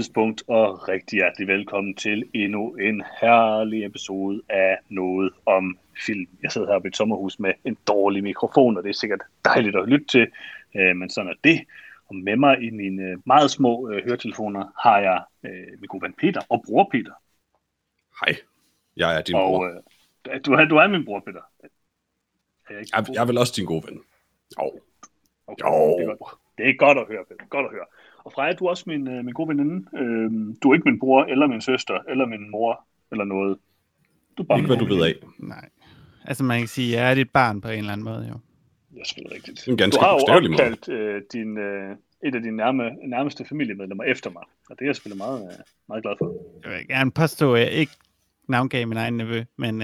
tidspunkt, og rigtig hjertelig velkommen til endnu en herlig episode af Noget om Film. Jeg sidder her på et sommerhus med en dårlig mikrofon, og det er sikkert dejligt at lytte til, men sådan er det. Og med mig i mine meget små høretelefoner har jeg min gode ven Peter og bror Peter. Hej, jeg er din bror. Du er min bror, Peter. Jeg er vel også din gode ven. Okay, det er godt at høre, Peter. Godt at høre. Og Freja, du er også min gode veninde. Du er ikke min bror, eller min søster, eller min mor, eller noget. Du er bare ikke, hvad du ved af. Nej. Altså, man kan sige, at jeg er dit barn på en eller anden måde, jo. Det er selvfølgelig rigtigt. Du har jo opkaldt et af dine nærmeste familiemedlemmer efter mig, og det er jeg selvfølgelig meget, meget glad for. Jeg vil gerne påstå, at jeg ikke navngav min egen nevø, men...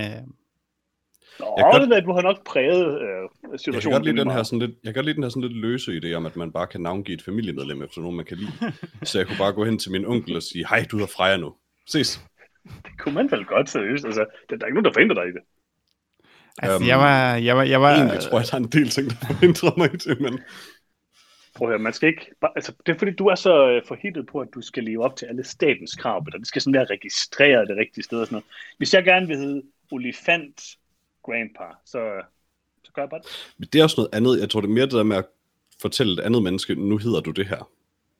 Du har nok præget situationen. Jeg kan godt lide den her sådan lidt løse idé om, at man bare kan navngive et familiemedlem efter nogen, man kan lide. Så jeg kunne bare gå hen til min onkel og sige, hej, du hedder Freja nu. Ses. Det kunne man vel godt, seriøst. Altså, der er ikke nogen, der forhindrer dig i det. Altså, jeg var... Egentlig tror jeg, der er en del ting, der forhindrer mig i det, men... Prøv at høre, man skal ikke... Altså, det er fordi, du er så forhittet på, at du skal leve op til alle statens krav, og det skal sådan være registreret det rigtige sted og sådan noget. Hvis jeg gerne vil hedde Olifant Grandpa, så gør jeg bare det. Men det er også noget andet. Jeg tror, det er mere det der med at fortælle et andet menneske, nu hedder du det her.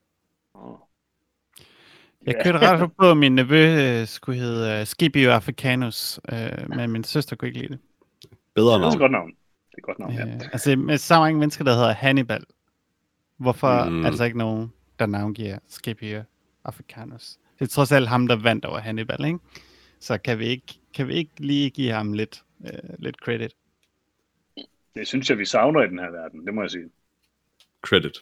Jeg kørte ret på, at min nevø skulle hedde Scipio Africanus, men min søster kunne ikke lide det. Bedre navn. Det er et godt navn. Ja. Altså, med så mange mennesker, der hedder Hannibal. Hvorfor er der så ikke nogen, der navngiver Scipio Africanus? Det er trods alt ham, der vandt over Hannibal, ikke? Så kan vi ikke lige give ham lidt credit? Det synes jeg, vi savner i den her verden, det må jeg sige. Credit.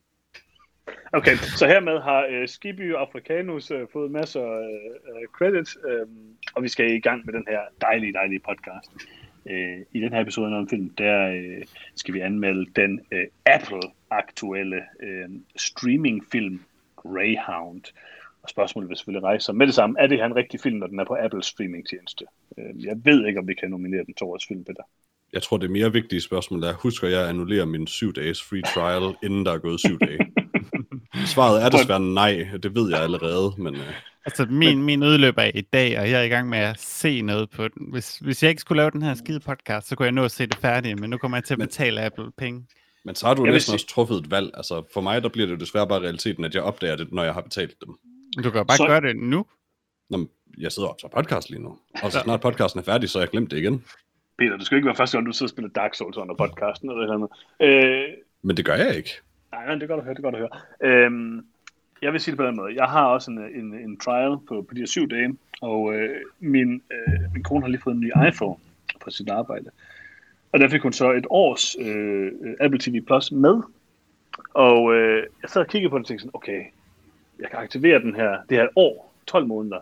Okay, så hermed har Scipio Africanus fået masser af credit, og vi skal i gang med den her dejlige podcast. I den her episode om film, der skal vi anmelde den Apple-aktuelle streamingfilm Greyhound. Og spørgsmålet vil selvfølgelig rejse sig med det samme. Er det her en rigtig film, når den er på Apples streamingtjeneste? Jeg ved ikke, om vi kan nominere den til årets film, Peter. Jeg tror, det mere vigtige spørgsmål er, husker jeg at annullere min 7-dages free trial, inden der er gået 7 dage? Svaret er desværre nej, det ved jeg allerede. Men, altså, min udløber er i dag, og jeg er i gang med at se noget på den. Hvis jeg ikke skulle lave den her skide podcast, så kunne jeg nå at se det færdigt, men nu kommer jeg til at betale Apple penge. Men så har du næsten også truffet et valg. Altså, for mig, der bliver det desværre bare realiteten, at jeg opdager det, når jeg har betalt dem. Du kan bare gøre det nu. Nå, jeg sidder og optager podcast lige nu. Og så snart podcasten er færdig, så har jeg glemt det igen. Peter, det skal ikke være første gang, du sidder og spiller Dark Souls under podcasten eller noget. Men det gør jeg ikke. Nej, det er godt at høre. Jeg vil sige det på den måde. Jeg har også en trial på de her 7 dage, og min kone har lige fået en ny iPhone på sit arbejde. Og der fik hun så et års Apple TV Plus med. Og jeg sad og kiggede på det og tænkte sådan, okay, jeg kan aktivere det her år, 12 måneder,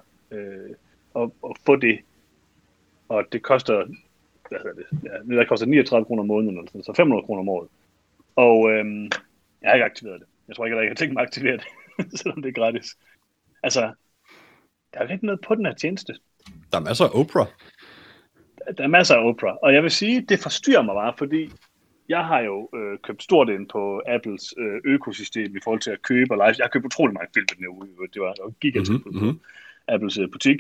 og få det. Og det koster, det koster 39 kroner om måneden, eller sådan, så 500 kroner om året. Og jeg har ikke aktiveret det. Jeg tror ikke, at jeg har tænkt mig at aktivere det, selvom det er gratis. Altså, der er jo ikke noget på den her tjeneste. Der er masser af Oprah. Der er masser af Oprah. Og jeg vil sige, det forstyrrer mig bare, fordi jeg har jo købt stort ind på Apples økosystem i forhold til at købe og live. Jeg har købt utrolig mange film den her uge. Det var gigantisk på Apples butik.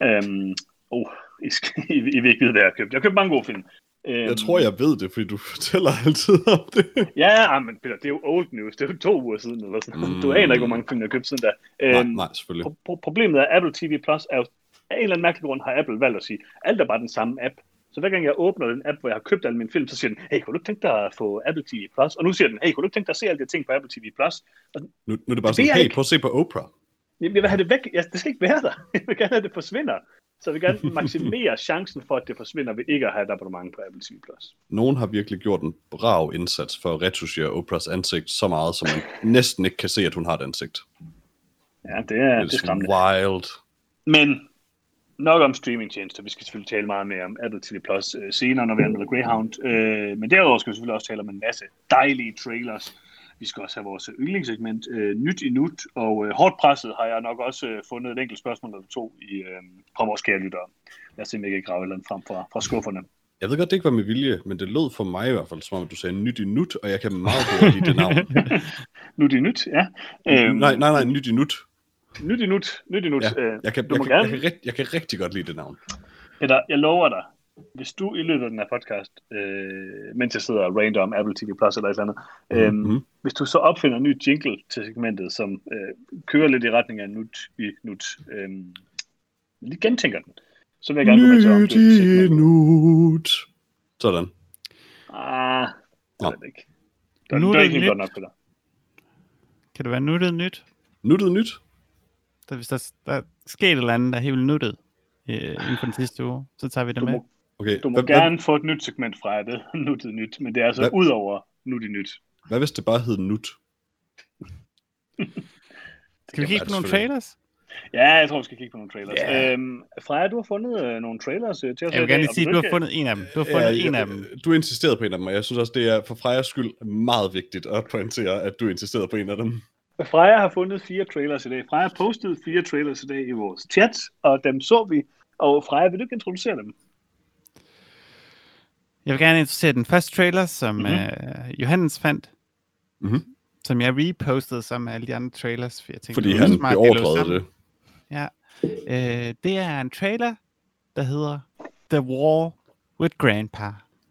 I vil ikke vide, hvad jeg har købt. Jeg har købt mange gode film. Jeg tror, jeg ved det, fordi du fortæller altid om det. Ja, men Peter, det er jo old news. Det er jo 2 uger siden, eller sådan. Du aner ikke, hvor mange film jeg har købt siden da. Nej, selvfølgelig. Problemet er, at Apple TV Plus er jo af en eller anden mærkelig grund har Apple valgt at sige, alt er bare den samme app. Så hver gang jeg åbner den app, hvor jeg har købt alle mine film, så siger den, hey, kunne du ikke tænke dig at få Apple TV Plus? Og nu siger den, hey, kunne du ikke tænke dig at se alle de ting på Apple TV Plus? Nu er det bare sådan, hey, prøv at se på Oprah. Jeg vil have det væk. Det skal ikke være der. Jeg vil gerne have, det forsvinder. Så jeg vil gerne maksimere chancen for, at det forsvinder ved ikke at have et abonnement på Apple TV Plus. Nogen har virkelig gjort en brav indsats for at retusere Oprahs ansigt så meget, så man næsten ikke kan se, at hun har et ansigt. Ja, det er skræmmende. Wild. Men nok om streamingtjenester. Vi skal selvfølgelig tale meget mere om Apple TV Plus senere, når vi anmelder Greyhound. Men derudover skal vi selvfølgelig også tale om en masse dejlige trailers. Vi skal også have vores yndlingssegment nyt i nut, og hårdt presset har jeg nok også fundet et enkelt spørgsmål eller 2 fra vores kære lyttere. Lad os se, om jeg kan grave et eller andet frem fra skufferne. Jeg ved godt, det ikke var med vilje, men det lød for mig i hvert fald, som om du sagde nyt i nut, og jeg kan meget godt lide det navn. Nyt i nyt, ja. Nej, nyt i nut. Nyt i nut. Ja, jeg kan rigtig godt lide det navn. Peter, jeg lover dig, hvis du i løbet af den her podcast, mens jeg sidder random Apple TV Plus eller et eller andet, hvis du så opfinder en ny jingle til segmentet, som kører lidt i retning af nut i nut, lige gentænker den, så vil jeg gerne gå med til at omdøbe nut. Sådan. Det er det ikke. Det Nuttet er ikke helt nyt. godt nok, Peter. Kan det være nuttet nyt? Nuttet nyt? Hvis der er sket et eller andet, der er helt vildt nuttet inden for den sidste uge, så tager vi det med. Okay. Du må gerne få et nyt segment fra jer, det er nuttet nyt, men det er altså ud over nuttet nyt. Hvad hvis det bare hed nut? Skal vi kigge på nogle trailers? Ja, jeg tror, vi skal kigge på nogle trailers. Freja, du har fundet nogle trailers til os. Jeg vil gerne lige sige, at du har fundet en af dem. En af dem. Du insisterede på en af dem, og jeg synes også, det er for Frejas skyld meget vigtigt at pointere, at du insisterede på en af dem. Freja har fundet 4 trailers i dag. Freja postede 4 trailers i dag i vores chat, og dem så vi. Og Freja, vil du ikke introducere dem? Jeg vil gerne introducere den første trailer, som Johannes fandt. Som jeg repostede sammen med alle de andre trailers. For jeg tænkte, fordi han beordrede det. Ja. Det er en trailer, der hedder The War with Grandpa.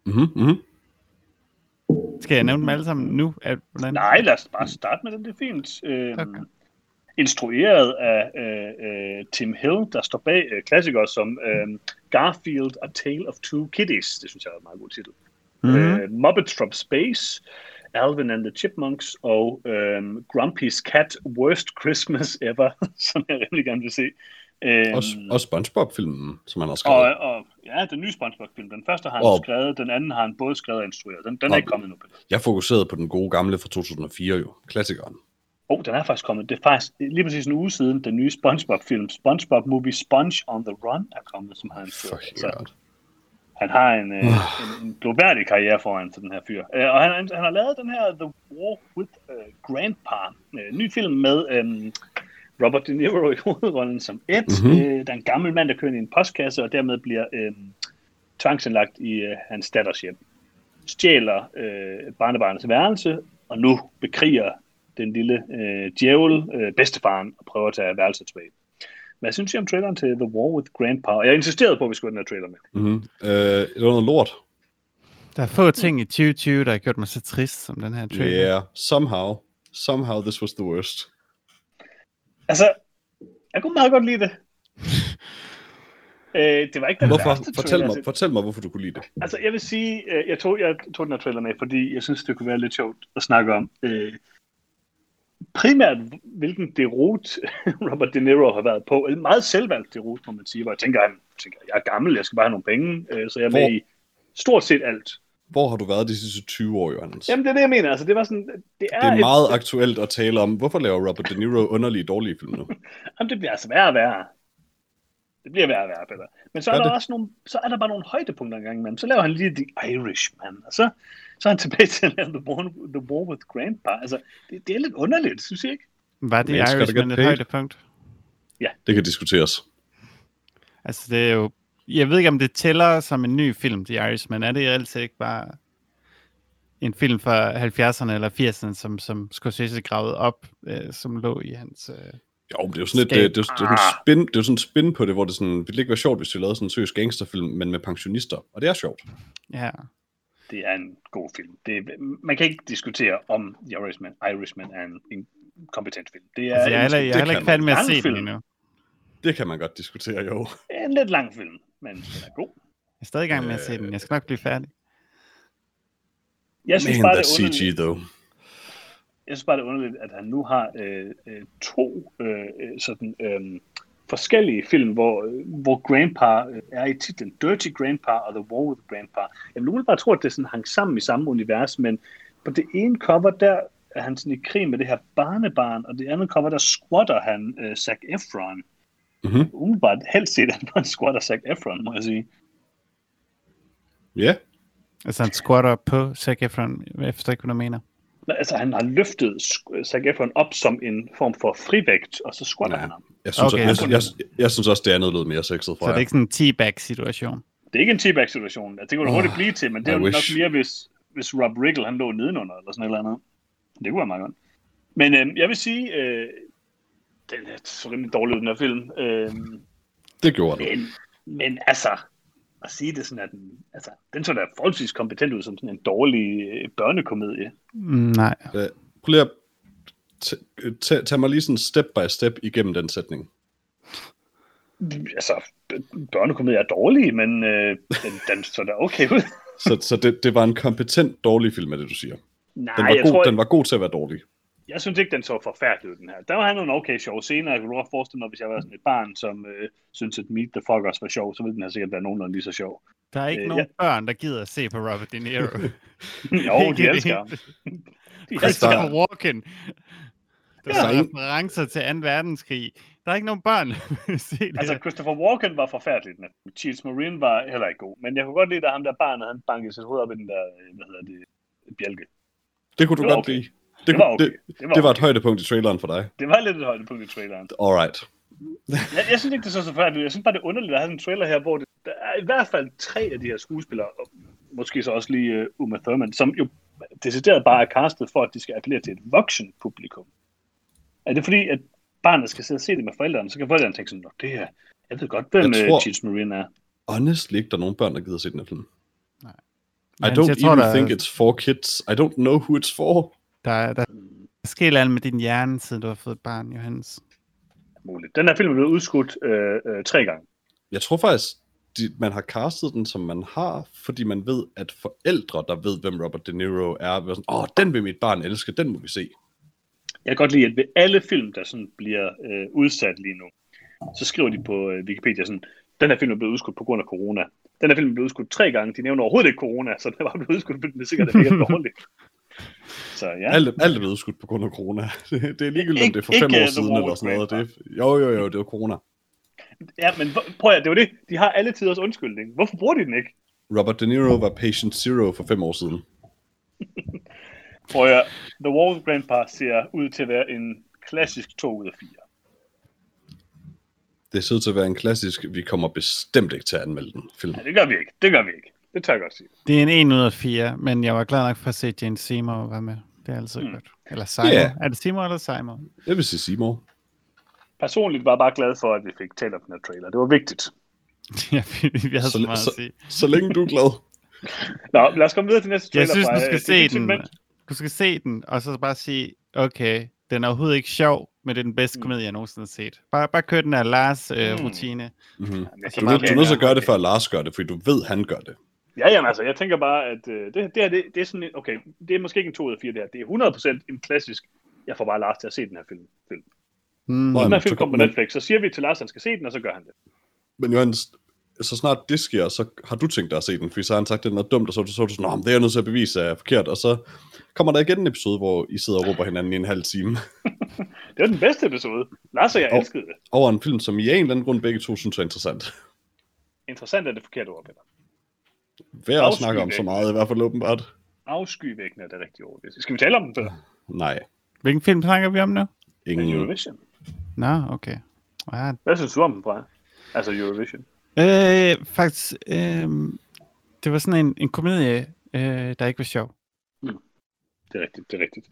Skal jeg nævne dem alle sammen nu? Nej, lad os bare starte med den, det er fint. Okay. Instrueret af Tim Hill, der står bag klassikere som Garfield, A Tale of Two Kitties. Det synes jeg er en meget god titel. Muppets from Space, Alvin and the Chipmunks og Grumpy's Cat, Worst Christmas Ever, som jeg rigtig gerne vil se. Og SpongeBob-filmen, som han har skrevet. Og ja, den nye SpongeBob-film. Den første har han skrevet, den anden har han både skrevet og instrueret. Den er ikke kommet nu. Jeg fokuserede på den gode gamle fra 2004 jo, klassikeren. Den er faktisk kommet. Det er faktisk lige præcis en uge siden, den nye SpongeBob-film, SpongeBob Movie Sponge on the Run, er kommet, som har instrueret. Han har en global karriere foran til den her fyr. Og han har lavet den her The War with Grandpa. Ny film med Robert De Niro i hovedrollen som Ed. Der er en gammel mand, der kører i en postkasse, og dermed bliver tvangsindlagt i hans datters hjem. Stjæler barnebarnets værelse, og nu bekriger den lille djævel bedstefaren og prøver at tage værelset tilbage. Hvad synes I om traileren til The War with Grandpa? Jeg insisterede på, at vi skulle have den her trailer med. Det var noget lort. Der er få ting i 2020, der har gjort mig så trist som den her trailer. Yeah, somehow this was the worst. Altså, jeg kunne meget godt lide det. Det var ikke den værste trailer. Fortæl mig, hvorfor du kunne lide det. Altså, jeg vil sige, jeg tog den her trailer med, fordi jeg synes, det kunne være lidt sjovt at snakke om. Primært, hvilken derot Robert De Niro har været på. En meget selvvalgt derot, må man sige. Hvor jeg tænker, jeg er gammel, jeg skal bare have nogle penge, så jeg er med i stort set alt. Hvor har du været de sidste 20 år, Johannes? Jamen, det er det, jeg mener. Altså, det var sådan, det er meget aktuelt at tale om. Hvorfor laver Robert De Niro underlige, dårlige film nu? Jamen, det bliver altså værre og værre. Det bliver værre og værre, Peter. Men så er der også så er der bare nogle højdepunkter engang imellem. Så laver han lige The Irishman, og så er han tilbage til at lave The War with Grandpa. Altså, det er lidt underligt, synes jeg ikke? Var The Irishman et højdepunkt? Ja. Det kan diskuteres. Altså, det er jo... Jeg ved ikke, om det tæller som en ny film, The Irishman. Er det reelt ikke bare en film fra 70'erne eller 80'erne, som Scorsese gravede op, som lå i hans... Jo, det er jo sådan det er sådan en spin på det, hvor det sådan, ville ikke være sjovt, hvis vi lavede sådan en seriøs gangsterfilm, men med pensionister. Og det er sjovt. Ja. Det er en god film. Man kan ikke diskutere, om The Irishman er en kompetent film. Det er altså, jeg er heller ikke færdig med at se den endnu. Det kan man godt diskutere, jo. Det er en lidt lang film, men den er god. Jeg er stadig i gang med at se den. Jeg skal nok blive færdig. Jeg synes bare, det er underligt. Though. Jeg synes bare, det er underligt, at han nu har to forskellige film, hvor Grandpa er i titlen. Dirty Grandpa og The War with Grandpa. Jeg vil bare tro, at det sådan hang sammen i samme univers, men på det ene cover, der er han sådan i krig med det her barnebarn, og det andet cover, der squatter han Zac Efron. Umiddelbart helst set, at han squatter Zac Efron, må jeg sige. Ja. Yeah. Altså han squatter på Zac Efron, jeg forstår ikke, hvad du mener. Altså han har løftet Zac Efron op som en form for frivægt, og så squatter han ham. Jeg synes også, det er noget lidt mere sexet fra. Så det er ikke sådan en teabag-situation? Det er ikke en teabag-situation. Det kunne det hurtigt blive til, men det er jo nok mere, hvis Rob Riggle han lå nedenunder, eller sådan et eller andet. Det kunne være meget godt. Men jeg vil sige, Den er så rimelig dårlig ud, den her film. Det gjorde den. Men altså, at sige det sådan, at den så der forholdsvis kompetent ud som sådan en dårlig børnekomedie. Nej. Prøv lige at tage mig lige sådan step by step igennem den sætning. Altså, børnekomedier er dårlige, men den så der okay ud. så det var en kompetent dårlig film, er det du siger? Nej, den var god til at være dårlig. Jeg synes ikke, den så forfærdelig ud, den her. Der var nogle okay sjove scener. Jeg kunne godt forestille mig, hvis jeg var sådan et barn, som synes, at Meet the Fockers var sjov, så ville den her sikkert være nogenlunde lige så sjov. Der er ikke nogen børn, der gider at se på Robert De Niro. Jo, de elsker ham. Christopher Walken. Der er referencer til 2. verdenskrig. Der er ikke nogen børn, der se det. Altså, Christopher Walken var forfærdelig. Cheers Marine var heller ikke god. Men jeg kunne godt lide, at ham der barnet, han bankede sit hoved op i den der, bjælke. Det kunne du godt lide. Det var et højdepunkt i traileren for dig. Det var lidt et højdepunkt i traileren. Alright. Jeg synes ikke, det er så forfærdeligt. Jeg synes bare, det er underligt at have en trailer her, hvor der er i hvert fald 3 af de her skuespillere, og måske så også lige Uma Thurman, som jo decideret bare er castet for, at de skal appellere til et voksen publikum. Er det fordi, at barnet skal sidde og se det med forældrene, så kan forældrene tænke sådan, det her, jeg ved godt, hvem Cheech Marin er. Honestly, ikke der er nogen børn, der gider se den her film. Nej. I don't even think it's for kids. I don't know who it's for. Der sker noget med din hjerne, siden du har fået et barn, Johannes. Muligt. Den her film er blevet udskudt 3 gange. Jeg tror faktisk, man har castet den, som man har, fordi man ved, at forældre, der ved, hvem Robert De Niro er, vil sådan, den vil mit barn elske, den må vi se. Jeg kan godt lide, at ved alle film, der sådan bliver udsat lige nu, så skriver de på Wikipedia sådan, den her film er blevet udskudt på grund af corona. Den her film er blevet udskudt 3 gange. De nævner overhovedet ikke corona, så den var blevet udskudt, men det er sikkert, at det ikke er dårligt. Så ja. Alt er blevet udskudt på grund af corona. Det er ligegyldigt, om det er for 5 år siden eller sådan noget. Jo, det var corona. Ja, men prøv at det var det. De har alle tiders undskyldning. Hvorfor bruger de den ikke? Robert De Niro var patient zero for 5 år siden. Prøv at The Walrus Grandpa ser ud til at være en klassisk 2 ud af 4. Det ser ud til at være en klassisk, vi kommer bestemt ikke til at anmelde den film. Ja, det gør vi ikke. Det tør jeg godt sige. Det er en 1 ud af 4, men jeg var glad nok for at se Jane Seymour være med. Det er altid godt. Eller Seymour. Yeah. Er det Seymour eller Seymour? Jeg vil sige Seymour. Personligt var jeg bare glad for, at vi fik talt om den her trailer. Det var vigtigt. Ja, vi havde så meget at sige. Så længe du er glad. Nå, lad os komme videre til næste trailer. Jeg synes, du skal se den. Du skal se den, og så bare sige, okay, den er overhovedet ikke sjov, men det er den bedste komedie, jeg nogensinde har set. Bare kør den her Lars-rutine. Mm-hmm. Du er nødt til at gøre det, før Lars gør det, fordi du ved, han gør det. Ja, jamen altså, jeg tænker bare, at det er sådan en, okay, det er måske ikke en 2 ud af 4 det her. Det er 100% en klassisk, jeg får bare Lars til at se den her film. Når den her film kommer på Netflix, så siger vi til Lars, at han skal se den, og så gør han det. Men Johannes, så snart det sker, så har du tænkt dig at se den, fordi så har han sagt, at det er noget dumt, og så er du sådan, det er jeg nødt til at bevise er forkert, og så kommer der igen en episode, hvor I sidder og råber hinanden i en halv time. Det var den bedste episode. Lars og jeg elskede det. Over en film, som I af en eller anden grund begge to synes er interessant. Interessant er det forkerte ord, Peter. Værd at snakke om så meget, i hvert fald åbenbart. Afskyvækkende er det rigtige ord. Skal vi tale om den, Peter? Nej. Hvilken film snakker vi om nu? Ingen. Eurovision. Nå, okay. Hvad synes du om den, Brian? Altså Eurovision. Faktisk, det var sådan en komedie, der ikke var sjov. Det er rigtigt.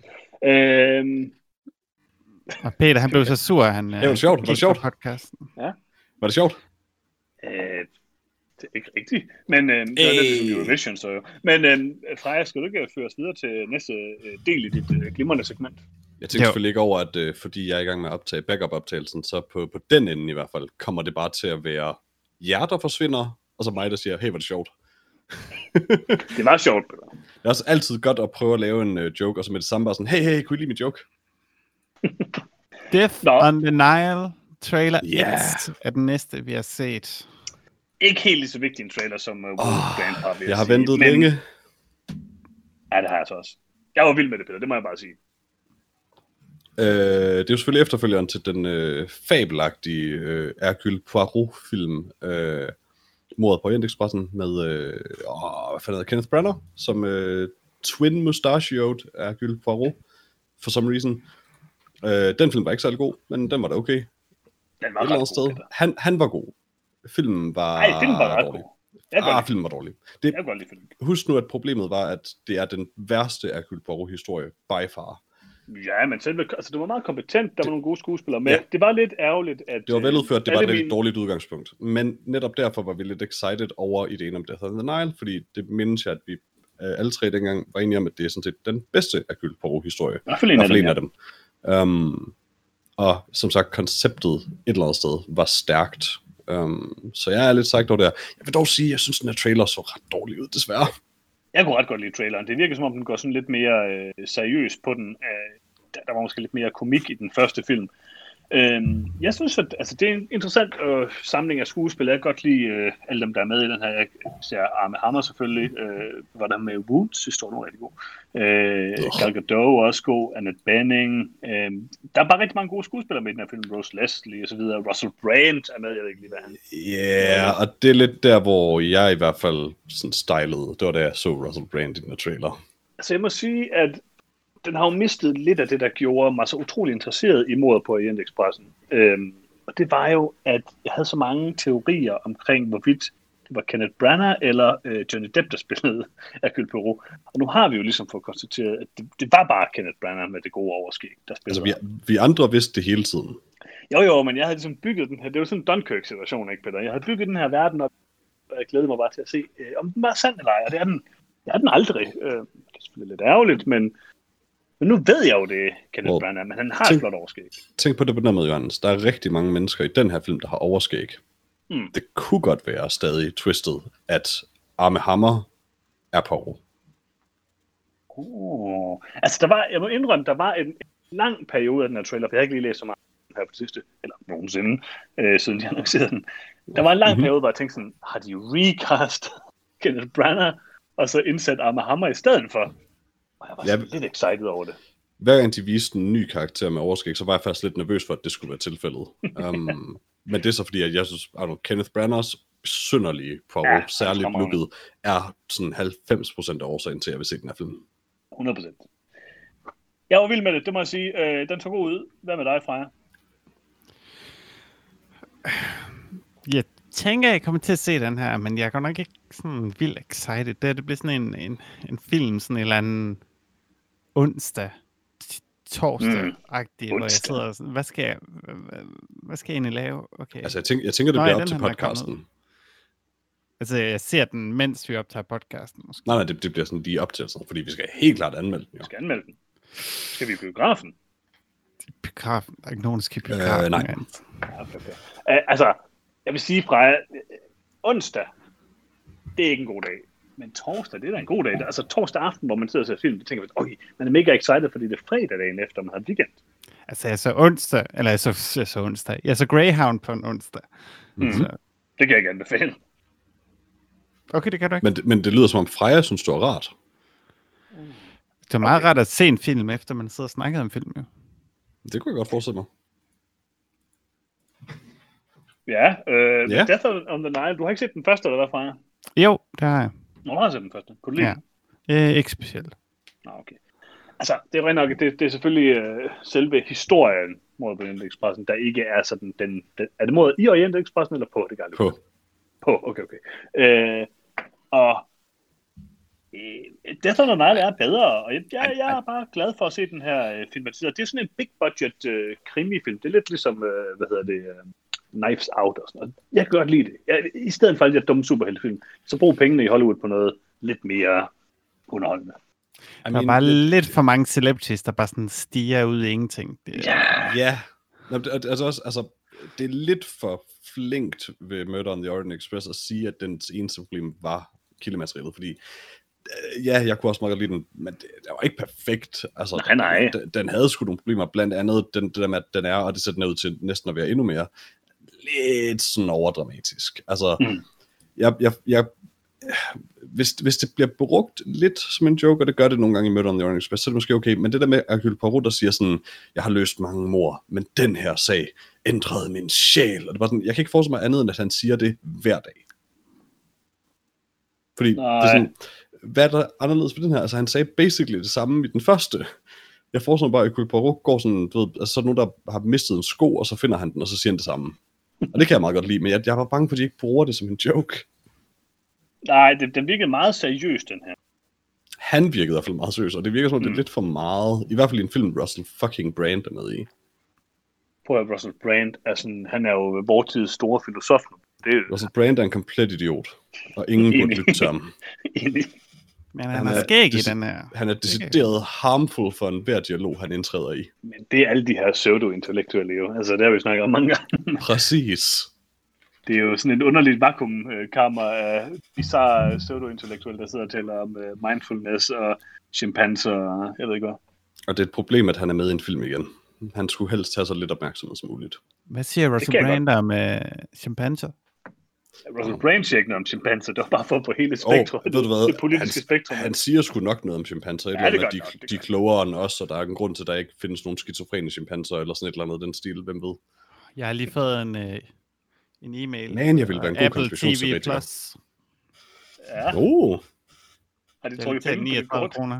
Og Peter, han blev så sur, han det var sjovt. Var det sjovt? Podcasten. Ja. Var det sjovt? Det er ikke rigtigt. Men det var lidt Eurovision, så jo. Men Freja, skal du ikke føre os videre til næste del i dit glimrende segment? Jeg tænker selvfølgelig ikke over, at fordi jeg er i gang med at optage backup-optagelsen, så på den ende i hvert fald, kommer det bare til at være jer, der forsvinder, og så mig, der siger, hey, var det sjovt. Det er meget sjovt, Peter. Det er også altid godt at prøve at lave en joke, og så med det samme bare sådan, hey, kunne I lide min joke? Death on the Nile trailer 1 er den næste, vi har set. Ikke helt lige så vigtig en trailer som Grandpa, vil jeg har ventet længe. Ja, det har jeg så også. Jeg var vild med det, Peter, det må jeg bare sige. Det er jo selvfølgelig efterfølgeren til den fabelagtige Hercule Poirot-film Mordet på Orientekspressen med Kenneth Branagh som twin mustachioed Hercule Poirot for some reason. Den film var ikke særlig god, men den var da okay. Den var et eller andet sted. Han var god. Filmen var filmen var ret god. Filmen var dårlig. Jeg godt lide filmen. Husk nu, at problemet var, at det er den værste Hercule Poirot-historie by far. Ja, men det var meget kompetent, der var nogle gode skuespillere med. Ja. Det var lidt ærgerligt, at... Det var veludført, det var et lidt dårligt udgangspunkt. Men netop derfor var vi lidt excited over ideen om Death on the Nile, fordi det mindes jeg, at vi alle tre dengang var enige om, at det er sådan set den bedste Hercule Poirot-historie. I hvert fald en af dem. Og som sagt, konceptet et eller andet sted var stærkt. Så jeg er lidt sagt over der. Jeg vil dog sige, at jeg synes, den her trailer så ret dårlig ud, desværre. Jeg kunne ret godt lide traileren. Det virker som om, den går sådan lidt mere seriøs på den. Der var måske lidt mere komik i den første film. Jeg synes, at det er en interessant samling af skuespil. Jeg kan godt lide alle dem, der er med i den her. Jeg ser Armie Hammer selvfølgelig. Var der med Woods, synes jeg, var rigtig god. Gal Gadot også god. Annette Bening. Der er bare rigtig mange gode skuespillere med i den her film. Rose Leslie og så videre. Russell Brand er med. Jeg ved ikke lige, hvad han... Ja, og det er lidt der, hvor jeg i hvert fald sådan stylede. Det var da jeg så Russell Brand i den her trailer. Altså jeg må sige, at den har jo mistet lidt af det, der gjorde mig så utrolig interesseret i mordet på Orientekspressen. Og det var jo, at jeg havde så mange teorier omkring, hvorvidt det var Kenneth Branagh eller Johnny Depp, der spillede Hercule Poirot. Og nu har vi jo ligesom fået konstateret, at det var bare Kenneth Branagh med det gode overskæg, der spillede. Altså vi andre vidste det hele tiden. Jo, men jeg havde ligesom bygget den her, det var sådan en Dunkirk-situation, ikke Peter? Jeg havde bygget den her verden op, og jeg glædede mig bare til at se, om den var sand eller ej, og det er den aldrig. Det er selvfølgelig lidt ærgerligt, men nu ved jeg jo det, Kenneth Branagh, men han har et flot overskæg. Tænk på det på den måde, Johannes. Der er rigtig mange mennesker i den her film, der har overskæg. Det kunne godt være stadig twistet, at Armie Hammer er Poirot. Altså, jeg må indrømme, der var en lang periode af den her trailer, for jeg har ikke lige læst så meget her på sidste, eller nogensinde, siden de annoncerede den. Der var en lang periode, hvor jeg tænkte sådan, har de recast Kenneth Branagh, og så indsat Armie Hammer i stedet for? Og jeg var lidt excited over det. Hver gang de viste en ny karakter med overskæg, så var jeg faktisk lidt nervøs for, at det skulle være tilfældet. Men det er så fordi, at jeg synes, at Kenneth Branaghs synderlige Poirot, særligt looket, er sådan 90% af årsagen til, at jeg vil se den her film. 100%. Jeg var vild med det, det må jeg sige. Den så god ud. Hvad med dig, Freja? Jeg tænker, jeg kommer til at se den her, men jeg er nok ikke sådan vildt excited. Det bliver sådan en film, sådan en eller anden onsdag, torsdag-agtig, hvor jeg sidder og sådan, hvad skal jeg egentlig lave? Okay. Altså, jeg tænker, det bliver op til podcasten. Altså, jeg ser den, mens vi optager podcasten, måske. Nej, det bliver sådan lige op til, fordi vi skal helt klart anmelde den. Vi skal anmelde den. Skal vi i biografen? Biografen? Der er ikke nogen, der skal i biografen. Nej. Okay. Altså, jeg vil sige, Freja, onsdag, det er ikke en god dag. Men torsdag, det er da en god dag. Altså torsdag aften, hvor man sidder og ser film, det tænker man, man er mega excited, fordi det er fredag dagen efter, man har weekend. Altså jeg så onsdag, eller jeg så onsdag. Jeg så Greyhound på en onsdag. Så. Det kan jeg ikke anbefale. Okay, det kan du ikke. Men det lyder som om Freja synes, det var rart. Det er meget rart at se en film, efter man sidder og snakker om film, jo. Det kunne jeg godt forestille mig. Ja, Death on the Nile. Du har ikke set den første, eller hvad, Freja? Jo, det har jeg. Nå, har set den første. Kunne du lide den? Ikke specielt. Nå, okay. Altså, det er rent nok, det er selvfølgelig selve historien mod Orientekspressen, der ikke er sådan den er det mod i Orientekspressen eller på? Det gør det. På, okay. Og Death on the Nile er bedre, og jeg er bare glad for at se den her filmatiseret. Det er sådan en big budget krimifilm. Det er lidt ligesom, Knives Out og sådan noget. Jeg kan godt lide det. I stedet for alle de her dumme superheltefilm, så brug pengene i Hollywood på noget lidt mere underholdende. Der er bare lidt for mange celebrities, der bare sådan stiger ud i ingenting. Ja. Altså, det er lidt for flinkt ved Murder on the Orient Express at sige, at dens eneste problem var kildematerialet, fordi jeg kunne også meget godt lide den, men det var ikke perfekt. Altså, nej. Den havde sgu nogle problemer, blandt andet det der med, at den er, og det sætter den ud til næsten at være endnu mere lidt sådan overdramatisk. Altså, hvis det bliver brugt lidt som en joke, og det gør det nogle gange i Murder on the Orient Express, så er det måske okay, men det der med Hercule Poirot, der siger sådan, jeg har løst mange mord, men den her sag ændrede min sjæl, og det var sådan, jeg kan ikke forestille mig andet, end at han siger det hver dag. Fordi det er sådan, hvad er der anderledes ved den her? Altså han sagde basically det samme i den første. Jeg forestiller mig bare, at Hercule Poirot går sådan, du ved, altså så er nogen, der har mistet en sko, og så finder han den, og så siger han det samme. Og det kan jeg meget godt lide, men jeg var bange for, at de ikke bruger det som en joke. Nej, den virkede meget seriøst, den her. Han virkede i hvert fald meget seriøs, og det virker som om, det er lidt for meget. I hvert fald i en film, Russell fucking Brand er med i. Prøv at Russell Brand er sådan, han er jo vores tids store filosof. Russell Brand er en komplet idiot, og ingen burde lytte til ham. Men han er skæg i den her. Han er decideret harmful for enhver dialog, han indtræder i. Men det er alle de her pseudo-intellektuelle jo. Altså, det har vi snakket om mange gange. Præcis. Det er jo sådan et underligt vakuumkammer af bizarre pseudo-intellektuelle, der sidder og taler om mindfulness og chimpanser og jeg ved ikke hvad. Og det er et problem, at han er med i en film igen. Han skulle helst tage så lidt opmærksomhed som muligt. Hvad siger Russell Brand om chimpanser? Russell Brand siger ikke noget om chimpanser, det var bare for på hele spektrum. Det politiske spektrum. Han siger sgu nok noget om chimpanser. De er klogere end os, og der er en grund til, at der ikke findes nogen skizofrene chimpanser, eller sådan et eller andet den stil, hvem ved. Jeg har lige fået en e-mail. Men jeg vil være en god Apple TV Plus. Ja. Har de trukket penge 39 kroner?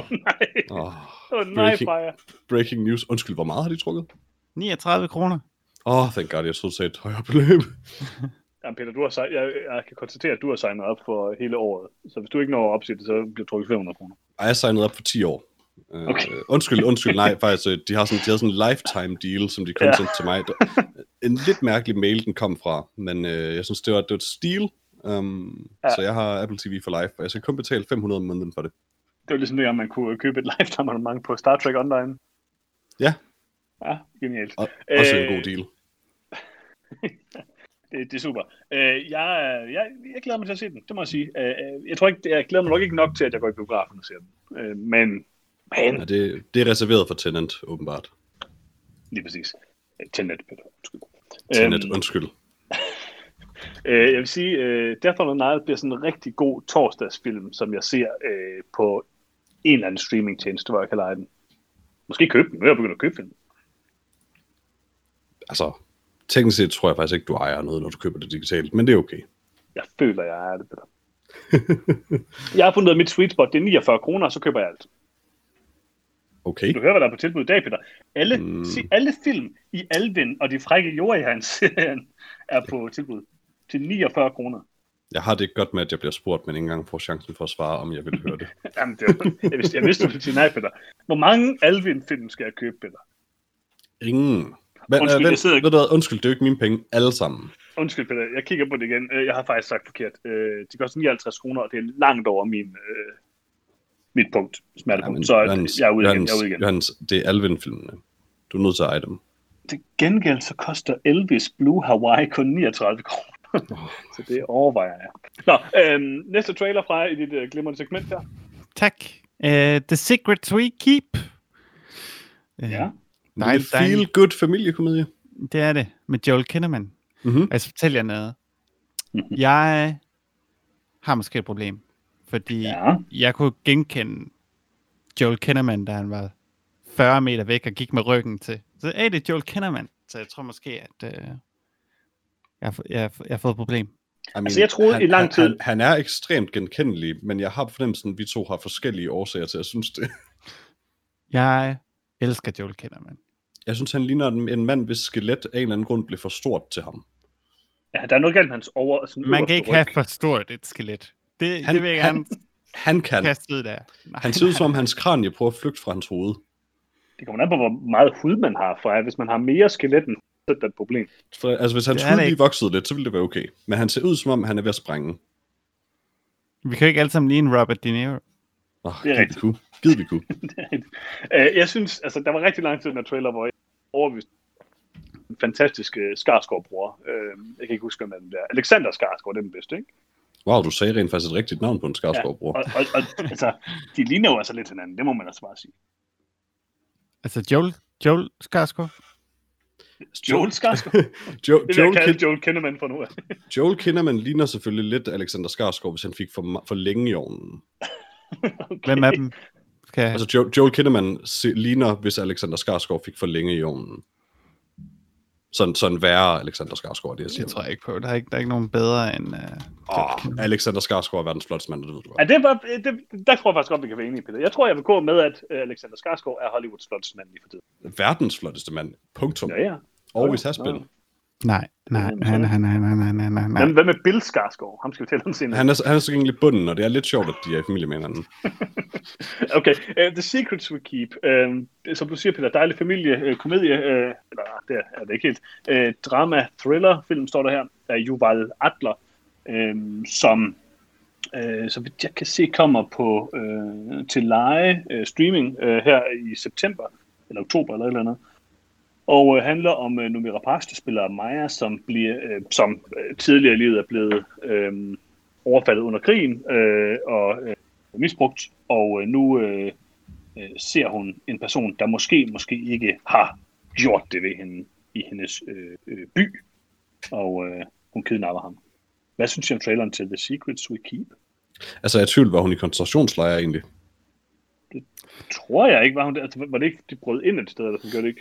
Nej, Freja. Breaking news. Undskyld, hvor meget har de trukket? 39 kroner. Thank God, jeg troede, det et højere beløb. Ja, Peter, jeg kan konstatere, at du har signet op for hele året. Så hvis du ikke når at opsætte, så bliver du trukket 500 kroner. Jeg har signet op for 10 år. Okay. Undskyld, nej, faktisk. De har sådan en lifetime deal, som de kun sendte til mig. En lidt mærkelig mail, den kom fra, men jeg synes, det var et steal. Så jeg har Apple TV for life, og jeg skal kun betale 500 om måneden for det. Det var ligesom det, at man kunne købe et lifetime abonnement på Star Trek Online. Ja. Ja, genialt. Også en god deal. Det er super. Jeg glæder mig til at se den, det må jeg sige. Jeg glæder mig nok ikke nok til, at jeg går i biografen og ser den. Men... Ja, det er reserveret for Tenet, åbenbart. Lige præcis. Tenet, Peter. Undskyld. Tenet, undskyld. Jeg vil sige, Death on the Nile bliver sådan en rigtig god torsdagsfilm, som jeg ser på en eller anden streamingtjeneste, hvor jeg kan lege den. Måske købe den. Nu er jeg begyndt at købe den. Altså, teknisk set tror jeg faktisk ikke, du ejer noget, når du køber det digitalt, men det er okay. Jeg føler, jeg ejer det, Peter. Jeg har fundet mit sweet spot, det er 49 kroner, og så køber jeg alt. Okay. Du hører, hvad der er på tilbud i dag, Peter. Alle film i Alvin og de frække Jordan-serien er på tilbud til 49 kroner. Jeg har det godt med, at jeg bliver spurgt, men ikke engang får chancen for at svare, om jeg vil høre det. Jamen, jeg vidste, du ville sige nej, Peter. Hvor mange Alvin-film skal jeg købe, Peter? Ingen. Undskyld, det er jo ikke mine penge alle sammen. Undskyld, Peter, jeg kigger på det igen. Jeg har faktisk sagt forkert. De koster 59 kroner, og det er langt over mit punkt, smertepunkt. Så jeg er ude igen. Johannes, det er Alvin-filmene. Du er nødt til at eje dem. Til gengæld så koster Elvis Blue Hawaii kun 39 kroner. Så det overvejer jeg. Nå, næste trailer fra i dit glimrende segment her. Tak. The Secret We Keep. Ja. Det er en feel-good familiekomedie. Det er det, med Joel Kinnaman. Mm-hmm. Altså, fortæl jer noget. Jeg har måske et problem, fordi jeg kunne genkende Joel Kinnaman, da han var 40 meter væk og gik med ryggen til. Så det er Joel Kinnaman. Så jeg tror måske, at jeg har fået et problem. Altså, jeg troede i lang tid... Han er ekstremt genkendelig, men jeg har på fornemmelsen, at vi to har forskellige årsager til at synes det. Jeg elsker Joel Kinnaman. Jeg synes, han ligner en mand, hvis skelet af en eller anden grund blev for stort til ham. Ja, der er noget galt med hans Man kan ikke have for stort et skelet. Det vil jeg gerne han kan. kaste ud der. Han ser ud som om hans kranie prøver at flygte fra hans hoved. Det kommer an på, hvor meget hud man har. For hvis man har mere skelet, så er det et problem. Altså, hvis hans hud lige voksede lidt, så ville det være okay. Men han ser ud som om, han er ved at sprænge. Vi kan jo ikke alle sammen lide en Robert De Niro. Det er rigtigt. Gid vi kunne. Jeg synes, altså, der var rigtig lang tid i den trailer, hvor jeg overviste en fantastisk Skarsgård-bror. Jeg kan ikke huske, om den der. Alexander Skarsgård, det er den bedste, ikke? Wow, du sagde rent faktisk et rigtigt navn på en Skarsgård-bror. Ja, og altså, de ligner jo altså lidt hinanden, det må man altså bare sige. Altså Joel Skarsgård? Joel Skarsgård? Joel Kinnaman for nu af. Joel Kinnaman ligner selvfølgelig lidt Alexander Skarsgård, hvis han fik for længe i ovnen. Okay. Hvem af dem? Altså Joel Kinnaman ligner, hvis Alexander Skarsgård fik for længe i ovnen. Sådan værre Alexander Skarsgård, det jeg siger. Det tror jeg ikke på. Der er ikke nogen bedre end... Alexander Skarsgård er verdens flotteste mand, det ved du godt. Ja, der tror jeg faktisk godt, vi kan være enige, Peter. Jeg tror, jeg vil gå med, at Alexander Skarsgård er Hollywoods flotteste mand lige for tiden. Verdens flotteste mand. Punktum. Ja. Always has been. Nej. Hvad med Bill Skarsgård? Ham skal vi tale om senere. Han er så gengæld bunden, og det er lidt sjovt, at de er i familie med hinanden. Okay, The Secrets We Keep. Som du siger, Peter, dejlig familie, komedie, eller det er det ikke helt, drama, thriller film står der her, af Yuval Adler, som så vidt jeg kan se, kommer på til leje streaming her i september, eller oktober, eller et eller andet. Og handler om Noomi Rapace, der spiller Maya, som tidligere i livet er blevet overfaldet under krigen og misbrugt. Og nu ser hun en person, der måske ikke har gjort det ved hende i hendes by. Og hun kidnapper ham. Hvad synes I om traileren til The Secrets We Keep? Altså, jeg er i tvivl, var hun i koncentrationslejre egentlig? Det tror jeg ikke. Var det ikke, de brød ind et sted, eller så gør det ikke?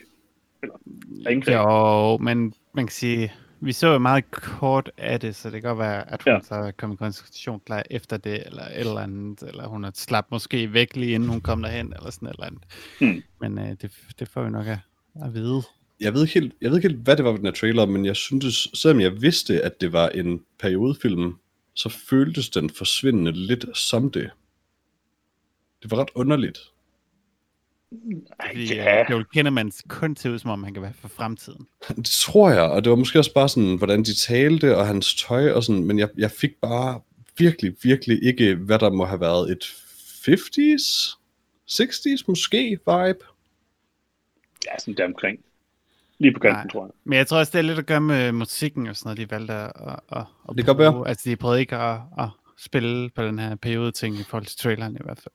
Jo, men man kan sige, vi så jo meget kort af det, så det kan godt være, at hun så er kommet i koncentrationslejr efter det, eller et eller andet, eller hun har slappet måske væk lige inden hun kom derhen, eller sådan et eller andet. Men det får vi nok at vide. Jeg ved ikke helt, hvad det var ved den her trailer, men jeg synes, selvom jeg vidste, at det var en periodefilm, så føltes den forsvindende lidt som det. Det var ret underligt. Fordi Joel Kinnaman kun ser ud, som om han kan være for fremtiden. Det tror jeg, og det var måske også bare sådan, hvordan de talte, og hans tøj og sådan, men jeg fik bare virkelig ikke, hvad der må have været et 50's, 60's måske vibe. Ja, sådan der omkring. Lige på kanten, tror jeg. Men jeg tror også, det er lidt at gøre med musikken og sådan noget, de valgte at det kan være. Altså, de prøvede ikke at spille på den her periode-ting i forhold til traileren i hvert fald.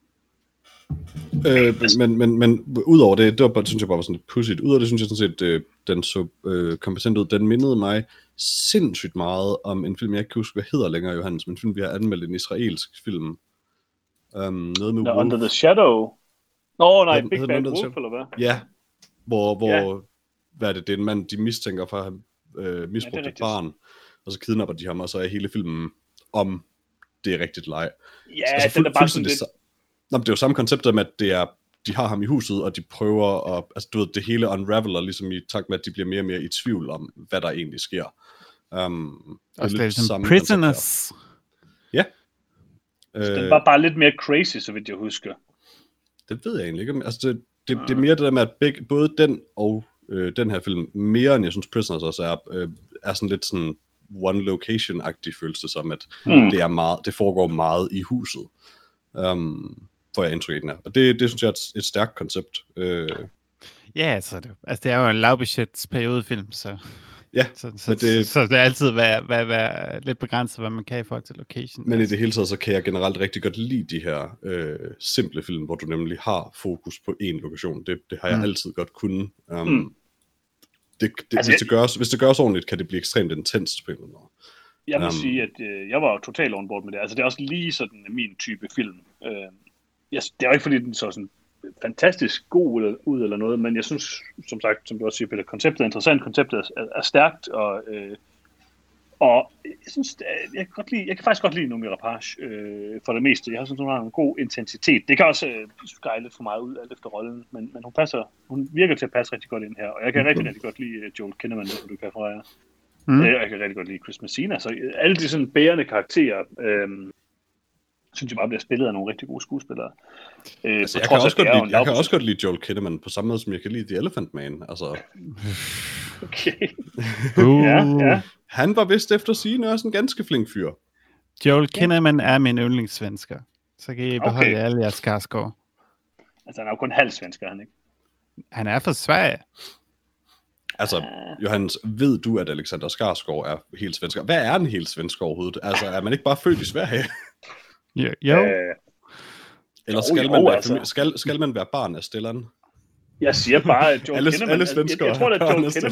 Men udover det, synes jeg bare var sådan lidt pudsigt. Udover det synes jeg sådan set, den så kompetent ud. Den mindede mig sindssygt meget om en film, jeg ikke kan huske, hvad hedder længere, Johannes, men en film, vi har anmeldt, en israelsk film. Noget med Under the Shadow. Nej, Big Bad Wolf, eller hvad? Ja, hvor hvad er det? Det er en mand, de mistænker for at have misbrugt et barn, og så kidnapper de ham, og så er hele filmen om det er rigtigt leg. Ja, altså, den er bare sådan lidt... Nå, det er jo samme koncept med, at det er, de har ham i huset, og de prøver at, altså du ved, det hele unraveler, ligesom i takt med, at de bliver mere og mere i tvivl om, hvad der egentlig sker. Og det er som Prisoners. Ja. Den var bare lidt mere crazy, så vidt jeg husker. Det ved jeg egentlig ikke. Altså, det er mere det der med, at både den og den her film, mere end jeg synes Prisoners også er sådan lidt sådan one location-agtig følelse, som at det foregår meget i huset. Får jeg indtryk af den her. Og det synes jeg er et stærkt koncept. Ja, altså det er jo en lavbudgets periodefilm, så ja, så det er altid være lidt begrænset, hvad man kan i forhold til location. Men i det hele taget, så kan jeg generelt rigtig godt lide de her simple film, hvor du nemlig har fokus på én lokation. Det har jeg altid godt kunnet. Hvis det gøres ordentligt, kan det blive ekstremt intenst på en eller anden måde. Jeg må sige, at jeg var totalt on board med det. Altså, det er også lige sådan min type film. Det er jo ikke, fordi den så sådan fantastisk god ud eller noget, men jeg synes, som sagt, som du også siger, Peter, konceptet er interessant, konceptet er stærkt, og jeg synes, jeg kan faktisk godt lide Noomi Rapace for det meste. Jeg har sådan, hun har en god intensitet. Det kan også skære lidt for meget ud, alt efter rollen, men hun virker til at passe rigtig godt ind her, og jeg kan rigtig godt lide Joel Kinnaman, som du kan referere. Jeg kan rigtig godt lide Chris Messina, så alle de sådan bærende karakterer, synes jeg bare bliver spillet af nogle rigtig gode skuespillere. Altså, jeg kan også godt lide Joel Kinnaman, på samme måde som jeg kan lide The Elephant Man. Altså. Okay. Ja. Han var vist efter sigende også en ganske flink fyr. Joel Kinnaman er min yndlingssvensker. Så kan I beholde alle jeres Skarsgård. Altså, han er jo kun halvsvensker, han ikke? Han er fra Sverige. Altså, Johannes, ved du, at Alexander Skarsgård er helt svensker? Hvad er en helt svensk overhovedet? Altså, er man ikke bare født i Sverige? Jo. Eller skal man være barn af Stellan? Jeg siger bare, at Joel Kinnaman... Alle svenskere jeg tror, at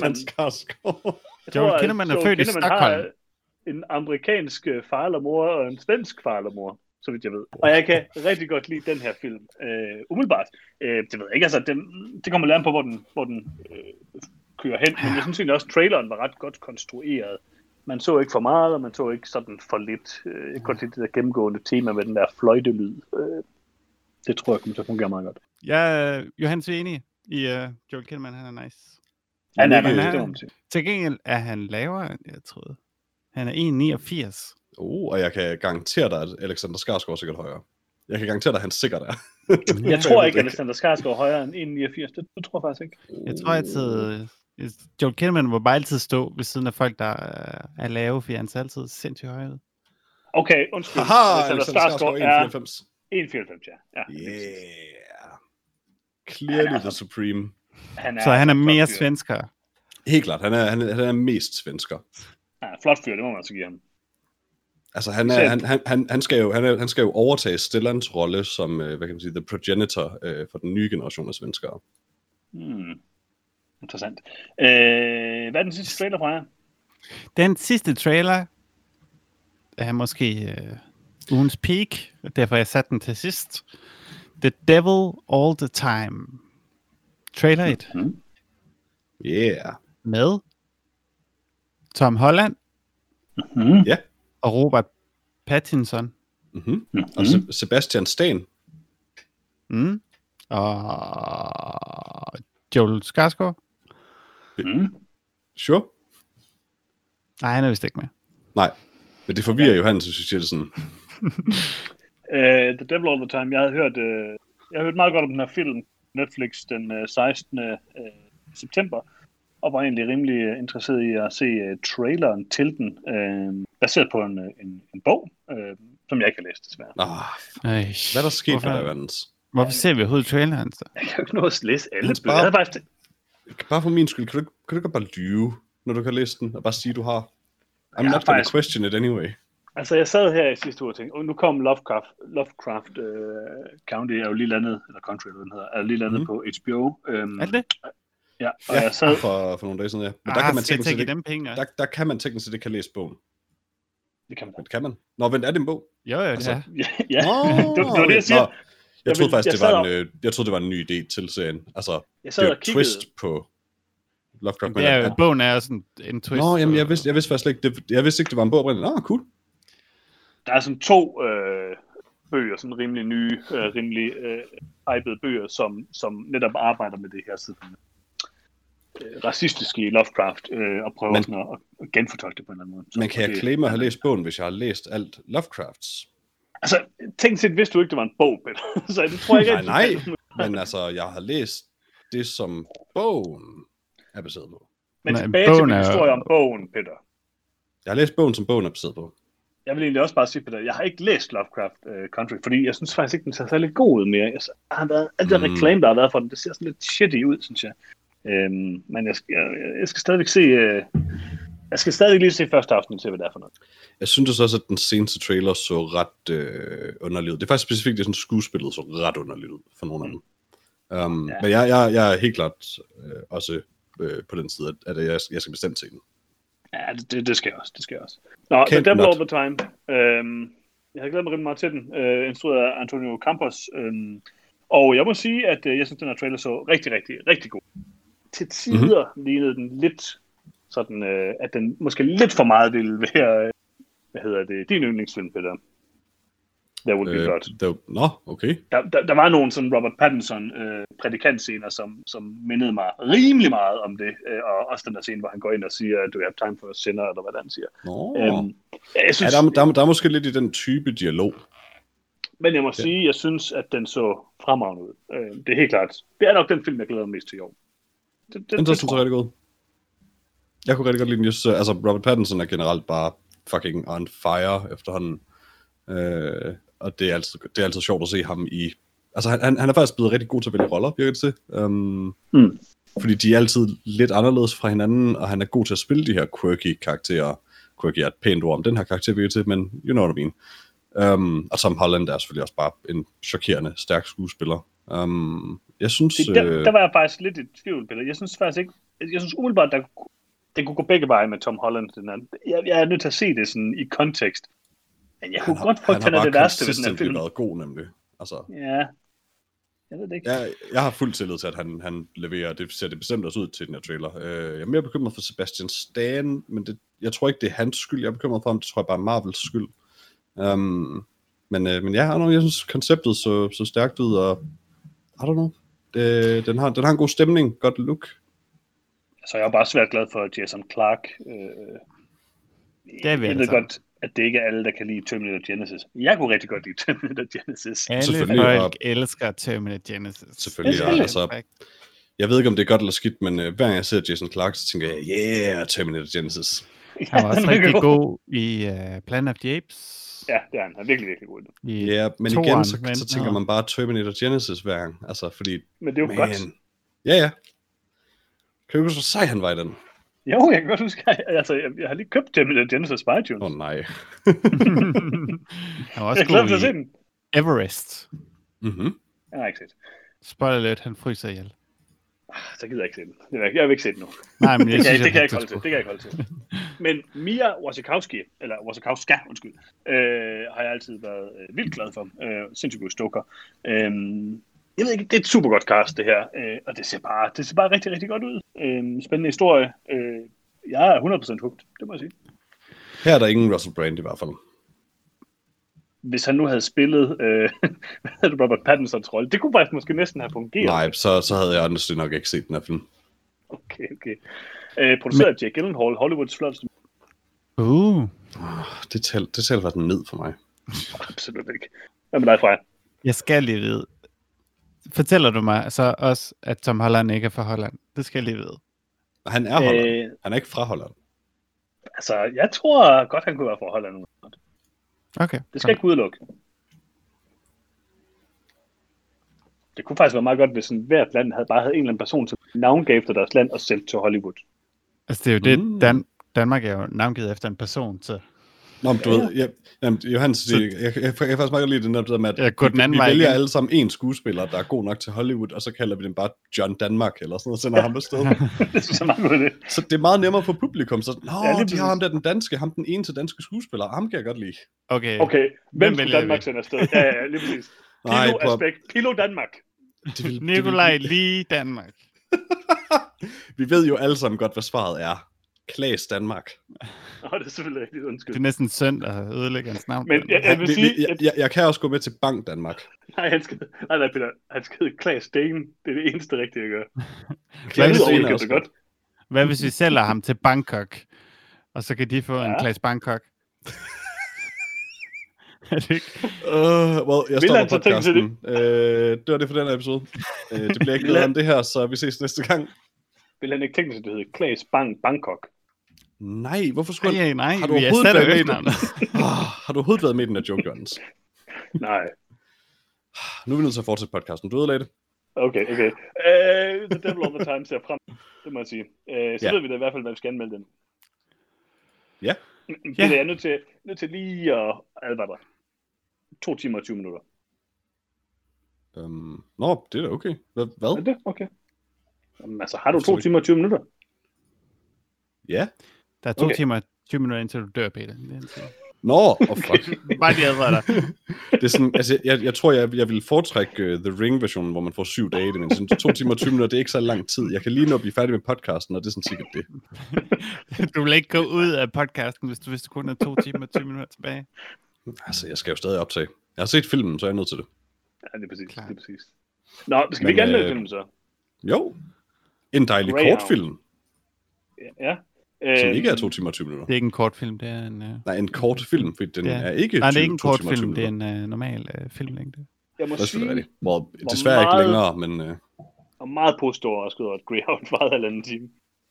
Joel Kinnaman er født i Stockholm. En amerikansk far eller mor og en svensk far eller mor, så vidt jeg ved. Og jeg kan rigtig godt lide den her film. Umiddelbart. Det ved jeg ikke, altså, det kommer lidt på, hvor den kører hen, men jeg synes egentlig også, at traileren var ret godt konstrueret. Man så ikke for meget, og man så ikke sådan for lidt. Jeg kan godt lide det der gennemgående tema med den der fløjtelyd. Det tror jeg kommer til at fungere meget godt. Ja, Johannes er enig i Joel Kinnaman, han er nice. Han er Men nok, det må man sige. til gengæld er han lavere, end jeg troede. Han er 1,89. Og jeg kan garantere dig, at Alexander Skarsgård er sikkert højere. Jeg kan garantere dig, at han sikkert er. Jeg tror ikke, at Alexander Skarsgård er højere end 1,89. Det tror jeg faktisk ikke. Jeg tror altid, Joel Kinnaman må bare altid stå ved siden af folk, der er lave, for han er altid sindssygt højere. Okay, undskyld. Haha, Alexander Skarsgård er 1,94. 1,94, ja. Yeah. Clearly the supreme. Så han er mere svensker. Helt klart, han er mest svensker. Ja, flot fyr, det må man altså give ham. Altså han skal jo overtage Stellans rolle som, hvad kan man sige, the progenitor for den nye generation af svenskere. Interessant. Hvad er den sidste trailer fra jer? Den sidste trailer er måske ugens peak, og derfor jeg satte den til sidst. The Devil All the Time. Trailer 1. Yeah. Med Tom Holland Ja. og Robert Pattinson. Og Sebastian Stan. Og Joel Skarsgård. Sure. Nej, han er vist ikke med. Nej, men det forvirrer jo han, synes jeg siger det sådan. The Devil All the Time. Jeg har hørt meget godt om den her film, Netflix, den 16. september, og var egentlig rimelig interesseret i at se traileren til den, baseret på en bog, som jeg ikke har læst, desværre. Hvad er der sket for dig, Vandens? Hvorfor ser vi overhovedet traileren? Så? Jeg kan jo ikke nå at læse alle bøger. Bare for min skyld, kan du ikke bare lyve, når du kan læse den, og bare sige, du har... I'm not gonna question it anyway. Altså, jeg sad her i sidste uge og tænkte, nu kom Lovecraft County er jo lige landet, eller Country, eller den hedder, er lige landet på HBO. Er det? Ja, og jeg sad... For nogle dage siden, ja. Men der kan man teknisk set ikke kan læse bogen. Det kan man. Men kan man? Nå, vent, er det en bog? Jo, altså, ja. Det var det, jeg siger. Jeg troede faktisk, det var en ny idé til serien. Altså, det er jo twist på Lovecraft. Ja, bogen er sådan en twist. Nå, jamen, jeg vidste faktisk ikke, jeg vidste ikke, det var en bog oprindeligt. Cool. Der er sådan 2 bøger, sådan rimelig nye, rimelig hypede bøger, som netop arbejder med det her sådan racistiske i Lovecraft, og prøver sådan at genfortolke det på en eller anden måde. Men kan jeg claime at have læst bogen, hvis jeg har læst alt Lovecrafts? Altså, tænk set, vidste du ikke, det var en bog, Peter. Så det tror jeg ikke. Nej, men altså, jeg har læst det, som bogen er baseret på. Men tilbage til min historie om bogen, Peter. Jeg har læst bogen, som bogen er baseret på. Jeg vil egentlig også bare sige, Peter, jeg har ikke læst Lovecraft Country, fordi jeg synes faktisk ikke, den ser særlig god ud mere. Jeg har været, alt det reklame, der har været for den, det ser sådan lidt shitty ud, synes jeg. Men jeg skal stadigvæk se... Jeg skal stadig lige se første afsnit til, hvad det er for noget. Jeg synes også, at den seneste trailer så ret underlig ud. Det er faktisk specifikt, det sådan skuespillet så ret underligt ud for nogle af dem. Men jeg er helt klart også på den side, at jeg skal bestemt se den. Ja, det skal jeg også. Det skal jeg også. Nå, The Devil All the Time. Jeg har glædet mig rimelig meget til den. Instrueret af Antonio Campos. Og jeg må sige, at jeg synes, den her trailer så rigtig, rigtig, rigtig god. Til tider lignede den lidt sådan, at den måske lidt for meget ville være, din yndlingsfilm, Peter. There Will Be Blood. Nå, okay. Der var nogle sådan Robert Pattinson prædikantscener, som mindede mig rimelig meget om det, og også den der scene, hvor han går ind og siger, do you have time for a sinner, eller hvad han siger. Jeg synes, der er måske lidt i den type dialog. Men jeg må sige, jeg synes, at den så fremragende ud. Det er helt klart. Det er nok den film, jeg glæder mig mest til i år. Den så rigtig god. Jeg kunne rigtig godt lide den. Jeg synes, altså Robert Pattinson er generelt bare fucking on fire efterhånden. Og det er altid sjovt at se ham i... Altså han er faktisk blevet rigtig god til at vælge roller, virker det til. Fordi de er altid lidt anderledes fra hinanden, og han er god til at spille de her quirky karakterer. Quirky er et pænt ord om den her karakter, virker det til, men you know what I mean. Og Tom Holland er selvfølgelig også bare en chokerende, stærk skuespiller. Jeg synes... Der var jeg faktisk lidt i tvivl, Peter. Jeg synes faktisk ikke... Jeg synes umiddelbart, det kunne gå begge veje med Tom Holland. Jeg er nødt til at se det sådan i kontekst. Men jeg kunne godt frygte, at han er det værste ved den her film. Han har været god, nemlig. Altså, ja, jeg ved det ikke. Jeg har fuld tillid til, at han leverer. Det ser det bestemt også ud til den her trailer. Jeg er mere bekymret for Sebastian Stan, men jeg tror ikke, det er hans skyld. Jeg er bekymret for ham. Det tror jeg bare er Marvels skyld. Men ja, jeg synes, konceptet så stærkt ud, og I don't know. Den har en god stemning, godt look. Så jeg er bare svært glad for Jason Clarke. Det er vi jeg ved godt, at det ikke er alle, der kan lide Terminator Genesis. Jeg kunne rigtig godt lide Terminator Genesis. Alle folk elsker Terminator Genesis. Selvfølgelig. Altså, jeg ved ikke, om det er godt eller skidt, men hver gang jeg ser Jason Clarke, så tænker jeg, yeah, Terminator Genesis. Han var også rigtig god i Planet of the Apes. Ja, det er han. Han er virkelig, virkelig god. Ja, men igen, så tænker man bare Terminator Genesis hver gang. Altså, fordi... Men det er jo godt. Ja. Kan du huske, hvor sej han var i den? Jo, jeg kan godt huske, jeg har lige købt Terminator Genesis på iTunes. Nej. Han var også god i den. Everest. Mhm. Jeg har ikke set. Spoiler lidt, han fryser ihjel. Så gider jeg ikke se den. Jeg vil ikke se den nu. Nej, men det kan jeg ikke holde til. Men Mia Wasikowska, har jeg altid været vildt glad for. Sindssygt god Stoker. Jeg ved ikke, det er et super godt cast, det her. Og det ser bare rigtig, rigtig godt ud. Spændende historie. Jeg er 100% hooked, det må jeg sige. Her er der ingen Russell Brand i hvert fald. Hvis han nu havde spillet Robert Pattinsons rolle, det kunne faktisk måske næsten have fungeret. Nej, så havde jeg honestly nok ikke set den her film. Okay. Produceret af Jake Gyllenhaal, Hollywoods flotteste. Det taler faktisk ned for mig. Absolut ikke. Hvad med dig, Freja? Jeg skal lige vide. Fortæller du mig så også, at Tom Holland ikke er fra Holland? Det skal jeg lige vide. Han er Holland. Han er ikke fra Holland. Altså, jeg tror godt, han kunne være fra Holland. Okay. Det skal ikke udelukke. Det kunne faktisk være meget godt, hvis hvert land havde en eller anden person, som navngav efter deres land og sendt til Hollywood. Altså, det er jo det, Danmark er jo navngivet efter en person, så... Nå, men du ved, Johannes, jeg kan faktisk meget godt lide det der med, at vi vælger alle sammen en skuespiller, der er god nok til Hollywood, og så kalder vi dem bare John Danmark, eller sådan noget, og sender ham afsted. Det synes jeg meget godt det. Så det er meget nemmere for publikum, så de har ham der den danske, ham den eneste danske skuespiller, ham kan jeg godt lide. Okay. Hvem skal Danmark sende afsted? Ja, lige præcis. Pilo Danmark. Nikolaj lige Danmark. Vi ved jo alle sammen godt, hvad svaret er. Klaas Danmark. Det er selvfølgelig rigtigt, undskyld. Det er næsten synd at ødelægge hans navn. Men jeg vil sige... Jeg kan også gå med til Bank Danmark. Nej, Peter. Han skal hedde Klaas Sten. Det er det eneste rigtige, jeg gør. Klaas Sten er også godt. Hvad hvis vi sælger ham til Bangkok? Og så kan de få en Klaas Bangkok? Er det ikke? Jeg stopper podcasten. Det var det for den her episode. Det bliver ikke bedre end det her, så vi ses næste gang. Vil han ikke tænke sig, at det hedder Klaas Bangkok? Nej, hvorfor skulle han... Nej, har du overhovedet været med i den? Har du overhovedet været med i den her joke, Jørgens? Nej. Nu er vi nødt til at fortsætte podcasten. Du ødelagde det. Okay. The Devil All The Time ser frem. Det må jeg sige. Så ved vi da i hvert fald, hvad vi skal anmelde den. Ja. Det er jeg nødt til lige at advare dig. 2 timer og 20 minutter. Nå, det er da okay. Hvad? Er det okay? Jamen, altså, har du 2 timer og 20 minutter? Ja. Der er 2 timer og 20 minutter, indtil du dør, Peter. Nå, fuck. Bare de advarer dig. Det er sådan, altså, jeg tror, jeg vil foretrække The Ring-versionen, hvor man får 7 dage. Men sådan 2 timer og 20 minutter, det er ikke så lang tid. Jeg kan lige nå at blive færdig med podcasten, og det er sådan sikkert det. Du vil ikke gå ud af podcasten, hvis du kun er 2 timer og 20 minutter tilbage. Altså, jeg skal jo stadig optage. Jeg har set filmen, så er jeg nødt til det. Ja, det er præcis. Nå, skal vi ikke anmelde filmen så? Jo. En dejlig kortfilm. Ja. Som ikke er 2 timer og 20 minutter. Det er ikke en kortfilm, det er en... Nej, en kortfilm, for den er ikke... Nej, det er ikke en kortfilm, det er en normal filmlængde. Jeg må sige... Det er desværre ikke længere, men... Og meget positivt overrasket over, at Greyhound varede 1,5 time.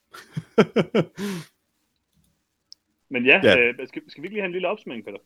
Men skal vi ikke lige have en lille opsummering, Peter?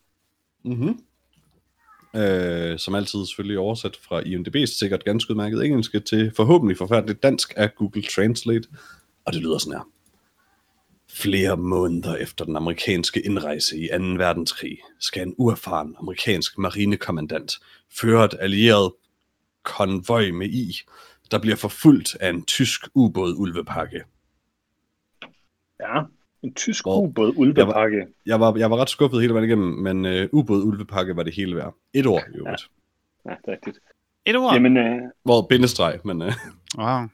Som altid selvfølgelig oversat fra IMDb's sikkert ganske udmærket engelske til forhåbentlig forfærdeligt dansk af Google Translate. Og det lyder sådan her. Flere måneder efter den amerikanske indrejse i 2. verdenskrig skal en uerfaren amerikansk marinekommandant føre et allieret konvoj med der bliver forfulgt af en tysk ubåd-ulvepakke. Ja, en tysk ubåd-ulvepakke. Jeg var ret skuffet hele vejen igennem, men ubåd-ulvepakke var det hele værd. 1 ord, jo. Ja, det er rigtigt. 1 ord? Jamen, bindestreg, men... Wow.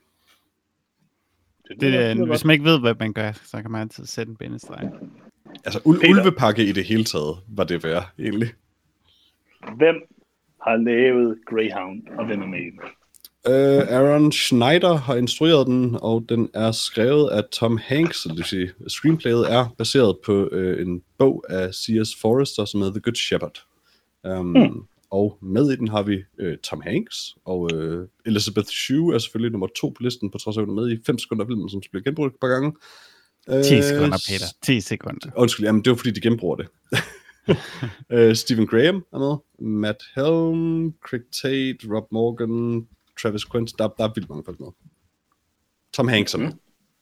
Hvis man ikke ved, hvad man gør, så kan man altid sætte en bindestreg. Altså, ulvepakke i det hele taget, var det værd, egentlig. Hvem har lavet Greyhound, og hvem er med i den? Aaron Schneider har instrueret den, og den er skrevet af Tom Hanks, det vil sige, screenplayet er baseret på en bog af C.S. Forrester, som hedder The Good Shepherd. Og med i den har vi Tom Hanks, og Elizabeth Shue er selvfølgelig nummer 2 på listen, på trods af at hun er med i 5 sekunder af filmen, som bliver genbrugt et par gange. 10 sekunder, Peter. 10 sekunder. Undskyld, jamen det var fordi, de genbruger det. Stephen Graham er med, Matt Helm, Craig Tate, Rob Morgan, Travis Quint, der er vildt mange folk med. Tom Hanks er med.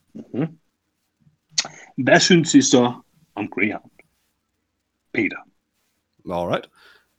Hvad synes I så om Greyhound? Peter? Alright.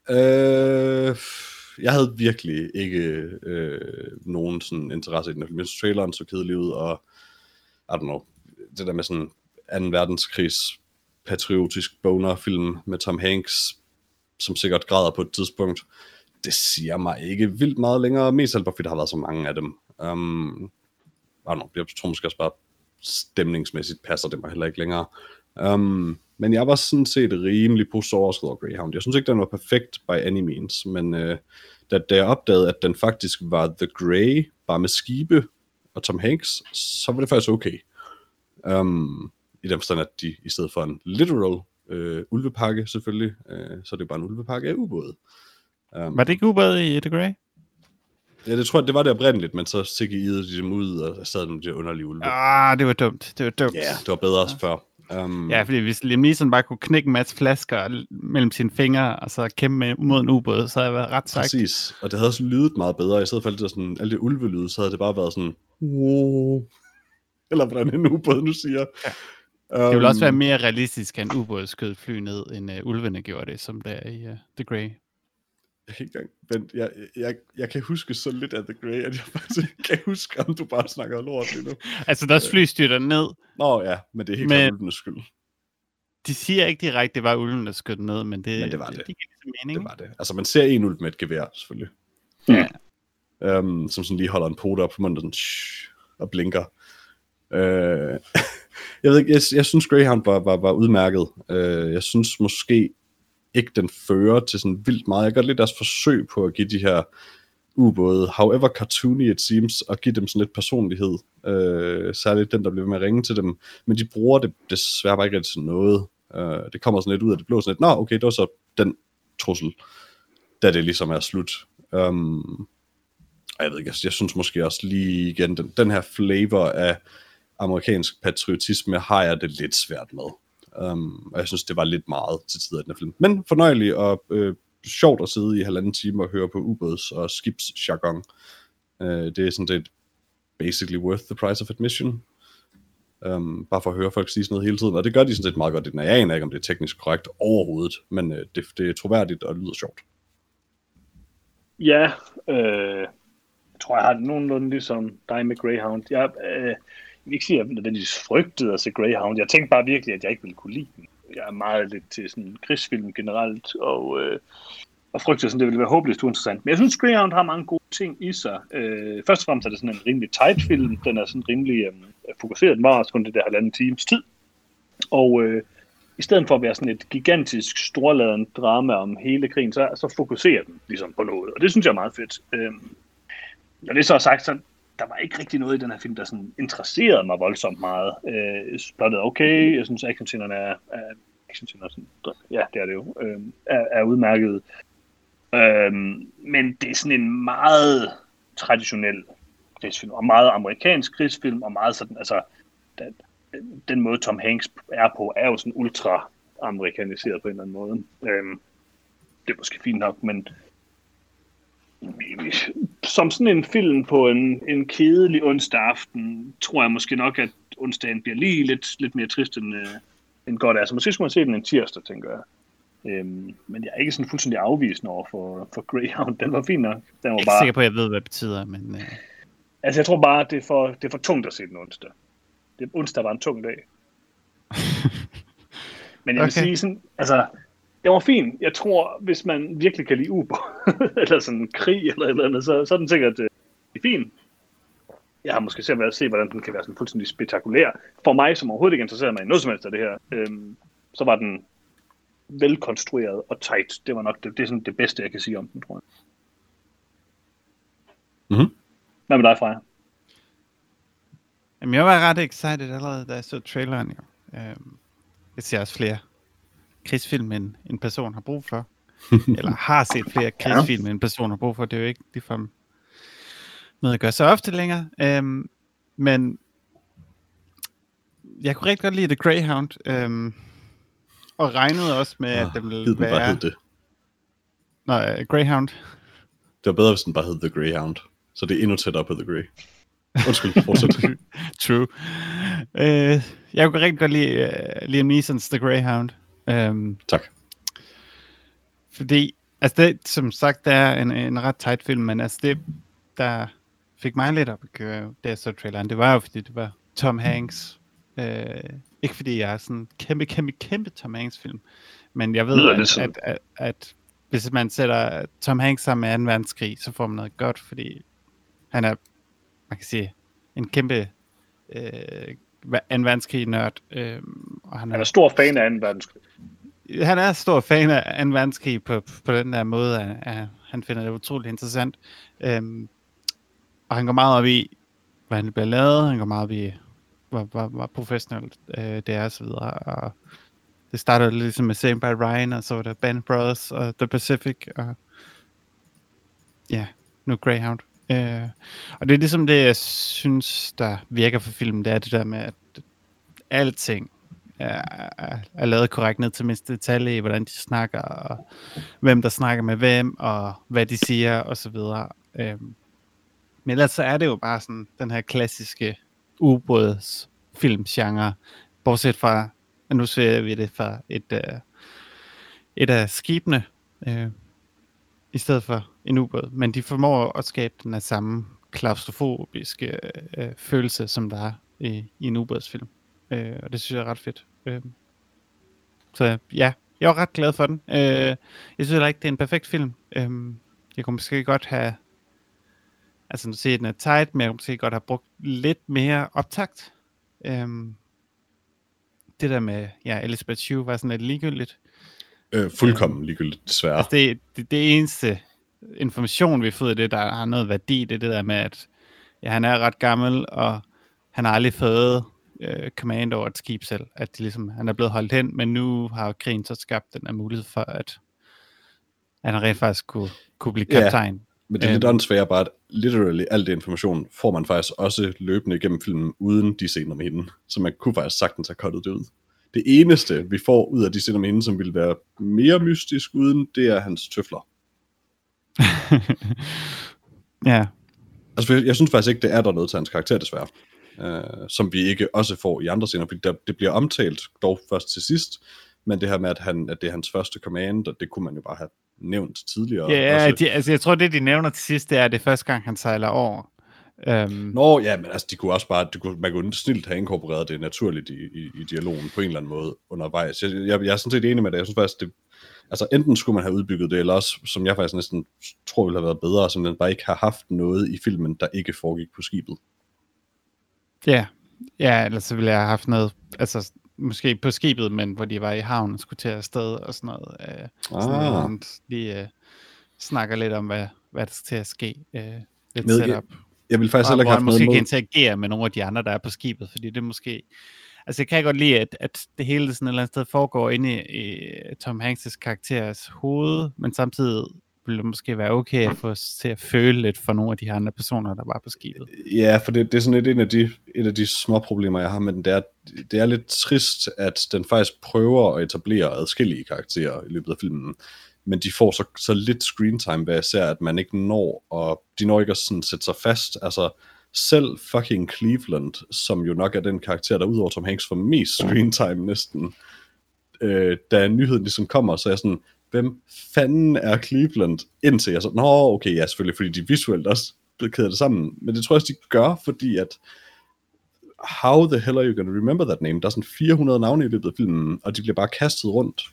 Jeg havde virkelig ikke nogen sådan interesse i den. Jeg synes, traileren så kedelig ud, og I don't know, det der med sådan 2. verdenskrigs patriotisk boner-film med Tom Hanks, som sikkert græder på et tidspunkt, det siger mig ikke vildt meget længere, mest alt fordi der har været så mange af dem. Jeg tror måske også bare stemningsmæssigt passer det mig heller ikke længere. Men jeg var sådan set rimelig positivt overrasket over Greyhound. Jeg synes ikke, den var perfekt by any means, men da jeg opdagede, at den faktisk var The Grey, bare med skibe og Tom Hanks, så var det faktisk okay. I den forstand, at de i stedet for en literal ulvepakke selvfølgelig, så er det bare en ulvepakke af ubåde. Var det ikke ubåde i The Grey? Ja, det tror jeg, det var det oprindeligt, men så CGI'ede de dem ud, og sad dem de underlige ulve. Det var dumt. Ja, det var bedre også før. Ja, fordi hvis Liam Neeson bare kunne knække en masse flasker mellem sine fingre, og så kæmpe mod en ubåd, så havde jeg været ret sagt. Præcis, og det havde også lydet meget bedre. I stedet for alt det, sådan, alle det ulvelyde, så havde det bare været sådan... Eller hvordan en ubåd nu siger. Ja. Det ville også være mere realistisk, at en ubåd skød fly ned, end ulvene gjorde det, som der i The Grey. Jeg kan ikke engang... Jeg kan huske så lidt af The Grey, at jeg faktisk ikke kan huske, om du bare snakker lort lige nu. Altså, deres fly styrter ned. Nå ja, men det er helt klart ulvenes skyld. De siger ikke direkte, at det var ulven, der skød ned, men det var det. Det giver mening. Det var det. Altså, man ser en ulv med et gevær, selvfølgelig. Ja. Som sådan lige holder en pote op på munden og blinker. Jeg ved ikke, jeg synes Greyhound var udmærket. Jeg synes måske ikke den fører til sådan vildt meget. Jeg gør lidt deres forsøg på at give de her ubåde, however cartoony it seems, og give dem sådan lidt personlighed. Særligt den, der bliver med at ringe til dem. Men de bruger det desværre bare ikke rigtig til noget. Det kommer sådan lidt ud af det blå, sådan lidt, okay, det var så den trussel, da det ligesom er slut. Jeg ved ikke, jeg synes måske også lige igen, den her flavor af amerikansk patriotisme har jeg det lidt svært med. Og jeg synes, det var lidt meget til tider i den her film. Men fornøjelig og sjovt at sidde i 1,5 time og høre på ubåds- og skibsjargon. Det er sådan set basically worth the price of admission. Bare for at høre folk sige sådan noget hele tiden. Og det gør de sådan set meget godt i den. Jeg aner ikke, om det er teknisk korrekt overhovedet, men det er troværdigt og lyder sjovt. Ja, jeg tror, jeg har det nogenlunde ligesom dig med Greyhound. Jeg vil ikke sige, at jeg nødvendigvis frygtede at se Greyhound. Jeg tænkte bare virkelig, at jeg ikke ville kunne lide den. Jeg er meget lidt til sådan krigsfilm generelt, og frygtede sådan, det ville være håbløst uinteressant. Men jeg synes, Greyhound har mange gode ting i sig. Først og fremmest er det sådan en rimelig tight film. Den er sådan rimelig fokuseret. Den var også kun det der 1,5 times tid. Og i stedet for at være sådan et gigantisk, storladen drama om hele krigen, så fokuserer den ligesom på noget. Og det synes jeg er meget fedt. Når det så er sagt, så der var ikke rigtig noget i den her film, der sådan interesserede mig voldsomt meget. Plottet er okay. Jeg synes, actionscenerne er ja, det er det jo, er udmærket. Men det er sådan en meget traditionel krigsfilm, og meget amerikansk krigsfilm, og meget sådan, altså, den måde Tom Hanks er på, er jo sådan ultra amerikaniseret på en eller anden måde. Det er måske fint nok, men som sådan en film på en kedelig onsdag aften, tror jeg måske nok, at onsdagen bliver lige lidt mere trist end godt er. Så måske skulle man se den en tirsdag, tænker jeg. Men jeg er ikke sådan fuldstændig afvisende over for Greyhound. Den var fin nok. Den var jeg er ikke bare sikker på, at jeg ved, hvad det betyder, men... Altså, jeg tror bare, det er for tungt at se den onsdag. Onsdag var en tung dag. Men jeg vil sige sådan, altså... Det var fint. Jeg tror, hvis man virkelig kan lide ubåd, eller sådan krig, eller et eller andet, så er den sikkert fin. Jeg har måske set at se, hvordan den kan være sådan fuldstændig spektakulær. For mig, som overhovedet ikke interesserer mig i noget som helst af det her, så var den velkonstrueret og tight. Det var nok det er sådan det bedste, jeg kan sige om den, tror jeg. Mm-hmm. Hvad med dig, Freja? Jamen, jeg var ret excited allerede, da jeg så traileren. Jo. Jeg ser også flere krigsfilm, end en person har brug for. Eller har set flere krigsfilm, end en person har brug for. Det er jo ikke ligefrem noget, jeg gør så ofte længere. Men jeg kunne rigtig godt lide The Greyhound. Og regnede også med, at det ville være... Bare hed det. Nej, Greyhound. Det var bedre, hvis den bare hed The Greyhound. Så det er endnu tættere på The Grey. Undskyld, fortsæt. True. Jeg kunne rigtig godt lide Liam Neeson's The Greyhound. Tak. Fordi, altså det, som sagt, det er en ret tight film, men altså det, der fik mig lidt op at køre, da jeg så traileren, det var jo, fordi det var Tom Hanks. Ikke fordi jeg er sådan kæmpe Tom Hanks film, men jeg ved, at hvis man sætter Tom Hanks sammen med 2. verdenskrig, så får man noget godt, fordi han er, man kan sige, en kæmpe 2. verdenskrig-nørd. Og han er stor fan af 2. verdenskrig. Han er stor fan af 2. verdenskrig på den der måde, at han finder det utroligt interessant. Og han går meget op i, hvad han bliver lavet. Han går meget op i, hvor professionelt det er, og så videre. Og det startede ligesom med Saving by Ryan, og så var der Band Brothers og The Pacific, og ja, nu Greyhound. Og det er ligesom det, jeg synes, der virker for filmen, det er det der med, at alting er lavet korrekt ned til mindste detalje i, hvordan de snakker, og hvem der snakker med hvem, og hvad de siger, og så videre. Men ellers så er det jo bare sådan, den her klassiske ubådsfilmgenre, bortset fra, og nu ser vi det fra et af skibene, i stedet for en ubåd, men de formår at skabe den af samme klaustrofobiske følelse, som der er i en ubådsfilm. Og det synes jeg er ret fedt. Så ja, jeg var ret glad for den. Jeg synes heller ikke, det er en perfekt film. Jeg kunne måske godt have, altså nu siger den er tight, men jeg kunne måske godt have brugt lidt mere optakt. Det der med, Elizabeth Shue var sådan lidt ligegyldigt. Fuldkommen ligegyldigt, desværre. Altså det eneste information, vi får af det, der har noget værdi, det er det der med, at han er ret gammel, og han har aldrig fået command over et skib selv, at han er blevet holdt hen, men nu har krigen så skabt den her mulighed for, at han rent faktisk kunne blive kaptajn. Yeah. Men det er lidt åndssvagt bare, at literally al det information får man faktisk også løbende igennem filmen, uden de scener med hende. Så man kunne faktisk sagtens have cuttet det ud. Det eneste, vi får ud af de scener med hende, som ville være mere mystisk uden, det er hans tøfler. Ja. Altså, jeg synes faktisk ikke, det er der noget til hans karakter, desværre. Som vi ikke også får i andre scener, fordi det bliver omtalt dog først til sidst, men det her med, at det er hans første command, og det kunne man jo bare have nævnt tidligere. Ja, jeg tror, det de nævner til sidst, det er det første gang, han sejler over. Nå, ja, men altså, de kunne også bare, man kunne snilt have inkorporeret det naturligt i dialogen på en eller anden måde undervejs. Jeg er sådan set enig med det. Jeg synes faktisk, altså enten skulle man have udbygget det, eller også, som jeg faktisk næsten tror ville have været bedre, som den bare ikke har haft noget i filmen, der ikke foregik på skibet. Ja, ellers så ville jeg have haft noget, altså måske på skibet, men hvor de var i havnen og skulle til afsted og sådan noget. Sådan noget, de snakker lidt om, hvad der skal til at ske. Lidt setup. Jeg vil faktisk heller ikke have noget måske ikke interagere med nogle af de andre, der er på skibet, fordi det måske... Altså jeg kan godt lide, at det hele sådan et eller andet sted foregår inde i Tom Hanks' karakteres hoved, men samtidig ville det måske være okay at få til at føle lidt for nogle af de andre personer, der var på skibet. Ja, for det er sådan et af de små problemer, jeg har med den. Det er lidt trist, at den faktisk prøver at etablere adskillige karakterer i løbet af filmen, men de får så lidt screentime, hvad jeg ser, at man ikke når, og de når ikke at sådan sætte sig fast. Altså, selv fucking Cleveland, som jo nok er den karakter, der udover Tom Hanks får mest screentime næsten, da nyheden ligesom kommer, så er jeg sådan, hvem fanden er Cleveland? Indtil jeg så, okay, ja, selvfølgelig, fordi de visuelt også blevet kædet det sammen, men det tror jeg også, de gør, fordi at how the hell are you gonna remember that name? Der er sådan 400 navne i løbet af filmen, og de bliver bare kastet rundt.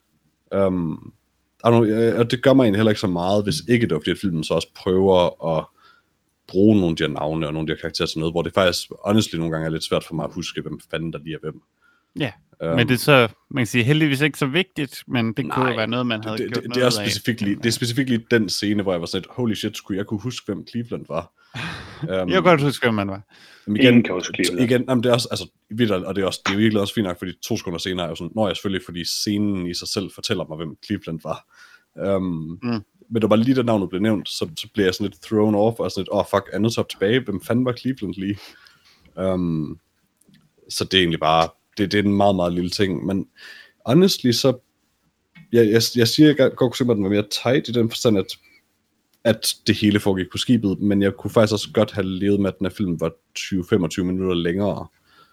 Og det gør mig egentlig heller ikke så meget, hvis ikke det var, fordi at filmen så også prøver at bruge nogle af de her navne og nogle af de her karakterer til noget, hvor det faktisk honestly nogle gange er lidt svært for mig at huske, hvem fanden der lige er hvem. Ja, men det er så, man kan sige, heldigvis ikke så vigtigt, men det kunne jo være noget, man havde gjort noget det er specifikt lige, det er specifikt lige den scene, hvor jeg var sådan et, holy shit, skulle jeg kunne huske, hvem Cleveland var. Jeg kan godt huske, hvem man var. Ingen kan huske Cleveland. Igen, det er også, altså, og det er virkelig også fint nok, fordi 2 sekunder senere er jo sådan, jeg selvfølgelig, fordi scenen i sig selv fortæller mig, hvem Cleveland var. Men det var lige da navnet blev nævnt, så blev jeg sådan lidt thrown off, og sådan lidt, fuck, er nødt til at tilbage, hvem fanden var Cleveland lige? Så det er egentlig bare, det er en meget, meget lille ting, men honestly, så, jeg siger, jeg godt kunne se, at den var mere tight i den forstand, at det hele foregik på skibet, men jeg kunne faktisk også godt have levet med, at den her film var 20-25 minutter længere.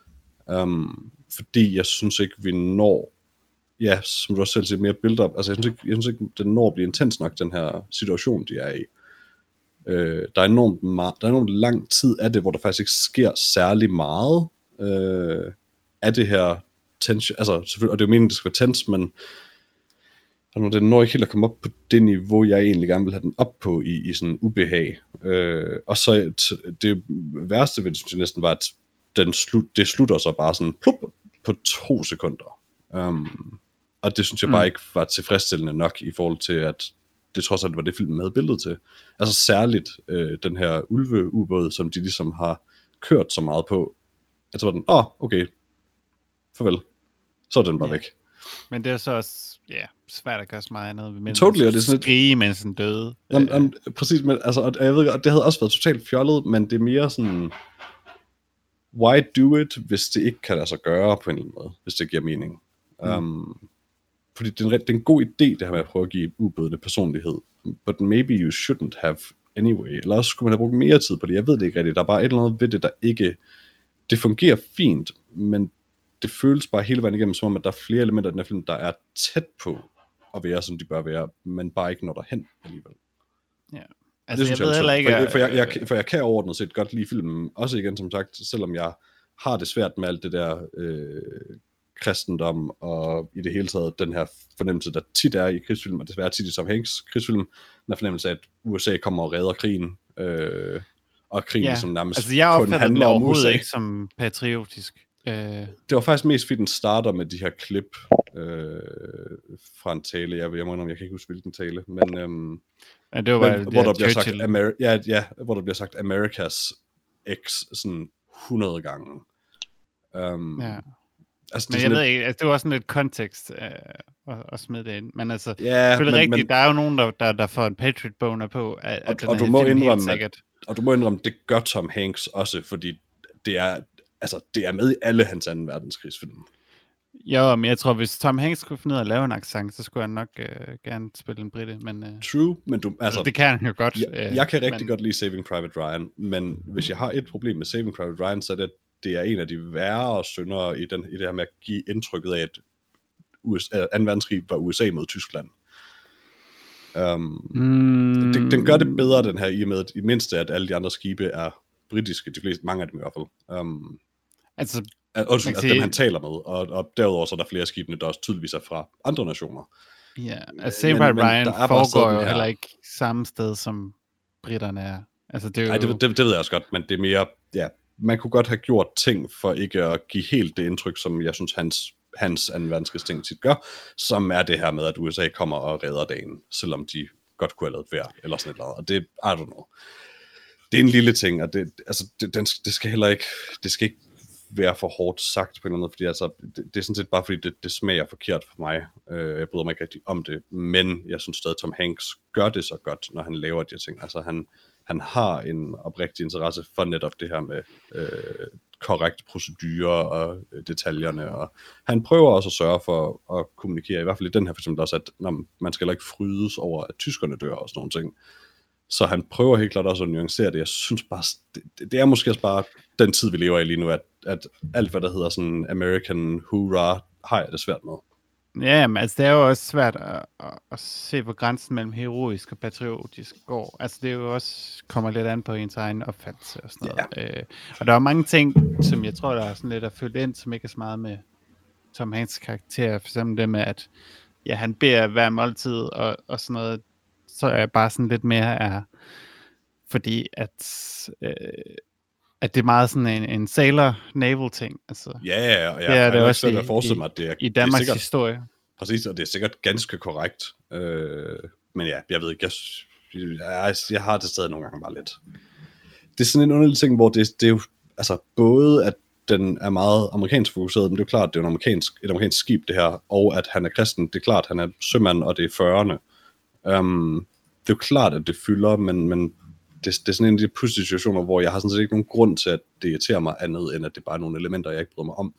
Fordi jeg synes ikke, vi når, som du også selv siger, mere build-up. Altså, jeg synes ikke, den når at blive intens nok, den her situation, de er i. Der er enormt lang tid af det, hvor der faktisk ikke sker særlig meget af det her tension. Altså, selvfølgelig, og det er jo meningen, det skal være tens, men det når ikke helt at komme op på det niveau, jeg egentlig gerne vil have den op på i sådan ubehag. Og så det værste ved det, synes jeg næsten var, at det slutter så bare sådan plup, på 2 sekunder. Og det synes jeg bare ikke var tilfredsstillende nok i forhold til, at det trods alt var det filmen havde billedet til. Altså særligt den her ulveubåd, som de ligesom har kørt så meget på. Altså var den, okay, farvel. Så er den bare væk. Men det er så også, svært at gøre så meget andet. Men totally, og det er sådan skrige, mens den døde. Præcis, men altså, og jeg ved godt, det havde også været totalt fjollet, men det er mere sådan, why do it, hvis det ikke kan lade sig gøre på en eller anden måde, hvis det giver mening. Fordi det er en god idé, det her med at prøve at give ubådene personlighed, but maybe you shouldn't have anyway, eller også skulle man have brugt mere tid på det, jeg ved det ikke rigtigt, der er bare et eller andet ved det, der ikke, det fungerer fint, men det føles bare hele vejen igennem, som om, at der er flere elementer i den her film, der er tæt på at være, som de bør være, men bare ikke når derhen alligevel. Ja. Altså, det jeg ved heller ikke... For jeg kan overordnet set godt lide filmen, også igen, som sagt, selvom jeg har det svært med alt det der kristendom, og i det hele taget den her fornemmelse, der tit er i krigsfilm, og desværre tit i Tom Hanks krigsfilm, den fornemmelse af, at USA kommer og redder krigen, og krigen som nærmest altså, jeg opfatter det overhovedet ikke som patriotisk. Det var faktisk mest fordi den starter med de her klip fra en tale. Jeg må indrømme, jeg kan ikke huske hvilken tale, men det var hvor der bliver sagt hvor der bliver sagt America's X sådan 100 gange. Altså, men jeg ved ikke, altså, det var sådan lidt kontekst at smide det ind, men altså selvfølgelig rigtigt, der er jo nogen der får en Patriot boner på at og du må indrømme og du må indrømme, det gør Tom Hanks også, fordi det er med i alle hans 2. verdenskrigsfilm. Jo, men jeg tror, hvis Tom Hanks skulle finde ud af at lave en accent, så skulle han nok gerne spille en brite, men... True, men du... Altså, det kan han jo godt. Jeg kan rigtig godt lide Saving Private Ryan, men hvis jeg har et problem med Saving Private Ryan, så er det, at det er en af de værre syndere i det her med at give indtrykket af, at 2. verdenskrig var USA mod Tyskland. Den gør det bedre, den her, i og med, at i mindste, at alle de andre skibe er britiske, de fleste, mange af dem i hvert fald. Altså dem han taler med, og derudover så er der flere skibene, der også tydeligvis er fra andre nationer. Ja, altså Saving Private Ryan foregår jo heller ikke samme sted, som britterne er. Altså, det er jo... Nej, det ved jeg også godt, men det er mere, man kunne godt have gjort ting, for ikke at give helt det indtryk, som jeg synes, hans 2. verdenskrigsting tit gør, som er det her med, at USA kommer og redder dagen, selvom de godt kunne have lavet vejr, eller sådan noget. Og det, I don't know. Det er en lille ting, og det skal heller ikke, det skal ikke være for hårdt sagt på en eller anden måde, fordi altså, det er sådan set bare fordi, det smager forkert for mig. Jeg bryder mig ikke rigtig om det, men jeg synes stadig, Tom Hanks gør det så godt, når han laver de her ting. Altså, han har en oprigtig interesse for netop det her med korrekt procedurer og detaljerne, og han prøver også at sørge for at kommunikere, i hvert fald i den her for eksempel også, at man skal heller ikke frydes over, at tyskerne dør og sådan nogle ting. Så han prøver helt klart også at nuancere det. Jeg synes bare, det er måske også bare den tid, vi lever i lige nu, at alt, hvad der hedder sådan American Hoorah, har jeg det svært med. Ja, men altså, det er jo også svært at se, hvor grænsen mellem heroisk og patriotisk går. Altså, det er jo også, kommer lidt an på ens egen opfattelse og sådan noget. Og der er mange ting, som jeg tror, der er sådan lidt at følge ind, som ikke er så meget med Tom Hanks karakter. For eksempel det med, at han beder hver måltid og sådan noget, så er jeg bare sådan lidt mere fordi at at det er meget sådan en sailor-naval ting. Altså, Ja, og det er det også selv at forestille mig, at det er, i Danmarks det er sikkert, historie. præcis, og det er sikkert ganske korrekt. Men ja, jeg ved ikke, jeg har det stadig nogle gange bare lidt. Det er sådan en underlig ting, hvor det er jo, altså både at den er meget amerikansk fokuseret, men det er jo klart, at det er et amerikansk skib det her, og at han er kristen, det er klart, at han er sømand, og det er 40'erne. Det er jo klart, at det fylder, men det er sådan en af de pudsige situationer, hvor jeg har sådan set ikke nogen grund til, at det irriterer mig andet, end at det bare er nogle elementer, jeg ikke bryder mig om.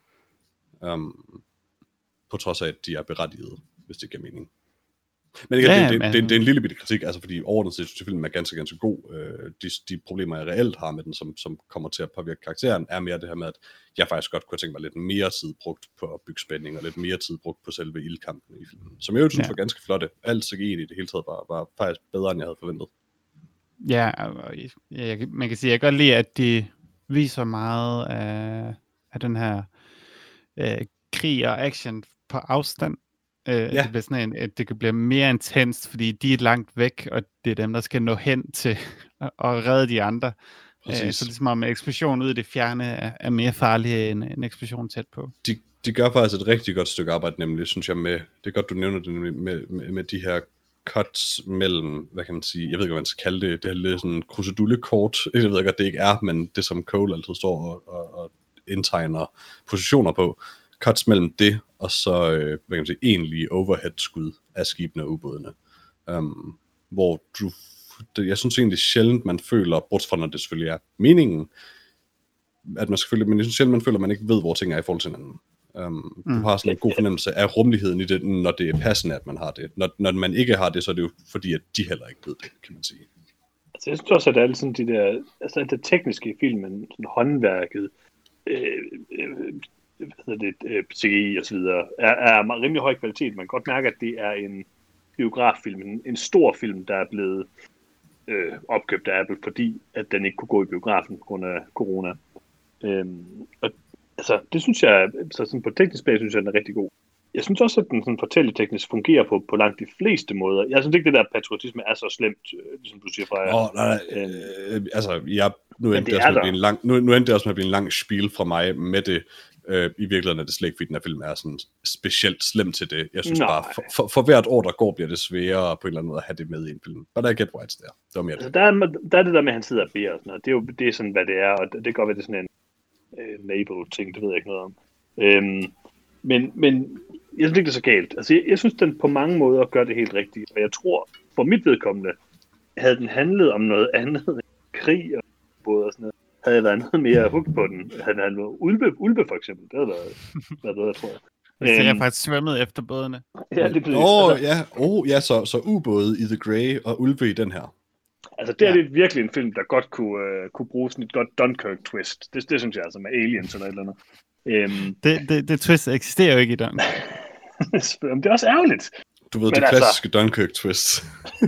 På trods af, at de er berettigede, hvis det giver mening. Men igen, det er en lille bitte kritik, altså fordi overordnet set, synes filmen er ganske, ganske god. De problemer, jeg reelt har med den, som kommer til at påvirke karakteren, er mere det her med, at jeg faktisk godt kunne tænke mig lidt mere tid brugt på at bygge spænding, og lidt mere tid brugt på selve ildkampen i filmen. Som jeg jo synes var ganske flotte. Alt CGI i det hele taget var faktisk bedre, end jeg havde forventet. Ja, man kan sige, at jeg kan godt lide, at de viser meget af den her krig og action på afstand. Det bliver sådan at det kan blive mere intenst, fordi de er langt væk, og det er dem, der skal nå hen til at redde de andre. Så ligesom om en eksplosion ude i det fjerne er mere farlig end en eksplosion tæt på. De gør faktisk et rigtig godt stykke arbejde, nemlig, synes jeg, med, det er godt, du nævner det, nemlig med de her cuts mellem, hvad kan man sige, jeg ved ikke, hvad man skal kalde det, det her lidt sådan krusedullekort, jeg ved ikke, at det ikke er, men det som Cole altid står og indtegner positioner på, cuts mellem det, og så, hvad kan man sige, egentlige overhead-skud af skibene og ubådene. Hvor jeg synes egentlig sjældent, man føler, bortset fra når det selvfølgelig er meningen, at man selvfølgelig, men jeg synes sjældent, man føler, at man ikke ved, hvor ting er i forhold til hinanden. Du har sådan en god fornemmelse af rummeligheden i det, når det er passende, at man har det. Når man ikke har det, så er det jo fordi, at de heller ikke ved det, kan man sige. Altså, jeg synes også, at alle sådan de der, altså det tekniske i filmen, sådan håndværket, CGI og så videre, er rimelig høj kvalitet. Man kan godt mærke, at det er en biograffilm, en stor film, der er blevet opkøbt af Apple, fordi at den ikke kunne gå i biografen på grund af corona. Og altså, det synes jeg, så sådan på teknisk bag, synes jeg, den er rigtig god. Jeg synes også, at den sådan fortælleteknisk fungerer på langt de fleste måder. Jeg synes ikke, det der patriotisme er så slemt, som du siger fra jer. Altså, nu endte det også med at blive en lang spiel fra mig med det. I virkeligheden er det slet ikke, fordi den her film er sådan specielt slem til det. Jeg synes bare, for hvert år, der går, bliver det sværere på en eller anden måde at have det med i en film. But I get why it's there. Det var mere det. Altså, der er det der med, at han sidder og beder og sådan noget. Det er sådan, hvad det er, og det kan godt være, det er sådan en label-ting, det ved jeg ikke noget om. Men jeg synes ikke, det er så galt. Altså, jeg synes, den på mange måder gør det helt rigtigt. Og jeg tror, for mit vedkommende, havde den handlet om noget andet end krig og både og sådan noget, havde jeg været noget mere hooked på den. Havde den handlet ulve for eksempel. Det havde været bedre, tror jeg. Så jeg faktisk svømmet efter bådene. Ja, det blev så ubåde i The Grey og ulve i den her. Altså, det er det virkelig en film, der godt kunne bruge sådan et godt Dunkirk-twist. Det synes jeg altså med Aliens eller et eller andet. Det twist eksisterer jo ikke i Dunkirk. Det er også ærgerligt. Du ved, det klassiske Dunkirk-twist.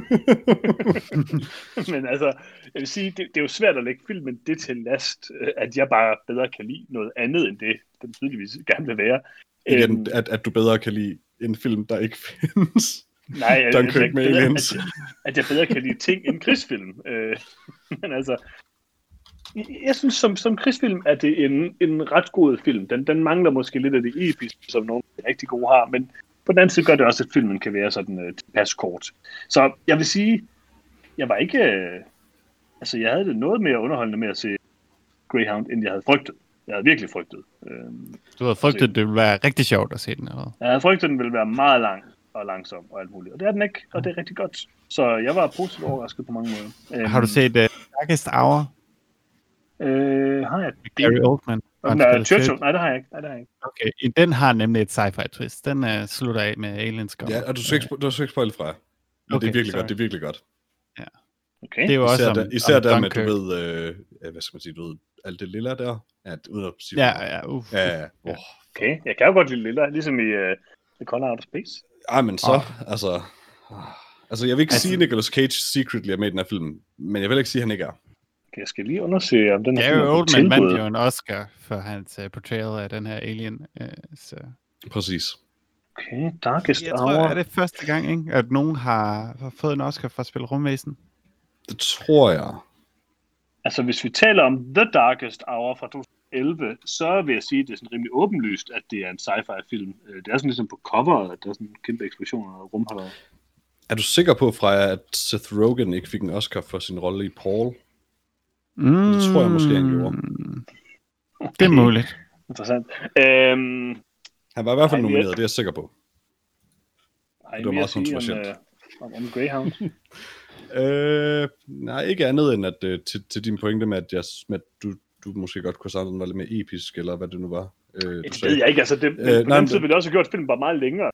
Men altså, jeg vil sige, det er jo svært at lægge filmen det til last, at jeg bare bedre kan lide noget andet end det, den tydeligvis gerne vil være. Igen, at du bedre kan lide en film, der ikke findes. Nej, Dunkirk med aliens. At jeg bedre kan lide ting end krigsfilm. Men altså, jeg synes, som krigsfilm er det en ret god film. Den mangler måske lidt af det episke, som nogle rigtig gode har, men på den anden side gør det også, at filmen kan være sådan tilpas kort. Så jeg vil sige, jeg var ikke... altså, jeg havde det noget mere underholdende med at se Greyhound, end jeg havde frygtet. Jeg havde virkelig frygtet. Du havde frygtet, at det ville være rigtig sjovt at se den, eller? Jeg havde frygtet, at den ville være meget lang og langsom og alt muligt. Og det er den ikke, og det er rigtig godt. Så jeg var positivt overrasket på mange måder. Har du set Darkest Hour? Har jeg det? Gary Oldman. Churchill? Nej, det har jeg ikke. Okay, den har nemlig et sci-fi twist. Den slutter af med aliens. Ja, og du skal ikke spoil fra. Men okay, det er virkelig godt. Det er virkelig godt. Ja. Okay. Det er jo også især der med, du ved, hvad skal man sige, du ved, alt det lilla der. Ja, uden at sige ja. Okay, jeg kan jo godt lide lilla, ligesom i The Color Out of Space. Ej, men så, altså, jeg vil ikke sige, Nicolas Cage secretly er med i den her film, men jeg vil ikke sige, at han ikke er. Jeg skal lige undersøge, om den her film Gary Oldman vandt jo en Oscar for hans portrayal af den her alien. Så. Præcis. Okay, Darkest Hour. Jeg tror, er det første gang, ikke, at nogen har fået en Oscar for at spille rumvæsen? Det tror jeg. Altså, hvis vi taler om The Darkest Hour fra 2011, så vil jeg sige, at det er sådan rimelig åbenlyst, at det er en sci-fi-film. Det er sådan ligesom på coveret, at der er sådan en kæmpe eksplosion af rumhavet. Er du sikker på, Freja, at Seth Rogen ikke fik en Oscar for sin rolle i Paul? Det tror jeg måske, han gjorde. Okay. Det er muligt. Interessant. Han var i hvert fald nomineret, det er jeg sikker på. Det var meget kontroversielt. Om Greyhound? Nej, ikke andet end at til din pointe med, at du måske godt kunne sige, at den var lidt mere episk, eller hvad det nu var. Det ved jeg ikke, altså på den tid ville det også have gjort, at filmen var meget længere.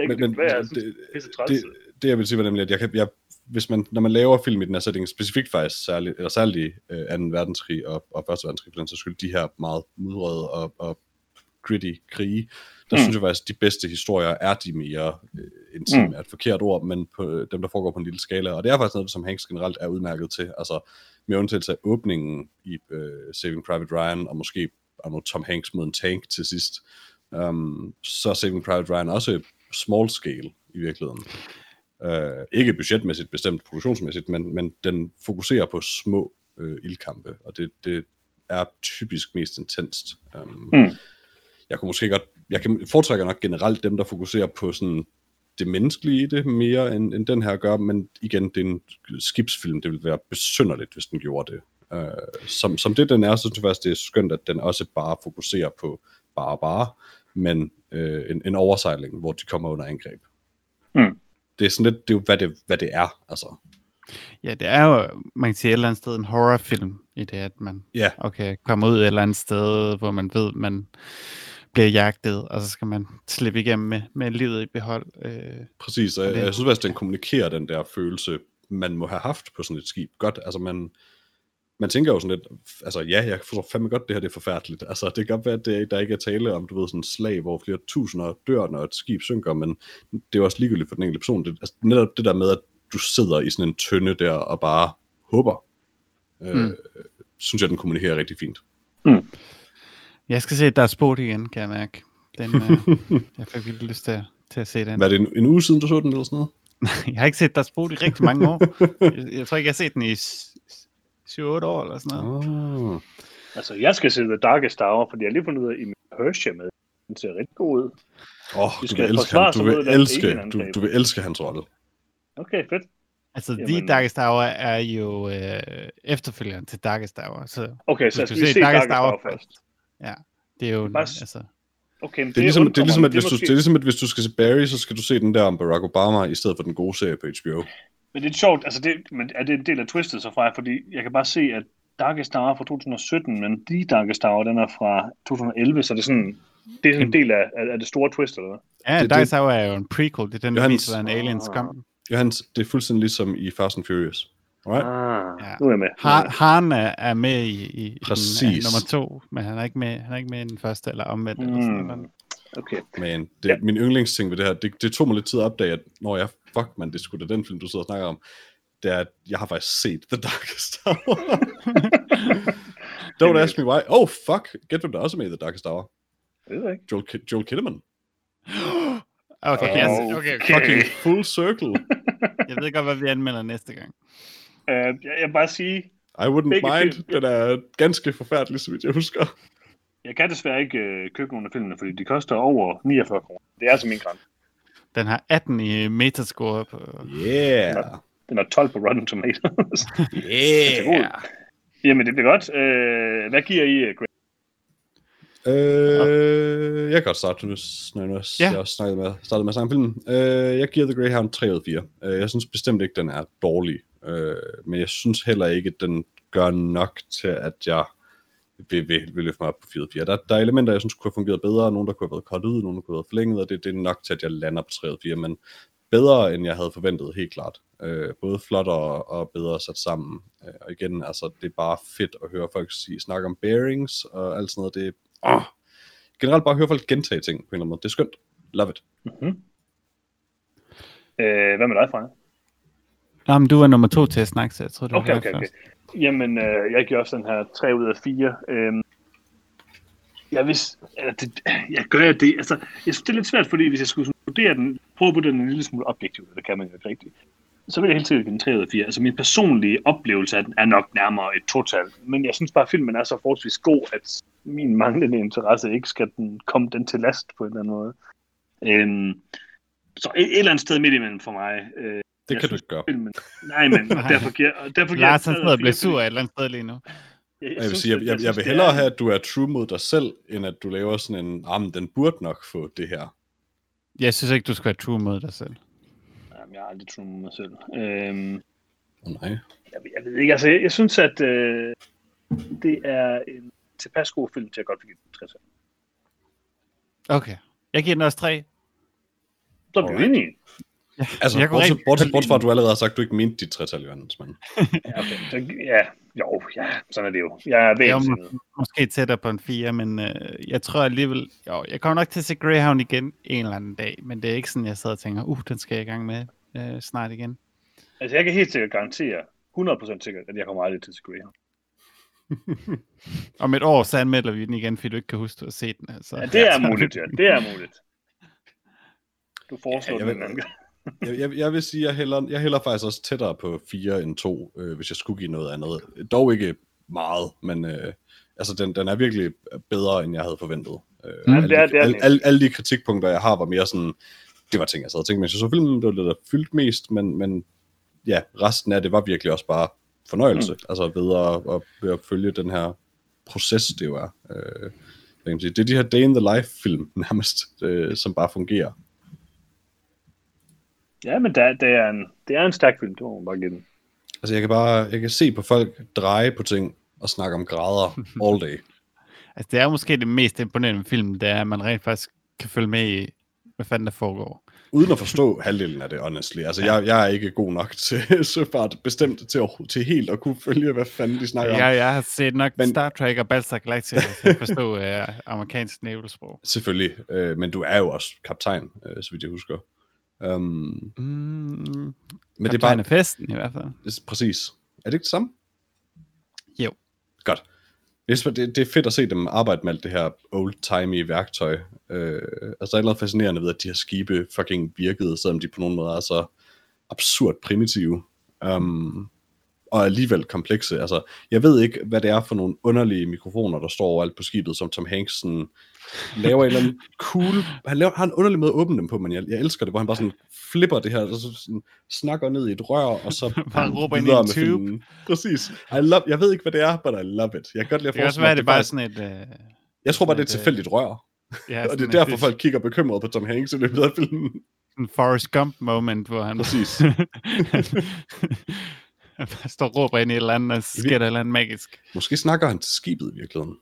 Det jeg vil sige var nemlig, at jeg hvis man, når man laver film i den her setting, specifikt faktisk særligt 2. verdenskrig og 1. verdenskrig, for den så skyld, de her meget mudrede og gritty krige, der synes jeg faktisk, at de bedste historier er de mere intime, er et forkert ord, men på dem, der foregår på en lille skala. Og det er faktisk noget, som Hanks generelt er udmærket til. Altså med undtagelse af åbningen i Saving Private Ryan, og måske Tom Hanks mod en tank til sidst, så er Saving Private Ryan også small scale i virkeligheden. Ikke budgetmæssigt, bestemt produktionsmæssigt, men den fokuserer på små ildkampe, og det er typisk mest intenst. Jeg kan foretrække nok generelt dem, der fokuserer på sådan det menneskelige i det, mere end den her gør, men igen, det er en skibsfilm, det ville være besynderligt, hvis den gjorde det. Som det den er, så synes jeg faktisk, det er skønt, at den også bare fokuserer på men en oversejling, hvor de kommer under angreb. Det er sådan lidt, det er jo, hvad det er, altså. Ja, det er jo, man kan sige et eller andet sted, en horrorfilm i det, at man kommer ud et eller andet sted, hvor man ved, man bliver jagtet, og så skal man slippe igennem med livet i behold. Præcis, og jeg synes faktisk, den kommunikerer den der følelse, man må have haft på sådan et skib. Godt, altså man tænker jo sådan lidt, altså ja, jeg forstår fandme godt, det her det er forfærdeligt. Altså det kan godt være, at der ikke er tale om, du ved, sådan en slag, hvor flere tusinder dør, når et skib synker, men det er også ligegyldigt for den enkelte person. Altså, netop det der med, at du sidder i sådan en tønde der og bare håber, synes jeg, den kommunikerer rigtig fint. Jeg skal se, at der er sport igen, kan jeg mærke. Jeg fik virkelig lyst til at se den. Hvad er det, en uge siden, du så den eller sådan noget? Jeg har ikke set der er sport i rigtig mange år. Jeg tror ikke, jeg har set den i 7-8 år eller sådan noget. Altså, jeg skal se The Darkest Hour, fordi jeg har lige fundet ud af, at Emil Hirsch med. Den ser rigtig god ud. Du vil elske hans rolle. Okay, fedt. Altså, The Darkest Hour er jo efterfølgeren til Darkest Hour. Så okay, så jeg skal se Darkest Hour først. Ja, det er jo... Altså... Okay, det er ligesom, at hvis du skal se Barry, så skal du se den der om Barack Obama, i stedet for den gode serie på HBO. Men det er sjovt, altså men er det en del af twistet så fra, fordi jeg kan bare se, at Darkest Hour er fra 2017, men The Darkest Hour, den er fra 2011, så det er sådan en del af det store twist, eller hvad? Ja, Darkest Hour er jo en prequel, det er den, der viser en aliens kamp. Johannes, det er fuldstændig ligesom i Fast and Furious. Alright? Nu er jeg med. Han er med i nummer 2, men han er ikke med i den første, eller omvendt. Eller sådan. Okay. Men min yndlingsting ved det her, det tog mig lidt tid at opdage, at når jeg, man, det skulle da den film, du sidder og snakker om, det er, at jeg har faktisk set The Darkest Hour. Don't ask me why. Oh, fuck. Gæt hvem der også med i The Darkest Hour. Det ved jeg ikke. Joel Kinnaman. Okay. Fucking full circle. Jeg ved godt, hvad vi anmelder næste gang. Jeg vil bare sige... I wouldn't mind. Den er ganske forfærdelig, så vidt jeg husker. Jeg kan desværre ikke købe nogle af filmene, fordi de koster over 49 kroner. Det er altså min grænse. Den har 18 i metascore på... Yeah! Den har 12 på Rotten Tomatoes. Yeah! Jamen, det bliver godt. Hvad giver I, Greg? Jeg kan godt starte, jeg har startet med at snakke filmen. Jeg giver The Greyhound 3 ud af 4. Jeg synes bestemt ikke, den er dårlig. Men jeg synes heller ikke, at den gør nok til, at jeg vil løfte mig op på 4 ud af 4. Der er elementer, jeg synes kunne have fungeret bedre, nogle der kunne have været cut ud, nogle der kunne have været forlænget, og det er nok til, at jeg lander på 3 ud af 4, men bedre, end jeg havde forventet, helt klart. Både flottere og bedre sat sammen. Og igen, altså, det er bare fedt at høre folk snakke om bearings og alt sådan noget. Det er generelt bare at høre folk gentage ting på en eller anden måde. Det er skønt. Love it. Hvad med dig, Freja? Nå, men du var nummer 2 til at snakke, så jeg tror, du var okay. Jamen, jeg giver også den her 3 ud af 4. Jeg gør det. Altså, jeg synes, det er lidt svært, fordi hvis jeg skulle vurdere den, prøve på den en lille smule objektivt, det kan man jo ikke rigtigt, så vil jeg helt sikkert give den 3 ud af 4. Altså min personlige oplevelse af den er nok nærmere et total. Men jeg synes bare, at filmen er så forholdsvis god, at min manglende interesse ikke skal komme den til last på en eller anden måde. Så et eller andet sted midt imellem for mig. Det kan du ikke gøre. Filmen. Nej, men derfor giver Lars han sidder og bliver sur et eller andet sted lige nu. Jeg vil sige, jeg vil hellere have, at du er true mod dig selv, end at du laver sådan en, den burde nok få det her. Jeg synes ikke, du skal være true mod dig selv. Jamen, jeg er aldrig true mod mig selv. Nej. Jeg ved ikke, altså jeg synes, at det er en tilpas god film til at godt give den 60. Okay. Jeg giver den også 3. Så er vi enige. Ja, altså, bortset fra, at du allerede har sagt, at du ikke mente dit 3-tal, Johannes, men... sådan er det jo. Jeg er måske tættere på en 4, men jeg tror alligevel... Jo, jeg kommer nok til at se Greyhound igen en eller anden dag, men det er ikke sådan, jeg sidder og tænker, den skal jeg i gang med snart igen. Altså, jeg kan helt sikkert garantere, 100% sikkert, at jeg kommer aldrig til at se Greyhound. Om et år, så anmelder vi den igen, fordi du ikke kan huske at se den. Altså. Ja, det er muligt, ja. Det er muligt. Du foreslår den anden gang. Jeg vil sige, jeg hælder faktisk også tættere på 4 end 2, hvis jeg skulle give noget andet. Dog ikke meget, men altså den er virkelig bedre, end jeg havde forventet. Alle de kritikpunkter, jeg har, var mere sådan, det var ting, jeg sad og tænkte, mens jeg så filmen, det var det, der fyldte mest, men ja, resten af det var virkelig også bare fornøjelse, altså ved at følge den her proces, det jo er. Det er de her day in the life film, nærmest, som bare fungerer. Ja, men det er en stærk film, det må man bare give den. Altså, jeg kan se på folk dreje på ting og snakke om grader all day. Altså, det er måske det mest imponerende film, det er, at man rent faktisk kan følge med i, hvad fanden der foregår. Uden at forstå halvdelen af det, honestly. Altså, jeg er ikke god nok til søfart, bestemt til helt at kunne følge, hvad fanden de snakker om. Jeg har set nok Star Trek og Battlestar Galactica til at forstå amerikansk nævelsprog. Selvfølgelig, men du er jo også kaptajn, så vidt jeg husker. Men det er bare festen i hvert fald. Præcis. Er det ikke det samme? Jo. Godt. Det er fedt at se dem arbejde med alt det her old-timey værktøj. Altså der er noget fascinerende ved, at de her skibe fucking virkede, selvom de på nogen måde er så absurd primitive. Og alligevel komplekse. Altså, jeg ved ikke, hvad det er for nogle underlige mikrofoner, der står overalt på skibet, som Tom Hanks sådan, laver en eller anden cool... Han har en underlig måde at åbne dem på, men jeg elsker det, hvor han bare sådan flipper det her, og så sådan, snakker ned i et rør, og så bare råber ind i en tube. Præcis. Jeg ved ikke, hvad det er, but I love it. Jeg kan godt lide at forestille mig, det er bare sådan et... Jeg tror bare, det er et tilfældigt rør. Ja, og det er derfor, folk kigger bekymret på Tom Hanks i løbet af filmen. En Forrest Gump moment, hvor han... Præcis. Han står og råber ind i et eller andet, og sker der et eller andet magisk. Måske snakker han til skibet i virkeligheden.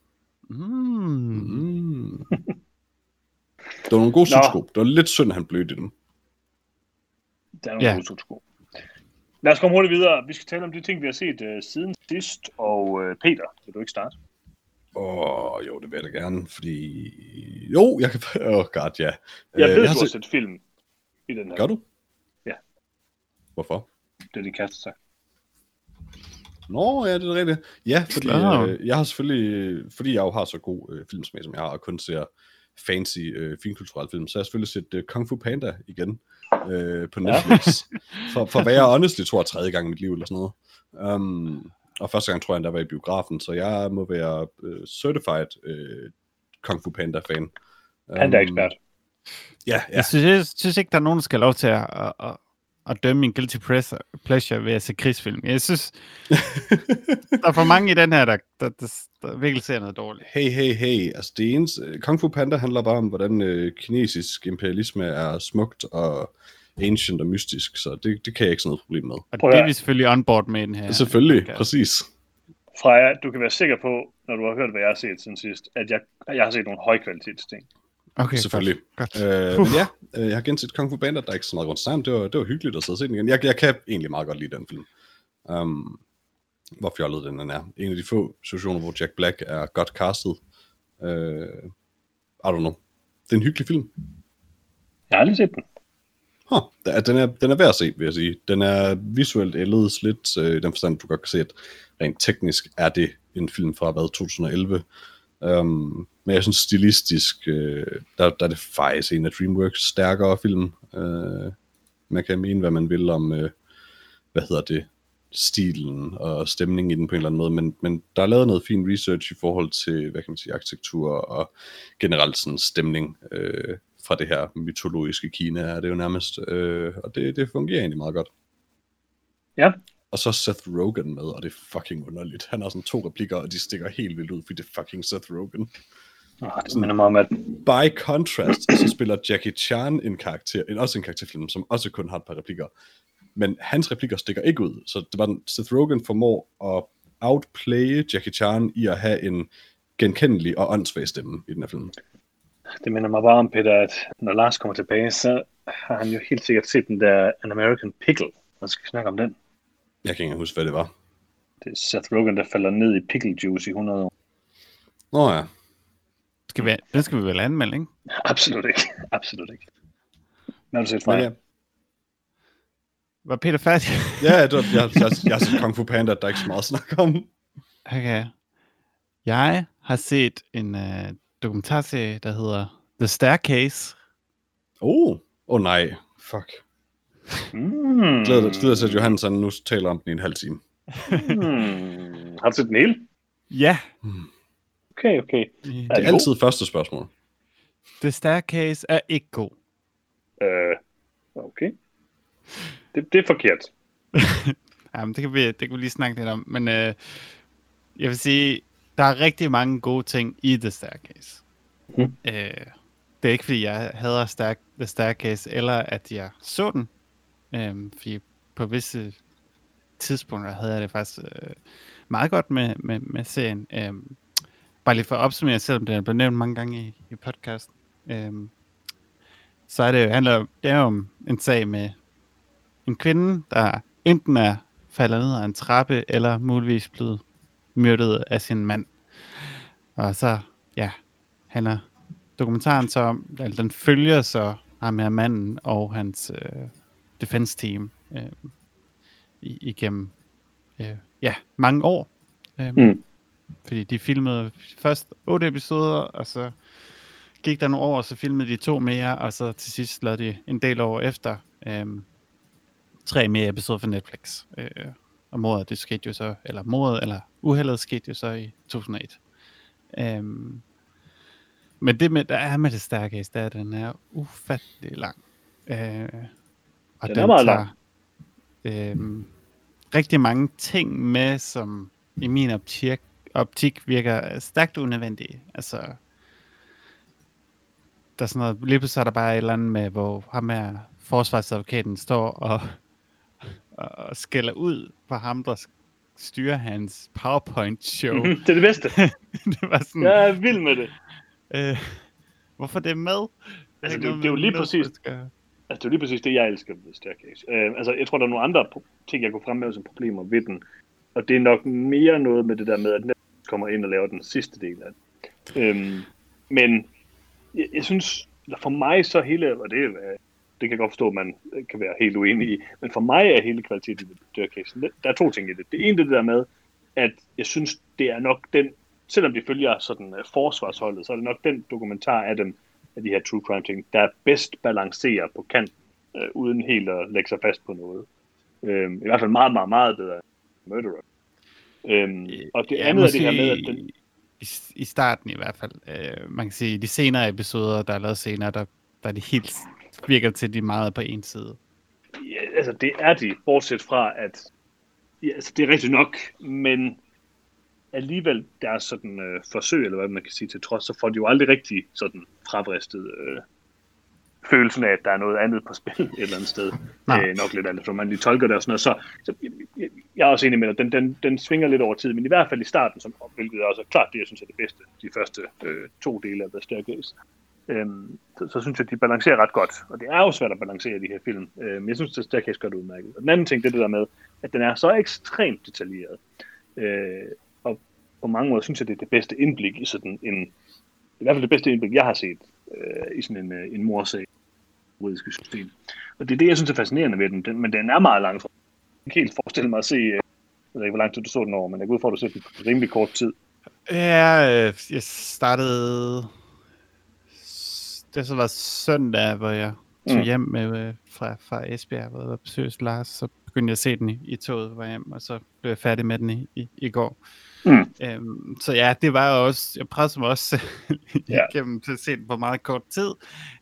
Det var nogle gode sudsko. Det var lidt synd, at han blødte dem. Der er nogle gode sudsko. Lad os komme hurtigt videre. Vi skal tale om de ting, vi har set siden sidst. Og Peter, vil du ikke starte? Jo, det vil jeg da gerne, fordi... Jo, jeg kan... God, ja. Jeg ved, du har set film i den her. Gør du? Ja. Hvorfor? Det er din kæreste sagt. Nå, ja, det er rigtigt. Ja, fordi jeg har selvfølgelig, fordi jeg jo har så god filmsmag, som jeg har, og kun ser fancy, finkulturelle film, så har jeg selvfølgelig set Kung Fu Panda igen på Netflix. For hvad jeg honestly tror, 3. gang i mit liv, eller sådan noget. Og første gang tror jeg, der var i biografen, så jeg må være certified Kung Fu Panda-fan. Panda-ekspert. Ja. Jeg synes ikke, der er nogen, der skal have lov til at dømme min guilty pleasure ved at se krigsfilm. Jeg synes, der er for mange i den her, der virkelig ser noget dårligt. Hey. Altså det eneste, Kung Fu Panda handler bare om, hvordan kinesisk imperialisme er smukt og ancient og mystisk, så det kan jeg ikke sådan noget problem med. Og det er vi selvfølgelig on board med den her. Selvfølgelig, præcis. Freja, du kan være sikker på, når du har hørt, hvad jeg har set siden sidst, at jeg har set nogle højkvalitetsting. Okay, selvfølgelig. Godt. Men jeg har genset Kung Fu Panda, der er ikke så meget rundt sammen. Det var hyggeligt at sidde og se den igen. Jeg kan egentlig meget godt lide den film. Hvor fjollet den er. En af de få situationer, hvor Jack Black er godt castet. I don't know. Det er en hyggelig film. Jeg har aldrig set den. Den er værd at se, vil jeg sige. Den er visuelt ældet lidt, i den forstand, du godt kan se, at rent teknisk er det en film fra 2011. Men jeg synes stilistisk, der er det faktisk en af DreamWorks stærkere film. Man kan mene, hvad man vil om stilen og stemningen i den på en eller anden måde, men der er lavet noget fin research i forhold til, hvad kan man sige, arkitektur og generelt sådan stemning fra det her mytologiske Kina, er det jo nærmest, og det fungerer egentlig meget godt. Ja. Og så Seth Rogen med, og det er fucking underligt. Han har sådan 2 replikker, og de stikker helt vildt ud, fordi det er fucking Seth Rogen. Det minder mig om, at... By contrast, så spiller Jackie Chan en karakterfilm, som også kun har et par replikker. Men hans replikker stikker ikke ud, så det var Seth Rogen formår at outplay Jackie Chan i at have en genkendelig og åndssvag stemme i den her film. Det minder mig bare om, Peter, at når Lars kommer tilbage, så har han jo helt sikkert set den der An American Pickle. Man skal snakke om den. Jeg kan ikke huske, hvad det var. Det er Seth Rogen, der falder ned i pickle juice i 100 år. Nå ja. Den skal vi vel anmelde, ikke? Absolut ikke. Absolut ikke. Hvad har du set fra jer? Var Peter færdig? Ja, jeg har set Kung Fu Panda, der er ikke så meget at snakke om. Okay. Jeg har set en dokumentarserie, der hedder The Staircase. Nej. Fuck. Glæder dig til, at Johansen nu taler om den i en halv time. Har du set den hele? Ja. Okay. Det er altid første spørgsmål. The Staircase er ikke god. Okay. Det er forkert. Jamen, det kan vi lige snakke lidt om. Men jeg vil sige, der er rigtig mange gode ting i The Staircase. Det er ikke, fordi jeg hader The Staircase, eller at jeg så den. Fordi på visse tidspunkter havde jeg det faktisk meget godt med serien. Bare lige for at opsummere, selvom den er blevet nævnt mange gange i podcasten. Så er det jo om en sag med en kvinde, der enten er faldet ned af en trappe, eller muligvis blevet myrdet af sin mand. Og så, handler dokumentaren så om, altså den følger så ham her manden og hans defense team igennem mange år. Fordi de filmede først 8 episoder, og så gik der nogle år, og så filmede de 2 mere, og så til sidst lavede de en del år efter 3 mere episoder for Netflix. Og uheldet skete jo så i 2001. Men det der er med det Staircase, der den er ufattelig lang. Og den er meget lang. Rigtig mange ting med, som i min optik virker stærkt unødvendige. Altså, der er sådan noget, lige pludselig er der bare et eller andet med, hvor ham her forsvarsadvokaten står og skælder ud på ham, der styrer hans PowerPoint-show. Det er det bedste. Det var sådan, jeg er vild med det. Hvorfor det er med? Altså, det er jo lige præcis... Altså, det er jo lige præcis det, jeg elsker ved Staircase. Altså, jeg tror, der er nogle andre ting, jeg kunne fremhæve som problemer ved den. Og det er nok mere noget med det der med, at Netflix kommer ind og laver den sidste del af det. Men jeg synes, for mig så hele, og det kan jeg godt forstå, at man kan være helt uenig i, men for mig er hele kvaliteten i Staircase. Der er 2 ting i det. Det ene det der med, at jeg synes, det er nok den, selvom de følger sådan forsvarsholdet, så er det nok den dokumentar af dem, af de her true crime ting, der bedst balancerer på kanten, uden helt at lægge sig fast på noget. I hvert fald meget, meget, meget bedre end Murderer. Og det andet er det her med, at den... I starten i hvert fald. Man kan sige, de senere episoder, der er lavet senere, der de helt virker til, de meget på en side. Ja, altså det er de, bortset fra, at altså, det er rigtigt nok, men alligevel deres sådan forsøg, eller hvad man kan sige til trods, så får de jo aldrig rigtig sådan frabristet følelsen af, at der er noget andet på spil et eller andet sted. Nok lidt andet, for man lige tolker det og sådan noget. Så jeg er også enig med dig, den svinger lidt over tid, men i hvert fald i starten, hvilket er også klart det, jeg synes er det bedste, de første 2 dele af The Staircase. Så synes jeg, at de balancerer ret godt, og det er jo svært at balancere de her film. Jeg synes, at Staircase gør det udmærket. Og den anden ting, det er det der med, at den er så ekstremt detaljeret. Og på mange måder synes jeg, det er det bedste indblik i sådan en, i hvert fald det bedste indblik, jeg har set i sådan en morsag juridiske system. Og det er det, jeg synes er fascinerende ved den, men den er meget lang. Jeg kan helt forestille mig at se, jeg ved ikke, hvor lang tid du så den over, men jeg går ud for, at du så den på rimelig kort tid. Ja, jeg startede, det så var søndag, hvor jeg tog hjem med, fra Esbjerg, hvor jeg var besøgt Lars, så begyndte jeg at se den i toget, var hjem, og så blev jeg færdig med den i går. Så ja, det var også, jeg pressede mig også igennem til at se den på meget kort tid.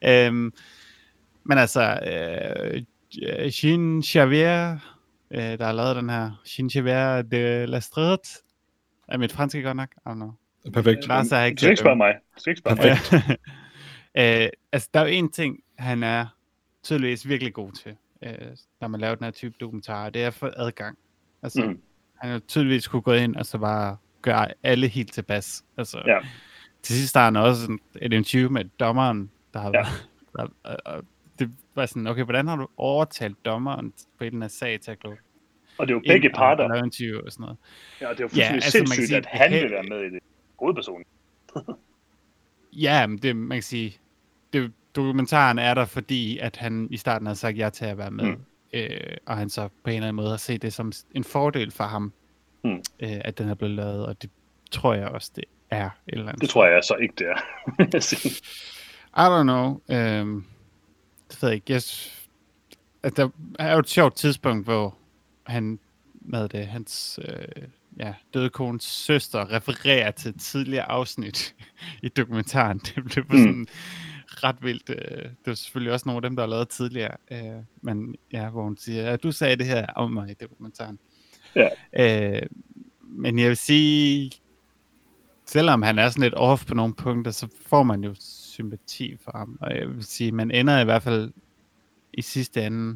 Men altså, Jean Xavier, der har lavet den her, Jean Xavier de la Strade, er mit fransk godt nok? I don't know. Perfekt. Lars har ikke du skal ikke spørge mig. Perfekt. Altså, der er jo en ting, han er tydeligvis virkelig god til, når man laver den her type dokumentar, det er for adgang. Altså, han har tydeligvis kunne gå ind og så bare gøre alle helt tilpas. Altså, til sidst har han også et interview med dommeren, der har været, det var sådan, okay, hvordan har du overtalt dommeren på den her sag til at gå? Og det er jo begge parter. Og og sådan noget. Ja, det er jo fuldstændig sindssygt, at han vil være med i det. Hovedpersonen. Ja, men det, man kan sige, dokumentaren er der, fordi at han i starten har sagt ja til at være med. Og han så på en eller anden måde har set det som en fordel for ham, at den er blevet lavet, og det tror jeg også, det er et eller andet. Det tror jeg så ikke, det er. I don't know. Det ved jeg ikke. At der er jo et sjovt tidspunkt, hvor han med det, hans døde kones søster refererer til et tidligere afsnit i dokumentaren. Det blev sådan ret vildt. Det var selvfølgelig også nogle af dem, der har lavet tidligere. Men ja, hvor hun siger, du sagde det her om mig i dokumentaren. Ja. Men jeg vil sige, selvom han er sådan lidt off på nogle punkter, så får man jo sympati for ham. Og jeg vil sige, man ender i hvert fald i sidste ende,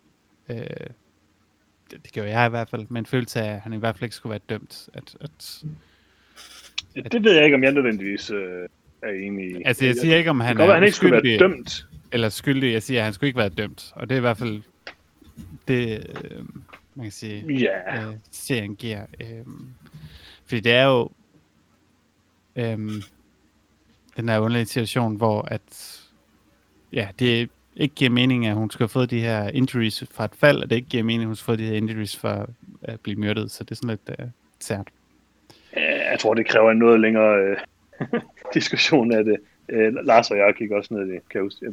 det gjorde jeg i hvert fald, med en følelse af, at han i hvert fald ikke skulle være dømt. Det ved jeg ikke, om jeg nødvendigvis er enig i. Altså, jeg siger ikke, om han han ikke skulle være dømt. Eller skyldig. Jeg siger, at han skulle ikke være dømt. Og det er i hvert fald det, man kan sige, serien giver. Fordi det er jo den her underlige situation, hvor at det ikke giver mening, at hun skal have fået de her injuries fra et fald, og det ikke giver mening, at hun skal have fået de her injuries fra at blive myrdet. Så det er sådan lidt sært. Jeg tror, det kræver en noget længere diskussion af det. Lars og jeg gik også ned i det, kan jeg huske,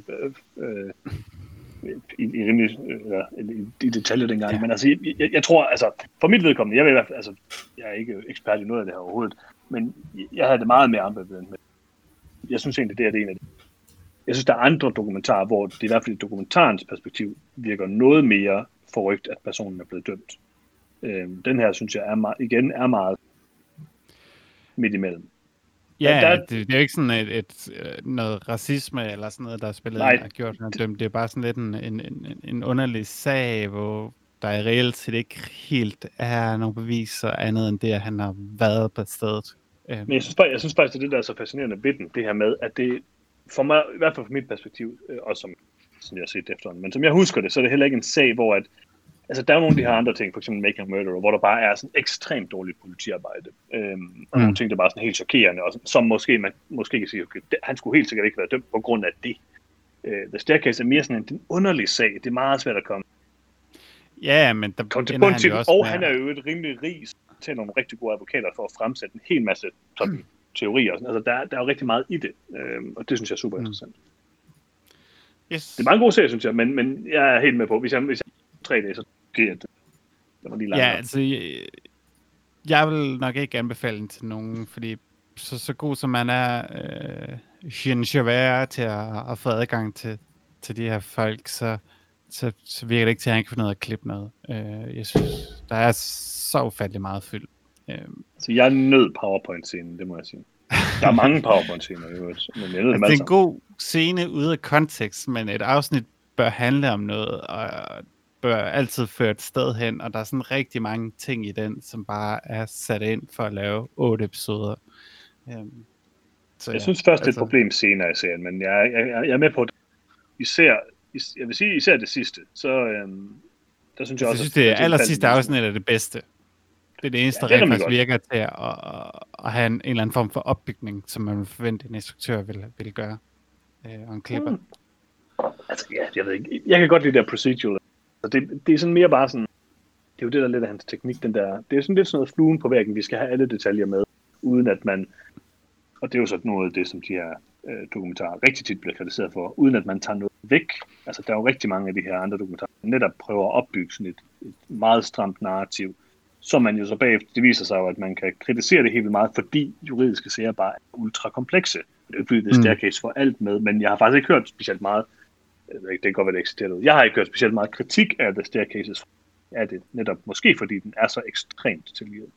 i detaljer dengang. Ja. Men altså, jeg tror, altså, for mit vedkommende, jeg er ikke ekspert i noget af det her overhovedet, men jeg havde det meget mere ambivalent med. Jeg synes egentlig, det er en af de. Jeg synes, der er andre dokumentarer, hvor det i hvert fald i dokumentarens perspektiv virker noget mere forrygt, at personen er blevet dømt. Den her, synes jeg, er meget midt imellem. Ja, det er jo ikke sådan noget racisme eller sådan noget, der er spillet ind og gjort noget dømt. Det er bare sådan lidt en underlig sag, hvor der i reelt set ikke helt er nogen beviser andet end det, at han har været på stedet. Men jeg synes faktisk, det der er så fascinerende ved den, det her med, at det for mig, i hvert fald fra mit perspektiv, også som jeg har set efterhånden, men som jeg husker det, så er det heller ikke en sag, hvor at, altså der er nogle af de her andre ting, for eksempel Making a Murderer, hvor der bare er sådan ekstremt dårligt politiarbejde, og nogle ting, der bare er sådan helt chokerende, og som man måske kan sige, okay, han skulle helt sikkert ikke være dømt på grund af det. The Staircase er mere sådan en underlig sag, det er meget svært at komme. Ja, men der ender han jo også og han er jo et rimelig rig til nogle rigtig gode advokater for at fremsætte en hel masse sådan teorier. Altså, der er jo rigtig meget i det, og det synes jeg er super interessant. Yes. Det er meget god serie, synes jeg, men jeg er helt med på, hvis jeg 3 dage, så giver det. Det var lige langt. Ja, altså, jeg vil nok ikke anbefale den til nogen, fordi så god som man er, Jean Xavier til at få adgang til de her folk, så virker det ikke til, at han kan finde noget at klippe noget. Jeg synes, der er så ufattelig meget fyld. Så jeg nød PowerPoint-scenen, det må jeg sige. Der er mange PowerPoint-scener, men jeg nød dem det er en god scene ude af kontekst, men et afsnit bør handle om noget, og bør altid føre et sted hen, og der er sådan rigtig mange ting i den, som bare er sat ind for at lave 8 episoder. Så jeg synes først, det er et problem senere i serien, men jeg er med på det. Jeg vil sige, især det sidste, så der synes jeg også... Jeg synes, det aller sidste afsnit er det bedste. Det er det eneste, der rent faktisk virker til at have en eller anden form for opbygning, som man vil forvente, en instruktør vil gøre. Og en klipper. Altså, ja, jeg ved ikke. Jeg kan godt lide det procedural. Det er sådan mere bare sådan... Det er jo det, der lidt af hans teknik, den der... Det er sådan lidt sådan noget fluen på væggen. Vi skal have alle detaljer med, uden at man... Og det er jo sådan noget af det, som de her dokumentarer rigtig tit bliver kritiseret for, uden at man tager noget væk. Altså, der er jo rigtig mange af de her andre dokumentarer, der netop prøver at opbygge sådan meget stramt narrativ, som man jo så bagefter, det viser sig jo, at man kan kritisere det helt vildt meget, fordi juridiske sager bare er ultra komplekse. Det er jo ikke fordi, det er staircase for alt med, men jeg har faktisk ikke hørt specielt meget, det kan godt være, det eksisterer. Jeg har ikke hørt specielt meget kritik af The Staircases af det, netop måske fordi den er så ekstremt tilgivet.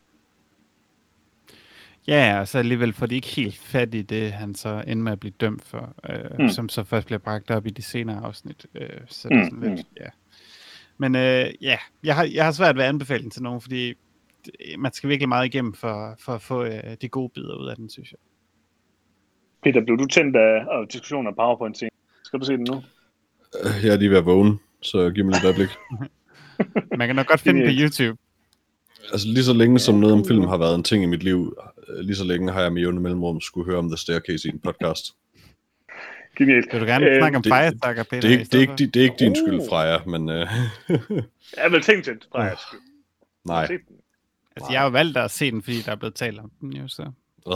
Ja, og så alligevel får de ikke helt fat i det, han så ender med at blive dømt for, som så først bliver bragt op i de senere afsnit. Så det er sådan lidt, ja. Men ja, jeg har svært ved at anbefale den til nogen, fordi man skal virkelig meget igennem for at få de gode bidder ud af den, synes jeg. Peter, blev du tændt af diskussionen af PowerPoint-scenen? Skal du se den nu? Jeg er lige ved at vågne, så giv mig lidt øjeblik. Man kan nok godt finde på YouTube. Altså lige så længe som noget om film har været en ting i mit liv, lige så længe har jeg med jævne mellemrum skulle høre om The Staircase i en podcast. Genialt. Vil du gerne snakke om Firestarter, Peter? Det er ikke din skyld, Freja, men... Jeg vil tænke til Frejas skyld. Nej. Altså, jeg har jo valgt at se den, fordi der er blevet talt om den jo, så...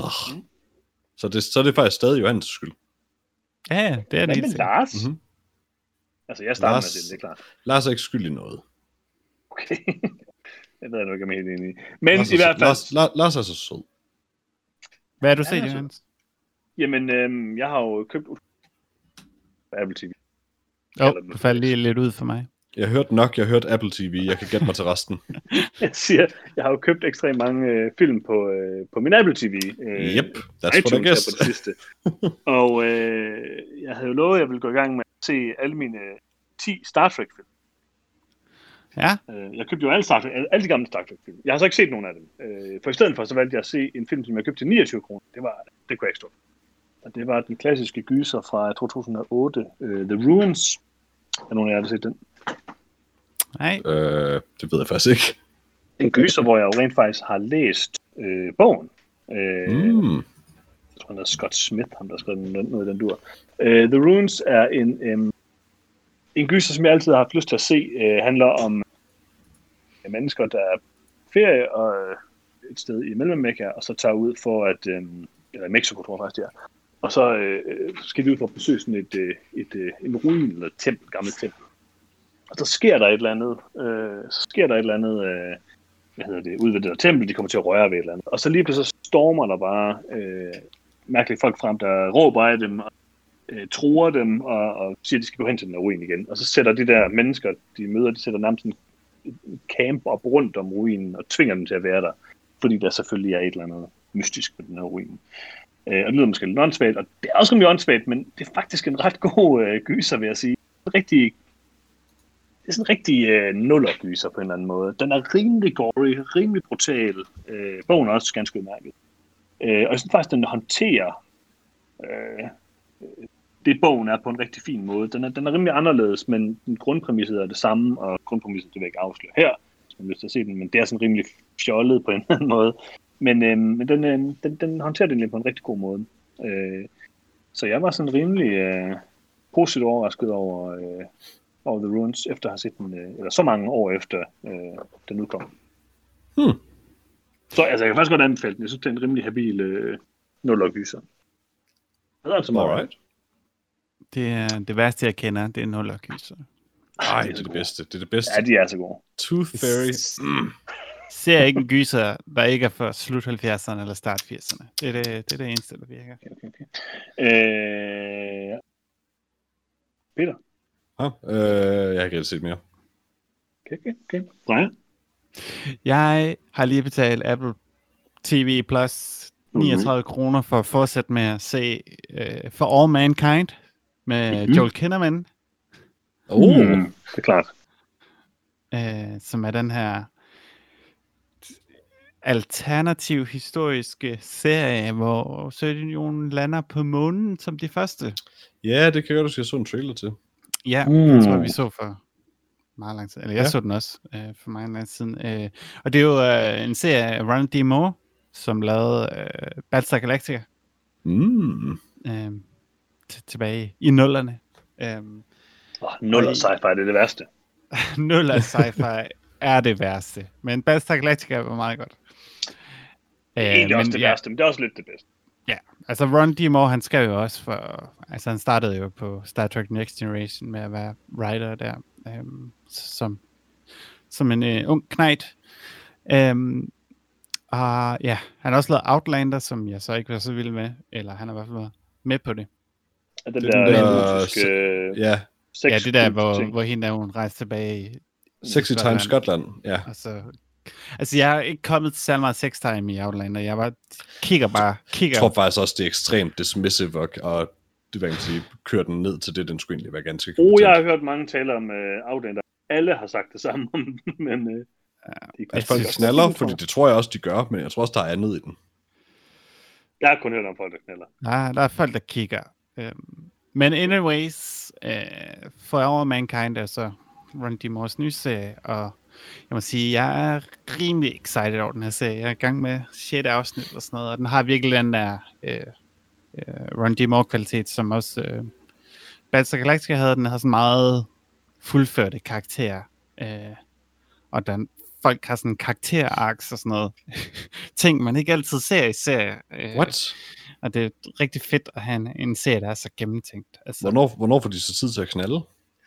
Så er det faktisk stadig Johannes skyld. Ja, det er det. Men Lars? Mm-hmm. Altså, jeg starter med det er klart. Lars er ikke skyld i noget. Okay. Jeg ved ikke, om jeg er helt enig i. Men i hvert fald... Lars er så sød. Hvad har du set, Johannes? Jamen, jeg har jo købt Apple TV. Du faldt lige lidt ud for mig. Jeg hørte Apple TV. Jeg kan gætte mig til resten. Jeg har jo købt ekstremt mange film på min Apple TV. Yep, that's what I guess. På det sidste. Og jeg havde jo lovet, at jeg ville gå i gang med at se alle mine 10 Star Trek-film. Ja. Jeg købte jo alle de gamle Star Trek-film. Jeg har så ikke set nogen af dem. For i stedet for, så valgte jeg at se en film, som jeg købte til 29 kroner. Det kunne jeg ikke stå. Og det var den klassiske gyser fra 2008, The Ruins. Er nogen af jer, der har set den? Nej. Det ved jeg faktisk ikke. En gyser, hvor jeg jo rent faktisk har læst bogen. Jeg tror, han hedder Scott Smith, ham der har skrevet noget i den dur. The Ruins er en gyser, som jeg altid har haft lyst til at se. Handler om mennesker, der er ferie og et sted i Mellemamerika, og så tager ud for at... eller Mexico, tror jeg faktisk, det er. Og så skal de ud for at besøge sådan en ruin eller et gammelt tempel. Og så sker der et eller andet, ud ved det der tempel, de kommer til at røre ved et eller andet. Og så lige pludselig stormer der bare mærkelige folk frem, der råber af dem, og truer dem, og siger, at de skal gå hen til den ruin igen. Og så sætter de der mennesker, de møder, de sætter nærmest en camp op rundt om ruinen, og tvinger dem til at være der, fordi der selvfølgelig er et eller andet mystisk med den her ruin. Og det lyder måske lidt åndssvagt, og det er også rimelig åndssvagt, men det er faktisk en ret god gyser, vil jeg sige. Det er sådan en rigtig nullergyser på en eller anden måde. Den er rimelig gory, rimelig brutal. Bogen er også ganske udmærket. Og jeg synes faktisk, den håndterer det, bogen er på en rigtig fin måde. Den er rimelig anderledes, men grundpræmisset er det samme, og grundpræmisset, det vil jeg ikke afsløre her, hvis man har lyst til at se den, men det er sådan rimelig fjollet på en eller anden måde. Men den håndterer den lige på en rigtig god måde. Så jeg var sådan rimelig positivt overrasket over The Ruins, efter at have set den, eller så mange år efter den udkom. Så altså, jeg kan faktisk godt anbefale den. Jeg synes, det er en rimelig habil nullergyser. Det er altså Alright. Det er det værste, jeg kender, det er nullergyser. Nej, det er det bedste. Det er det bedste. Ja, de er så gode. Tooth Fairy. Ser ikke en gyser, der ikke er for slut 70'erne eller start 80'erne. Det er det eneste, der virker. Okay. Peter? Jeg har ikke rigtig set mere. Okay. Brian? Jeg har lige betalt Apple TV Plus 39 kroner for at fortsætte med at se For All Mankind med Joel Kinnaman. Det er klart. Som er den her alternativ historiske serie, hvor Sovjetunionen lander på månen som de første. Ja, det kan jeg godt, du så en trailer til. Ja, jeg tror, vi så for meget lang tid. Eller jeg så den også for meget lang tid siden. Og det er jo en serie af Ronald D. Moore, som lavede Battlestar Galactica. Tilbage i nullerne. Nuller sci-fi, det er det værste. Nuller sci-fi er det værste. Men Battlestar Galactica var meget godt. Det er egentlig også det værste, men det er også lidt det bedste. Ja, altså Ron D. Moore, han skrev jo også for... Altså han startede jo på Star Trek Next Generation med at være writer der, som en ung knejt. Og ja, han har også lavet Outlander, som jeg så ikke var så vild med, eller han har i hvert fald været med på det. Den Det er der den der erotiske ja, Ja, det der, ting. hvor hende der, hun rejste tilbage i Sexy Time Scotland. Ja. Altså, jeg har ikke kommet særlig meget sex time i Outlander. Jeg kigger. Jeg tror faktisk også, det er ekstremt dismissive, og det vil jeg sige, kører den ned til det, den skulle egentlig være ganske kompetent. Jeg har hørt mange tale om Outlander. Alle har sagt det samme om den, men... Altså folk knaller, fordi det tror jeg også, de gør, men jeg tror også, der er andet i den. Jeg har kun hørt om folk, der knaller. Der er folk, der kigger. Men anyways, For All Mankind er så Ron D. Moores nye serie, og jeg må sige, jeg er rimelig excited over den her serie. Jeg er i gang med 6. afsnit og sådan noget, og den har virkelig den der Ron D. Moore-kvalitet, som også Battlestar Galactica havde. Den har sådan meget fuldførte karakterer, og folk har sådan karakter-arcs og sådan noget. Ting, man ikke altid ser i serier. What? Og det er rigtig fedt at have en serie, der er så gennemtænkt. Altså, Hvornår får de så tid til at knalde?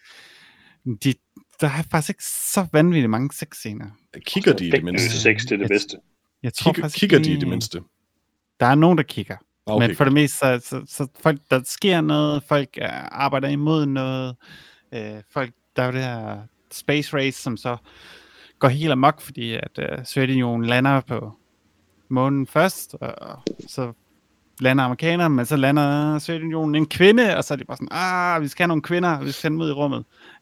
Der er faktisk ikke så vanvittigt mange sexscener. Kigger de i det mindste? Sex, det er det bedste. Jeg tror faktisk kigger de i det mindste? Der er nogen, der kigger. Okay. Men for det meste, så folk, der sker noget, folk arbejder imod noget, folk, der er jo det her space race, som så går helt amok, fordi at Sovjetunionen lander på månen først, og så lander amerikanerne, men så lander Sovjetunionen en kvinde, og så er de bare sådan, vi skal have nogle kvinder, vi skal dem ud i rummet.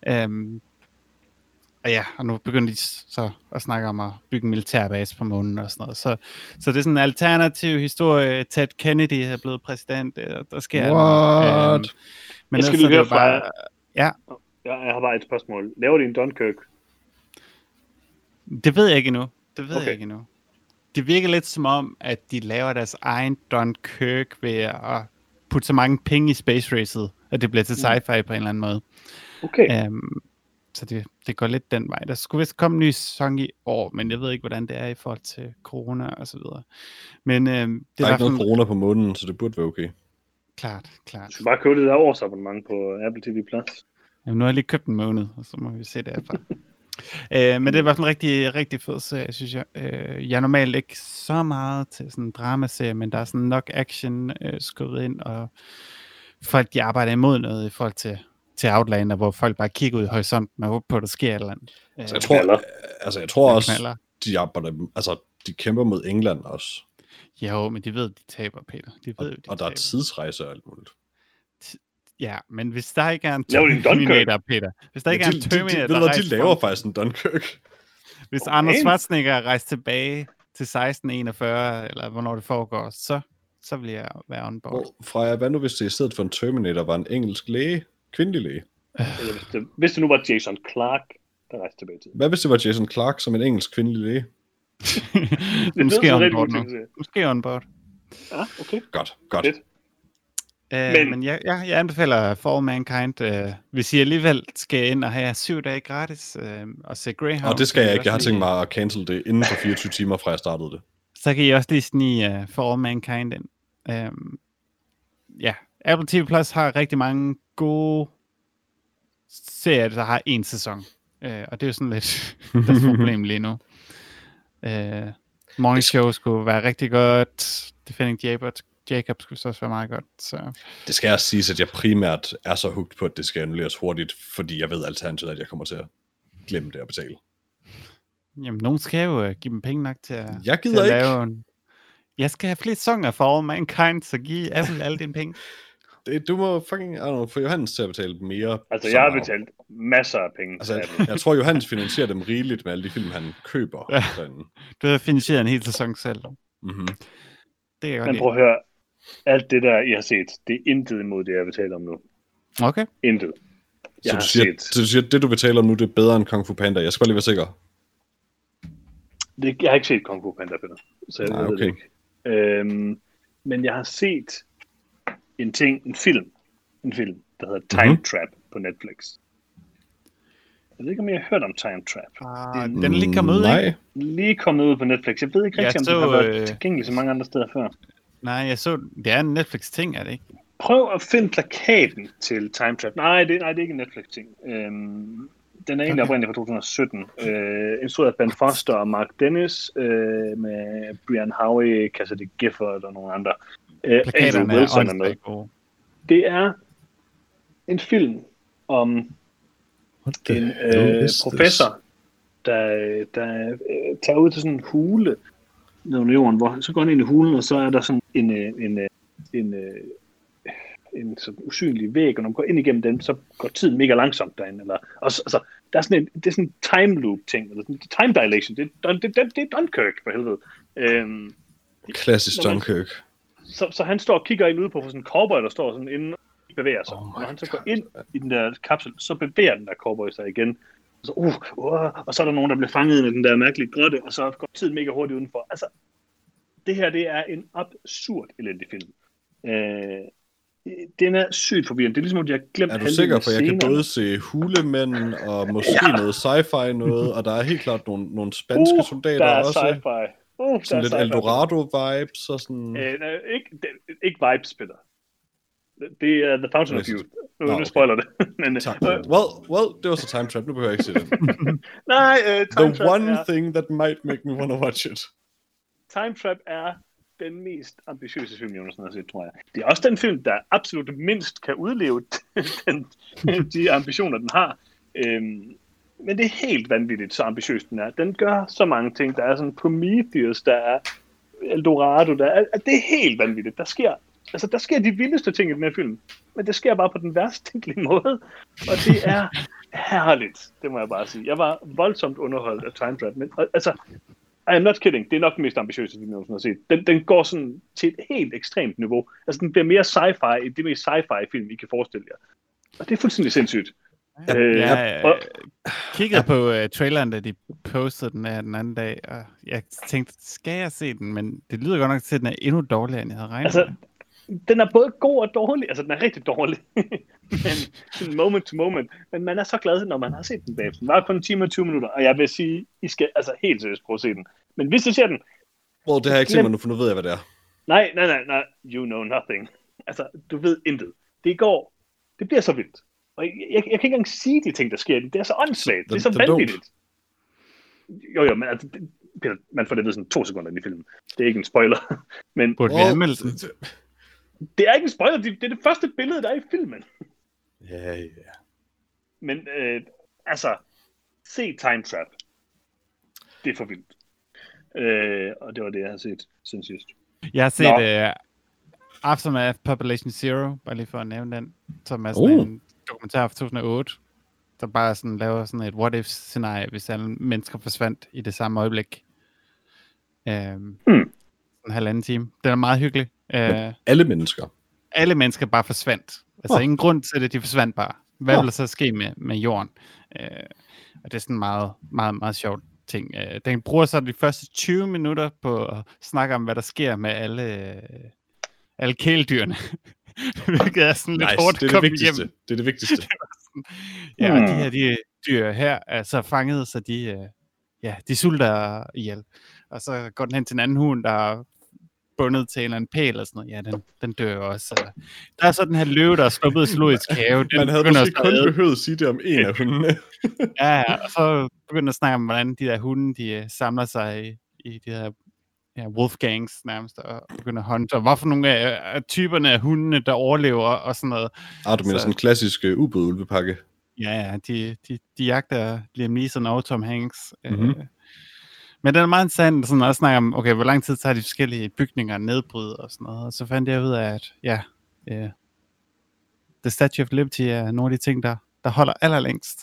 Og ja, og nu begynder de så at snakke om at bygge en militærbase på månen og sådan noget. Så det er sådan en alternativ historie. Ted Kennedy er blevet præsident, der sker noget. Men jeg skal lige høre fra... Ja. Jeg har bare et spørgsmål. Laver de en Dunkirk? Det ved jeg ikke endnu. Det virker lidt som om, at de laver deres egen Dunkirk ved at putte så mange penge i space racet, at det bliver til sci-fi på en eller anden måde. Okay. Så det går lidt den vej. Der skulle vist komme en ny sæson i år, men jeg ved ikke, hvordan det er i forhold til corona og så videre. Men det der er ikke noget corona på månen, så det burde være okay. Klart. Du skal bare købe det der årsabonnement på Apple TV+. Jamen, nu har jeg lige købt en måned, og så må vi se det herfra. Men det er i hvert fald en rigtig, rigtig fed serie, synes jeg. Jeg er normalt ikke så meget til sådan en dramaserie, men der er sådan nok action skubbet ind, og folk de arbejder imod noget i forhold til Outlander, hvor folk bare kigger ud i horisonten og håber på, at der sker et eller andet. Jeg tror også, de arbejder, de kæmper mod England også. Jo, men de ved, de taber, Peter. Og der er tidsrejser og alt muligt. Ja, men hvis der ikke er en Terminator, Peter. Hvis der ikke er en Terminator, de laver faktisk en Dunkirk. Hvis Arnold Schwarzenegger rejser tilbage til 1641, eller hvornår det foregår, så vil jeg være on board. Freja, hvad nu hvis det i stedet for en Terminator var en engelsk læge? Kvindelig læge? Hvis det nu var Jason Clarke, der rejste tilbage til. Hvad hvis det var Jason Clarke som en engelsk kvindelig læge? Måske on board. Ja, okay. Godt. Men jeg anbefaler For All Mankind, hvis I alligevel skal ind og have 7 dage gratis og se Greyhound. Og det skal jeg ikke. Jeg har tænkt mig at cancel det inden for 24 timer, fra jeg startede det. Så kan I også lige snige For All Mankind ind. Apple TV Plus har rigtig mange gode serier, der har 1 sæson. Og det er jo sådan lidt deres problem lige nu. Morning Show skulle være rigtig godt. Defending Jacob skulle så også være meget godt. Så. Det skal også siges, at jeg primært er så hooked på, at det skal annulleres hurtigt, fordi jeg ved alternativet, at jeg kommer til at glemme det at betale. Jamen, nogen skal jo give dem penge nok til at, jeg gider til at ikke. lave en... Jeg skal have flere sæsoner for All Mankind, så giv Apple alle dine penge. Du må fucking få Johannes til at betale mere. Altså, jeg har betalt masser af penge. Jeg tror, Johannes finansierer dem rigeligt med alle de film, han køber. Ja. Du har finansieret en hel sæson selv. Mm-hmm. Det er men prøv at høre, alt det der, I har set, det er intet imod det, jeg betaler om nu. Okay. Intet. Så du siger, det du betaler om nu, det er bedre end Kung Fu Panda. Jeg skal bare lige være sikker. Jeg har ikke set Kung Fu Panda, Peter. Så jeg ved det ikke. Men jeg har set en film, der hedder Time Trap på Netflix. Jeg ved ikke, om jeg har hørt om Time Trap. Den er lige kommet ud, ikke? Lige kommet ud på Netflix. Jeg ved ikke rigtig, om det har været tilgængeligt så mange andre steder før. Nej, jeg så, det er en Netflix-ting, er det ikke? Prøv at finde plakaten til Time Trap. Nej, det er ikke en Netflix-ting. Den er egentlig oprindeligt fra 2017. Instrueret af Ben Foster og Mark Dennis, med Brian Howie, Cassidy Gifford og nogle andre. Andrew Wilson er med. Det er en film om en professor, der tager ud til sådan en hule nede under jorden, hvor så går han ind i hulen, og så er der sådan en sådan usynlig væg, og når man går ind igennem den, så går tiden mega langsomt derinde. Eller, altså, der er sådan det er sådan en time loop ting, eller sådan time dilation. Det er Dunkirk, for helvede. Klassisk Dunkirk. Så han står og kigger ind ude på sådan en cowboy, der står sådan inde og bevæger sig. Når han så går ind i den der kapsel, så bevæger den der cowboy sig igen. Og så er der nogen, der bliver fanget i den der mærkelige grotte, og så går tiden mega hurtigt udenfor. Altså, det her, det er en absurd elendig film. Den er sygt forvirrende. Det er ligesom, at de har glemt halvdelen. Er du sikker, for jeg kan både se hulemænd og måske noget sci-fi noget, og der er helt klart nogle spanske soldater der er også. Sci-fi. Sådan lidt Eldorado-vibes og sådan... ikke vibes, Peter. Det er The Fountain of Youth. Nu spoiler det. Men, well, det var så Time Trap. Nu behøver jeg ikke se det. Nej, Time The Trap one thing that might make me want to watch it. Time Trap er den mest ambitiøse film, Jonas har set, tror jeg. Det er også den film, der absolut mindst kan udleve de ambitioner, den har. Men det er helt vanvittigt, så ambitiøs den er. Den gør så mange ting. Der er sådan Prometheus, der er Eldorado, det er helt vanvittigt. Der sker de vildeste ting i den her film, men det sker bare på den værst tænkelige måde, og det er herligt, det må jeg bare sige. Jeg var voldsomt underholdt af Time Trap, men altså, I am not kidding, det er nok den mest ambitiøse film, jeg har set. Den går sådan til et helt ekstremt niveau. Altså, den bliver mere sci-fi, det mest sci-fi film, I kan forestille jer. Og det er fuldstændig sindssygt. Jeg kiggede på traileren, da de postede den her den anden dag, og jeg tænkte, skal jeg se den? Men det lyder godt nok til, at den er endnu dårligere, end jeg havde regnet med. Den er både god og dårlig, altså den er rigtig dårlig, men moment to moment, men man er så glad, når man har set den bagefter. Den var kun 1 time og 20 minutter, og jeg vil sige, I skal altså helt seriøst prøve at se den. Men hvis du ser den... Well, det har jeg ikke set mig nu, for nu ved jeg, hvad det er. Nej, you know nothing. Altså, du ved intet. Det bliver så vildt. Og jeg kan ikke engang sige de ting, der sker. Det er så åndssvagt, det er så vanvittigt. Jo, men altså, man får det ved sådan 2 sekunder i filmen. Det er ikke en spoiler. Men... Burde vi anmelde den? Det er ikke en spoiler, det er det første billede, der er i filmen. Ja. Men altså, se Time Trap. Det er for vildt. Og det var det, jeg har set siden sidst. Jeg har set Aftermath Population Zero, bare lige for at nævne den, som er sådan en dokumentar fra 2008, der bare sådan laver sådan et what-if-scenarie, hvis alle mennesker forsvandt i det samme øjeblik. En halvanden time. Den er meget hyggelig. Alle mennesker? Alle mennesker bare forsvandt. Altså ingen grund til det, de forsvandt bare. Hvad vil der så ske med jorden? Og det er sådan meget, meget, meget sjovt ting. Den bruger så de første 20 minutter på at snakke om, hvad der sker med alle kæledyrene. Hvilket er sådan lidt hårdt at komme igennem. Det er det vigtigste. Ja, og de her dyr her er så fanget, så de sulter ihjel. Og så går den hen til en anden hund, der er bundet til en eller anden pæl og sådan noget. Ja, den dør også. Der er så den her løve, der er sluppet i zoologisk have. Man havde måske kun behøvet at sige det om en af hundene. Ja, og så begynder at snakke om, hvordan de der hunde, de samler sig i de her wolfgangs nærmest, og begynder at hunte. Og hvorfor nogle af typerne af hundene, der overlever og sådan noget. Du mener sådan en klassisk ubåd-ulvepakke? Ja, de jagter Liam Neeson og Tom Hanks. Men den er meget interessant, sådan at snakke om, okay, hvor lang tid tager de forskellige bygninger nedbryde og sådan noget. Og så fandt jeg ud af, at The Statue of Liberty er nogle af de ting, der holder allerlængst.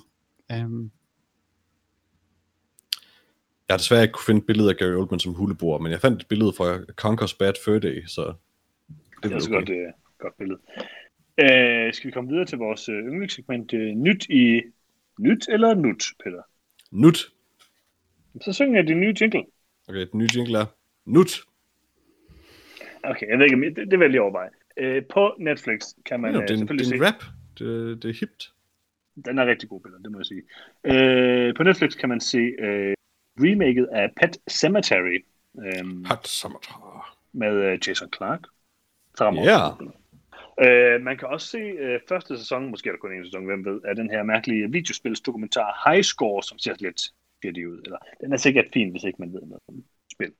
Jeg har desværre ikke kunne finde et billede af Gary Oldman som huleboer, men jeg fandt et billede fra Conker's Bad Fur Day, så det er også godt billede. Skal vi komme videre til vores yndlingssegment Nyt eller Nut, Peter? Nut. Så synger jeg din nye jingle. Okay, den nye jingle er Nut. Okay, jeg ved ikke, det vil jeg lige overveje. På Netflix kan man selvfølgelig se... Det er en rap. Det er hipt. Den er rigtig god, Peter, det må jeg sige. På Netflix kan man se remaket af Pet Sematary. Pet Sematary. Med Jason Clarke. Man kan også se første sæson, måske er der kun en sæson, hvem ved, af den her mærkelige videospilsdokumentar High Score, som ser lidt shitty ud. Eller, den er sikkert fin, hvis ikke man ved noget om spil.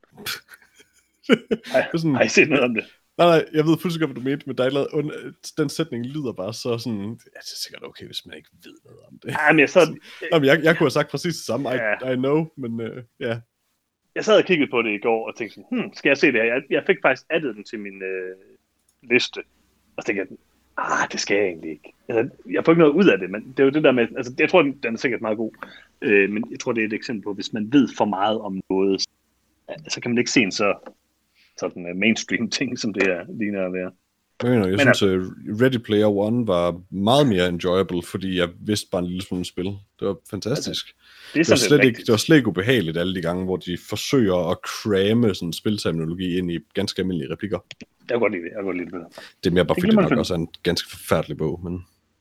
Har I set noget om det? Nej, jeg ved fuldstændig, hvad du mente, men der er den sætning lyder bare så sådan, det er sikkert okay, hvis man ikke ved noget om det. Ja, men jeg kunne have sagt præcis det samme, I know, men ja. Jeg sad og kiggede på det i går, og tænkte sådan, skal jeg se det her? Jeg fik faktisk addet den til min liste, og så tænkte jeg, det skal jeg egentlig ikke. Altså, jeg får ikke noget ud af det, men det er jo det der med, altså jeg tror, den er sikkert meget god, men jeg tror, det er et eksempel på, hvis man ved for meget om noget, så kan man ikke se en sådan mainstream ting, som det her ligner at være. Jeg synes, Ready Player One var meget mere enjoyable, fordi jeg vidste bare en lille smule spil. Det var fantastisk. Altså, det var slet ikke ubehageligt alle de gange, hvor de forsøger at cramme sådan spilterminologi ind i ganske almindelige replikker. Jeg kan godt lide det. Det er mere bare, fordi det nok også er en ganske forfærdelig bog. Men...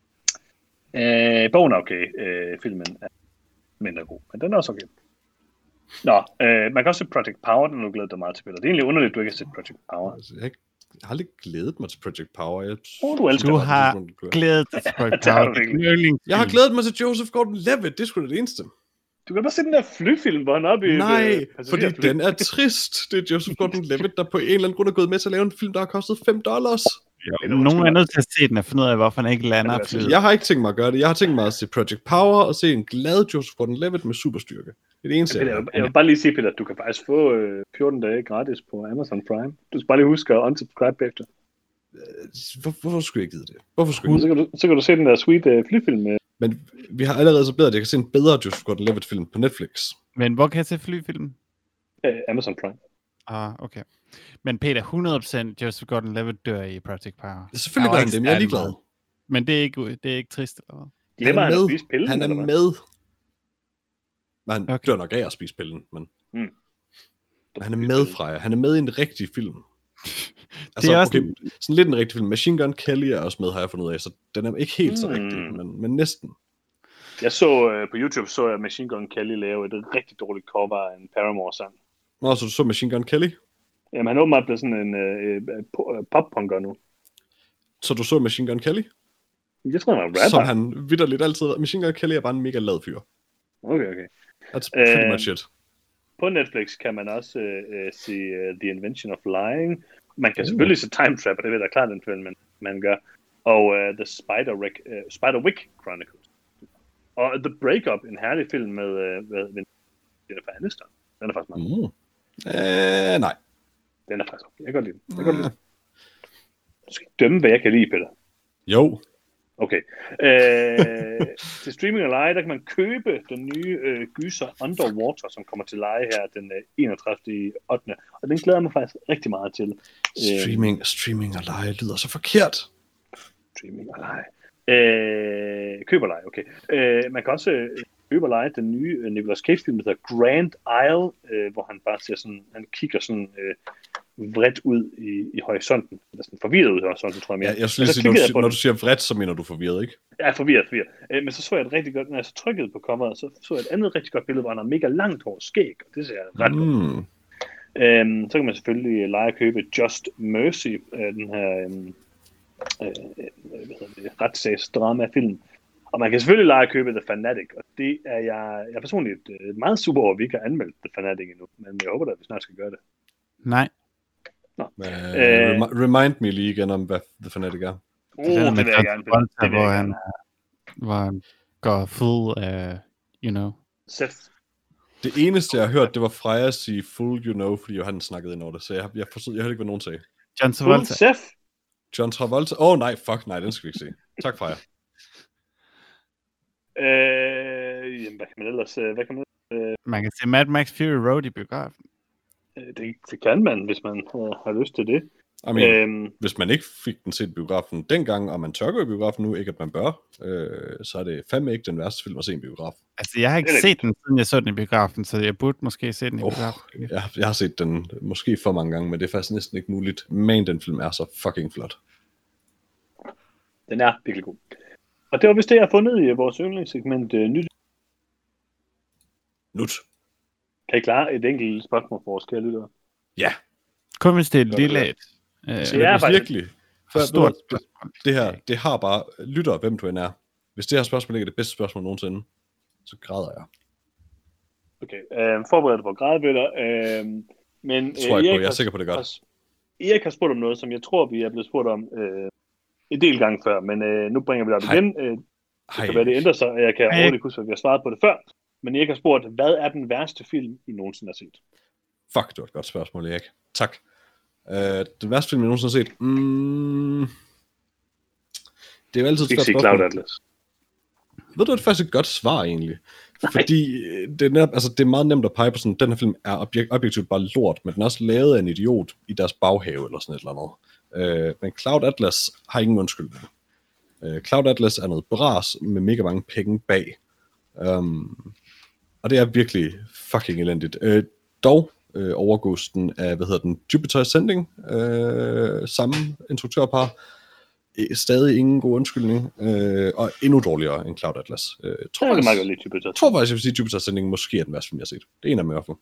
bogen er okay. Filmen er mindre god, men den er også okay. Nå, man kan også se Project Power, den har du glædet dig meget til, Peter. Det er egentlig underligt, at du ikke har set Project Power. Altså, jeg har aldrig glædet mig til Project Power. Du har glædet dig til Project Power. Jeg har glædet mig til Joseph Gordon-Levitt. Det er sgu da det eneste. Du kan bare se den der flyfilm, hvor han er oppe i... Nej, fordi den er trist. Det er Joseph Gordon-Levitt, der på en eller anden grund er gået med til at lave en film, der har kostet $5. Nogen er nødt til at se den og finde ud af, hvorfor han ikke lander flyet. Jeg har ikke tænkt mig at gøre det. Jeg har tænkt mig at se Project Power og se en glad Joseph Gordon-Levitt med superstyrke. Det er det eneste, jeg vil bare lige sige, Peter, at du kan faktisk få 14 dage gratis på Amazon Prime. Du skal bare lige huske at unsubscribe efter. Hvorfor skulle jeg ikke det? Hvorfor skulle så kan du se den der sweet flyfilm. Men vi har allerede så bedre, at jeg kan se en bedre Joseph Gordon-Levitt film på Netflix. Men hvor kan jeg se flyfilmen? Amazon Prime. Okay. Men Peter, 100% Joseph Gordon-Levitt dør i Project Power. Selvfølgelig gør han det, men jeg er ligeglad. Men det er ikke trist, eller hvad? Glemmer han at spise pillen? Han er med. Men han dør nok af at spise pillen, men... Han er med, Freja. Han er med i en rigtig film. Altså, okay, sådan lidt en rigtig film. Machine Gun Kelly er også med, har jeg fundet ud af, så den er ikke helt så rigtig, men næsten. Jeg så på YouTube, så jeg Machine Gun Kelly lave et rigtig dårligt cover af en Paramore-sang. Nå, så du så Machine Gun Kelly? Jamen, han er åbenbart blevet sådan en pop-punker nu. Så du så Machine Gun Kelly? Jeg tror, han er rapper. Som han vitterligt altid... Machine Gun Kelly er bare en mega lad fyr. Okay. That's pretty much it. På Netflix kan man også se The Invention of Lying. Man kan selvfølgelig se Time Trap, og det ved jeg klart, den film, man gør. Og The Spiderwick Chronicles. Og The Breakup, en herlig film med Jennifer Aniston. Den er faktisk meget. Nej. Den er faktisk okay. Jeg kan godt lide den. Du skal dømme, hvad jeg kan lide, Peter. Jo. Okay. Til streaming og leje, der kan man købe den nye gyser Underwater, som kommer til leje her den 31. 8. Og den glæder jeg mig faktisk rigtig meget til. Streaming og leje lyder så forkert. Streaming og leje. Køb og leje, okay. Man kan også købe og leje den nye Nicolas Cage-film, der hedder Grand Isle, hvor han bare ser sådan, han kigger sådan vredt ud i horisonten, eller sådan forvirret ud i horisonten, tror jeg mere. Ja, jeg synes når du siger vredt, så mener du forvirret, ikke? Ja, forvirret. Men så jeg et rigtig godt, når jeg så trykkede på coveret, så jeg et andet rigtig godt billede, hvor han har mega langt hår skæg, og det ser ret godt. Så kan man selvfølgelig lege og købe Just Mercy, den her retssagsdrama-film. Og man kan selvfølgelig lege at købe The Fanatic, og det er jeg er personligt meget super over, at vi ikke har anmeldt The Fanatic endnu, men jeg håber da, at vi snart skal gøre det. Nej. Remind me lige igen om, hvad The Fanatic er. Det vil jeg gerne. Hvor han går full, Seth. Det eneste, jeg har hørt, det var Freja sige full, fordi Johan snakkede ind over det, så jeg forstod ikke, hvad nogen sagde. John Travolta. Seth. John Travolta? Nej, den skal vi ikke se. Tak, Freja. Jamen, hvad kan man ellers... Man kan se Mad Max Fury Road i biografen. Det kan man, hvis man har lyst til det. Hvis man ikke fik den set biografen dengang, og man tør gå i biografen nu, ikke at man bør, så er det fandme ikke den værste film at se i biografen. Altså, jeg har ikke set den, siden jeg så den i biografen, så jeg burde måske se den i biografen. Jeg har set den måske for mange gange, men det er faktisk næsten ikke muligt. Men den film er så fucking flot. Den er virkelig god. Og det var vist det, jeg har fundet i vores yndlingssegment nyt. Kan I klare et enkelt spørgsmål for vores kære lyttere? Ja. Kun hvis det er et lille et. Det er virkelig. Stort det her, det har bare, lytter hvem du end er. Hvis det her spørgsmål ikke er det bedste spørgsmål nogensinde, så græder jeg. Okay, forbered dig på grædebøtter. Men Tror jeg er sikker på det godt. Erik har spurgt om noget, som jeg tror, vi er blevet spurgt om en del gange før, men nu bringer vi det op igen. Det kan være, det ændrer sig, og jeg kan overhovedet ikke huske, at vi har svaret på det før. Men Erik har spurgt, hvad er den værste film, I nogensinde har set? Fuck, det var et godt spørgsmål, Erik. Tak. Den værste film, jeg nogensinde har set? Det er jo altid et godt spørgsmål. Cloud Atlas. Ved du, det er faktisk et godt svar, egentlig. Fordi det er meget nemt at pege på sådan, den her film er objektivt bare lort, men den er også lavet af en idiot i deres baghave, eller sådan et eller andet. Men Cloud Atlas har ingen undskyldning. Cloud Atlas er noget bras med mega mange penge bag. Og det er virkelig fucking elendigt. Dog overgås den af, Jupiter Ascending, samme instruktørpar. Stadig ingen god undskyldning, og endnu dårligere end Cloud Atlas. Jeg tror faktisk, jeg vil sige, at Jupiter Ascending måske er den værste film, jeg har set. Det er en af dem i hvert fald.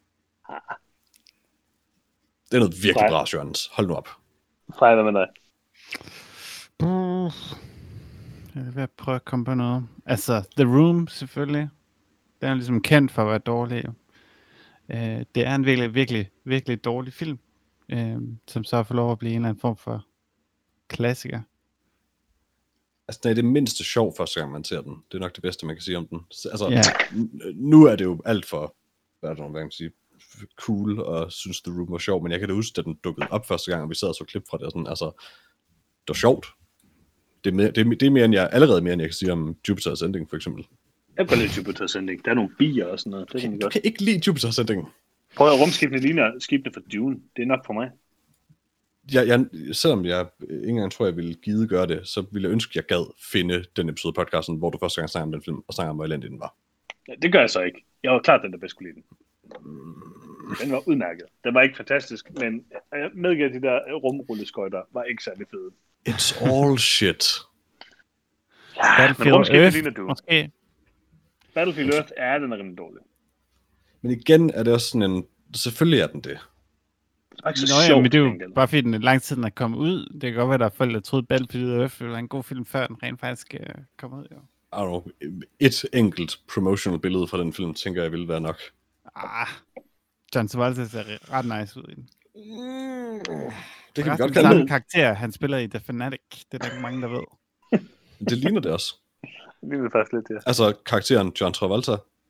Det er noget virkelig bras, Jørgens. Hold nu op. Freja, hvad med dig? Jeg vil prøve at komme på noget. Altså, The Room, selvfølgelig. Den er ligesom kendt for at være dårlig. Det er en virkelig, virkelig, virkelig dårlig film, som så får lov at blive en eller anden form for klassiker. Altså, det er det mindste sjov første gang, man ser den. Det er nok det bedste, man kan sige om den. Altså, nu er det jo alt for, hvad kan man sige, cool, og synes The Room var sjov, men jeg kan da huske, at den dukkede op første gang, og vi sad og så klip fra det, og sådan, altså, det var sjovt. Det er mere end jeg, allerede mere end jeg kan sige om Jupiter Ascending, for eksempel. Jeg kan lide Jupiter Ascending. Der er nogle bier og sådan noget. Det du kan ikke lide Jupiter Ascending. Prøv at rumskibene ligner skibene fra Dune. Det er nok for mig. Selvom jeg ikke engang tror, jeg ville gide gøre det, så ville jeg ønske, at jeg gad finde den episode af podcasten, hvor du første gang snakker om den film, og snakker om, hvor elendig den var. Ja, det gør jeg så ikke. Jeg var klart, den der bedst kunne lide den. Den var udmærket. Den var ikke fantastisk, men jeg medgiver, de der rumrulleskøjter var ikke særlig fede. It's all shit. Ja, men rumskibene ligner du. Måske. Battlefield Earth er den rimelig dårlig. Men igen er det også sådan en... Selvfølgelig er den det. Men det er jo bare fordi den er lang tid, den er kommet ud. Det kan godt være, at der er folk, der troede, Battlefield Earth ville være en god film, før den rent faktisk kom ud. Jo. I don't know. Et enkelt promotional billede fra den film, tænker jeg, ville være nok. John Travolta ser ret nice ud i den. Det kan vi godt kalde samme karakter, han spiller i The Fanatic. Det er der ikke mange, der ved. Det ligner det også. Det ligner faktisk lidt, ja. Altså karakteren John Travolta.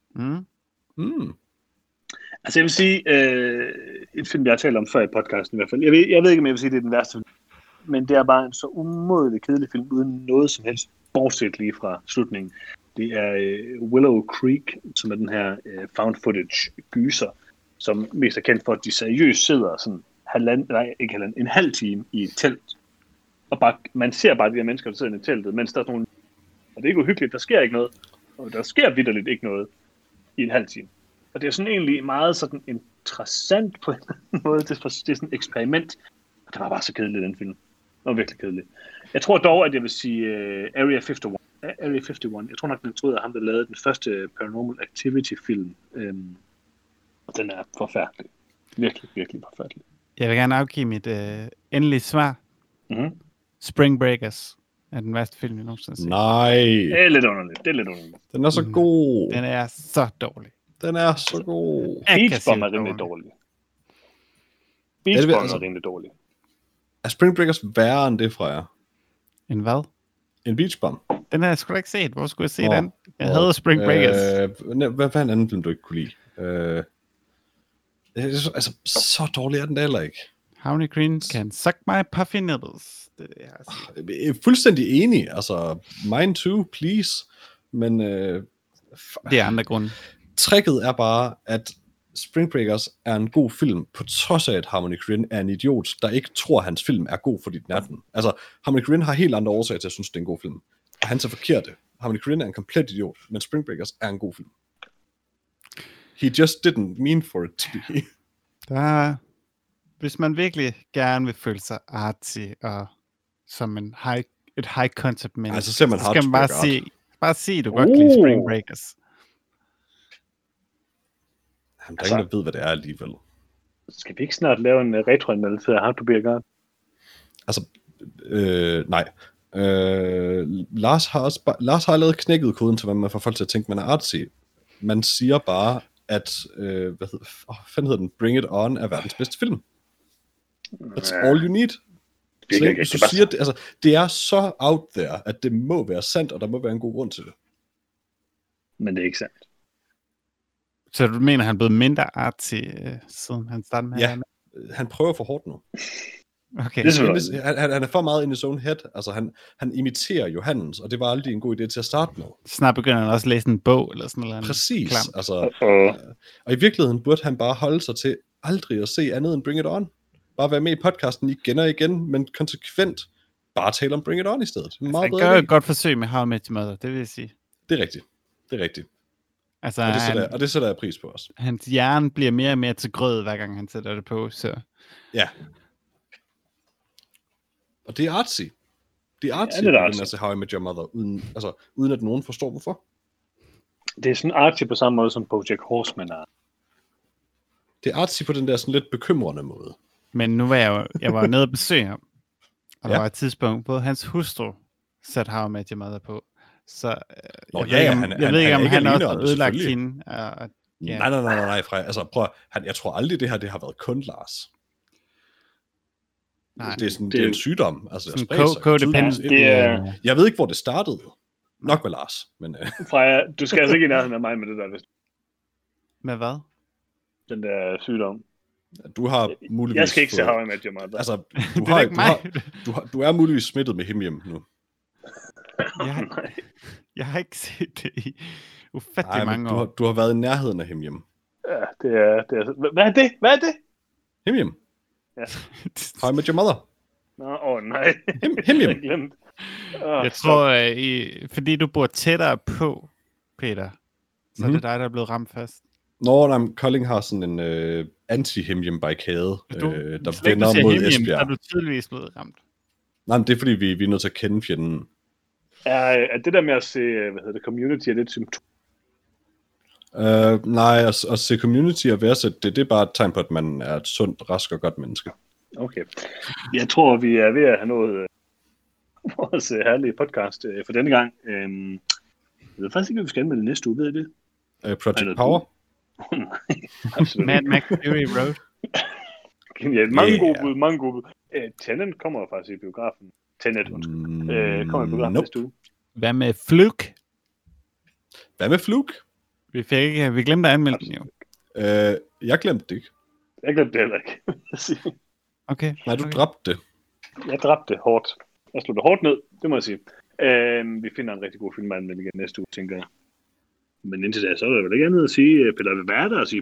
Altså jeg vil sige, et film, jeg har talt om før i podcasten i hvert fald. Jeg ved ikke, om jeg vil sige, det er den værste film. Men det er bare en så umådelig kedelig film, uden noget som helst, bortset lige fra slutningen. Det er Willow Creek, som er den her found footage gyser, som mest er kendt for, at de seriøst sidder sådan en halv time i et telt. Og bare, man ser bare de her mennesker, der sidder i teltet, mens der er nogle... Og det er ikke uhyggeligt, der sker ikke noget. Og der sker vitterligt ikke noget i en halv time. Og det er sådan egentlig meget sådan interessant på en måde. Det er sådan et eksperiment. Og det var bare så kedeligt, den film. Det var virkelig kedeligt. Jeg tror dog, at jeg vil sige Area 51. Area 51. Jeg tror nok, den troede, at ham, der lavede den første Paranormal Activity-film. Og den er forfærdelig. Virkelig, virkelig forfærdelig. Jeg vil gerne afgive mit endelige svar. Mm-hmm. Spring Breakers er den værste film, jeg nogensinde har set. Nej. Det er lidt underligt. Den er så god. Den er så dårlig. Den er så god. Beach Bomb er rimelig dårlig. Beach Bomb er rimelig dårlig. Er Spring Breakers værre end det fra jer? En hvad? En Beach Bomb. Den har jeg sgu da ikke set. Hvor skulle jeg se den? Jeg havde Spring Breakers. Hvad er en anden film, du ikke kunne lide? Altså, så dårlig er den da heller ikke. How Green can suck my puffy nipples. Det er jeg er fuldstændig enig. Altså, mine too, please. Men det er andre grunde. Tricket er bare, at Spring Breakers er en god film, på trods af, at Harmony Korine er en idiot, der ikke tror, at hans film er god, fordi den er den. Altså, Harmony Korine har helt andre årsager til, at jeg synes, det er en god film. Og han er forkert. Harmony Korine er en komplet idiot, men Spring Breakers er en god film. He just didn't mean for it to be. Hvis man virkelig gerne vil føle sig artsy og som et high concept menneske, altså, så skal man bare sige, du godt lide Spring Breakers. Jamen, der er ingen, der ved, hvad det er alligevel. Skal vi ikke snart lave en retroanmeldelse af How to Be a God? Altså, Nej. Lars har allerede knækket koden til, hvad man får folk til at tænke, man er artsy. Man siger bare, at hvad hedder den? Bring It On er verdens bedste film. That's all you need. Det er så out there, at det må være sandt, og der må være en god grund til det. Men det er ikke sandt. Så du mener, han er blevet mindre artsy, siden han startede med? Ja, han prøver for hårdt nu. Okay. Han er for meget in his own head. Altså, han imiterer Johannes, og det var aldrig en god idé til at starte med. Snart begynder han også at læse en bog, eller sådan noget. Præcis. Altså, og i virkeligheden burde han bare holde sig til aldrig at se andet end Bring It On. Bare være med i podcasten igen og igen, men konsekvent bare tale om Bring It On i stedet. Han gør et godt forsøg med How I Met Your Mother, det vil jeg sige. Det er rigtigt. Altså, og det sætter jeg pris på også. Hans hjerne bliver mere og mere til grød, hver gang han sætter det på, så... Ja. Og det er artsy. Det er artsy, at How I Met Your Mother, uden at nogen forstår hvorfor. Det er sådan artsy på samme måde, som BoJack Horseman er. Det er artsy på den der sådan lidt bekymrende måde. Men nu var jeg var nede og besøge ham, og der var et tidspunkt, både hans hustru satte How I Met Your Mother på. Så jeg ved ikke, om han også har ødelagt hende. Nej, Freja. Altså, jeg tror aldrig, det har været kun Lars. Nej, det er en sygdom. Altså, jeg ved ikke, hvor det startede. Nok med Lars. Men, Freja, du skal altså ikke i nærheden af mig med det der. Med hvad? Den der sygdom. Du har muligvis... Jeg skal ikke se How I Met Your Mother. Altså, du er muligvis smittet med hemhjem nu. Jeg har ikke set det i ufattelig mange år. Du har været i nærheden af hemhjem. Ja, det er... Hvad er det? Hemhjem. Ja. How I Met Your Mother. Nej. Hemhjem. Jeg tror, fordi du bor tættere på, Peter, så er det dig, der er blevet ramt først. Kolding har sådan en anti-hemhjem-barrikade, der vender mod hemhjem, Esbjerg. Er du tydeligvis blevet ramt? Nej, men det er fordi, vi er nødt til at kende fjenden. Er det der med at se, Community, er det et symptom? Nej, at se Community og værdsætte det er bare et tegn på, at man er et sundt, rask og godt menneske. Okay. Jeg tror, vi er ved at have nået vores herlige podcast for denne gang. Jeg ved faktisk ikke, hvad vi skal med det næste uge, ved I det? Project Power? Nej, absolut. Mad Max Fury Road. Genialt. Mange gode bud. Tenet kommer faktisk i biografen. Tenet, kommer i biografen næste uge. Hvad med Fluke? Vi glemte at anmelde den jo. Jeg glemte det ikke. Jeg glemte det heller ikke. Okay. Nej, du dræbte det. Jeg dræbte det hårdt. Jeg slog det hårdt ned, det må jeg sige. Vi finder en rigtig god film at anmelde igen næste uge, tænker jeg. Men indtil da, så er der vel ikke andet at sige, Peter, hvad er der at sige?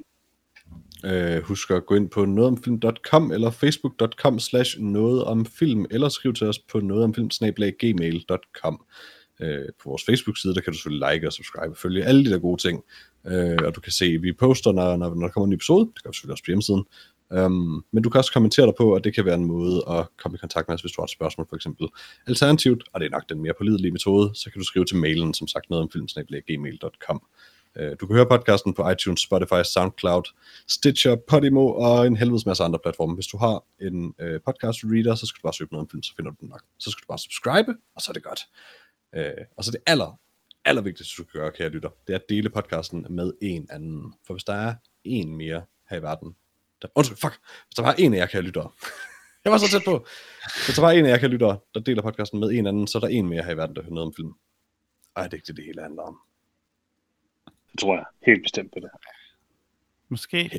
Husk at gå ind på nogetomfilm.com eller facebook.com/nogetomfilm eller skriv til os på nogetomfilm@gmail.com. På vores Facebook-side, der kan du selvfølgelig like og subscribe, følge alle de der gode ting. Og du kan se, at vi poster, når der kommer en ny episode. Det kan du selvfølgelig også på hjemmesiden. Men du kan også kommentere der på, og det kan være en måde at komme i kontakt med os, hvis du har et spørgsmål for eksempel. Alternativt, og det er nok den mere pålidelige metode, så kan du skrive til mailen, som sagt, nogetomfilm@gmail.com. Du kan høre podcasten på iTunes, Spotify, SoundCloud, Stitcher, Podimo og en helvedes masse andre platforme. Hvis du har en podcast reader, så skal du bare søge på noget om film, så finder du den nok. Så skal du bare subscribe, og så er det godt. Og så det allervigtigste, du kan gøre, kære lytter, det er at dele podcasten med en anden. For hvis der er en mere her i verden, hvis der var en af jer, kære lyttere, jeg var så tæt på, hvis der var en af jer, kære lyttere, der deler podcasten med en anden, så er der en mere her i verden, der hører noget om film. Ej, det er ikke det hele handler om. Det tror jeg helt bestemt på det. Måske.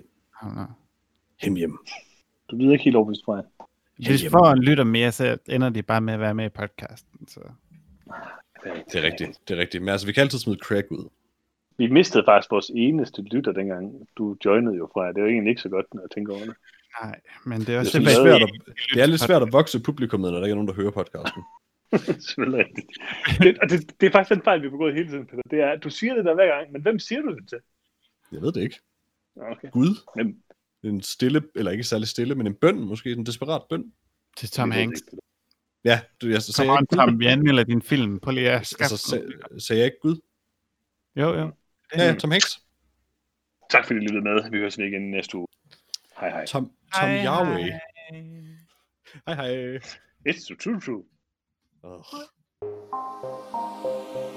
Hjem. Du lyder ikke helt overbevist fra jer. Hvis vi får en lytter mere, så ender de bare med at være med i podcasten. Så. Det er rigtigt. Men altså, vi kan altid smide Craig ud. Vi mistede faktisk vores eneste lytter, dengang du joinede jo fra. Det er jo egentlig ikke så godt, når jeg tænker over det. Nej, men det er også det er lidt svært at vokse publikummet, når der ikke er nogen, der hører podcasten. Selvfølgelig rigtigt. Det er faktisk den fejl, vi har begået hele tiden, Peter. Det er, at du siger det der hver gang, men hvem siger du det til? Jeg ved det ikke. Okay. Gud. En stille, eller ikke særlig stille, men en bøn, måske en desperat bøn. Til Tom Hanks. Ja, sagde jeg ikke Tom, vi anmelder din film. Prøv lige at skaffe sagde jeg ikke Gud? Jo. Ja, Tom Hanks. Tak fordi I lyttede med. Vi høres igen næste uge. Hej. Tom Yahweh. Hej. It's true. Oh.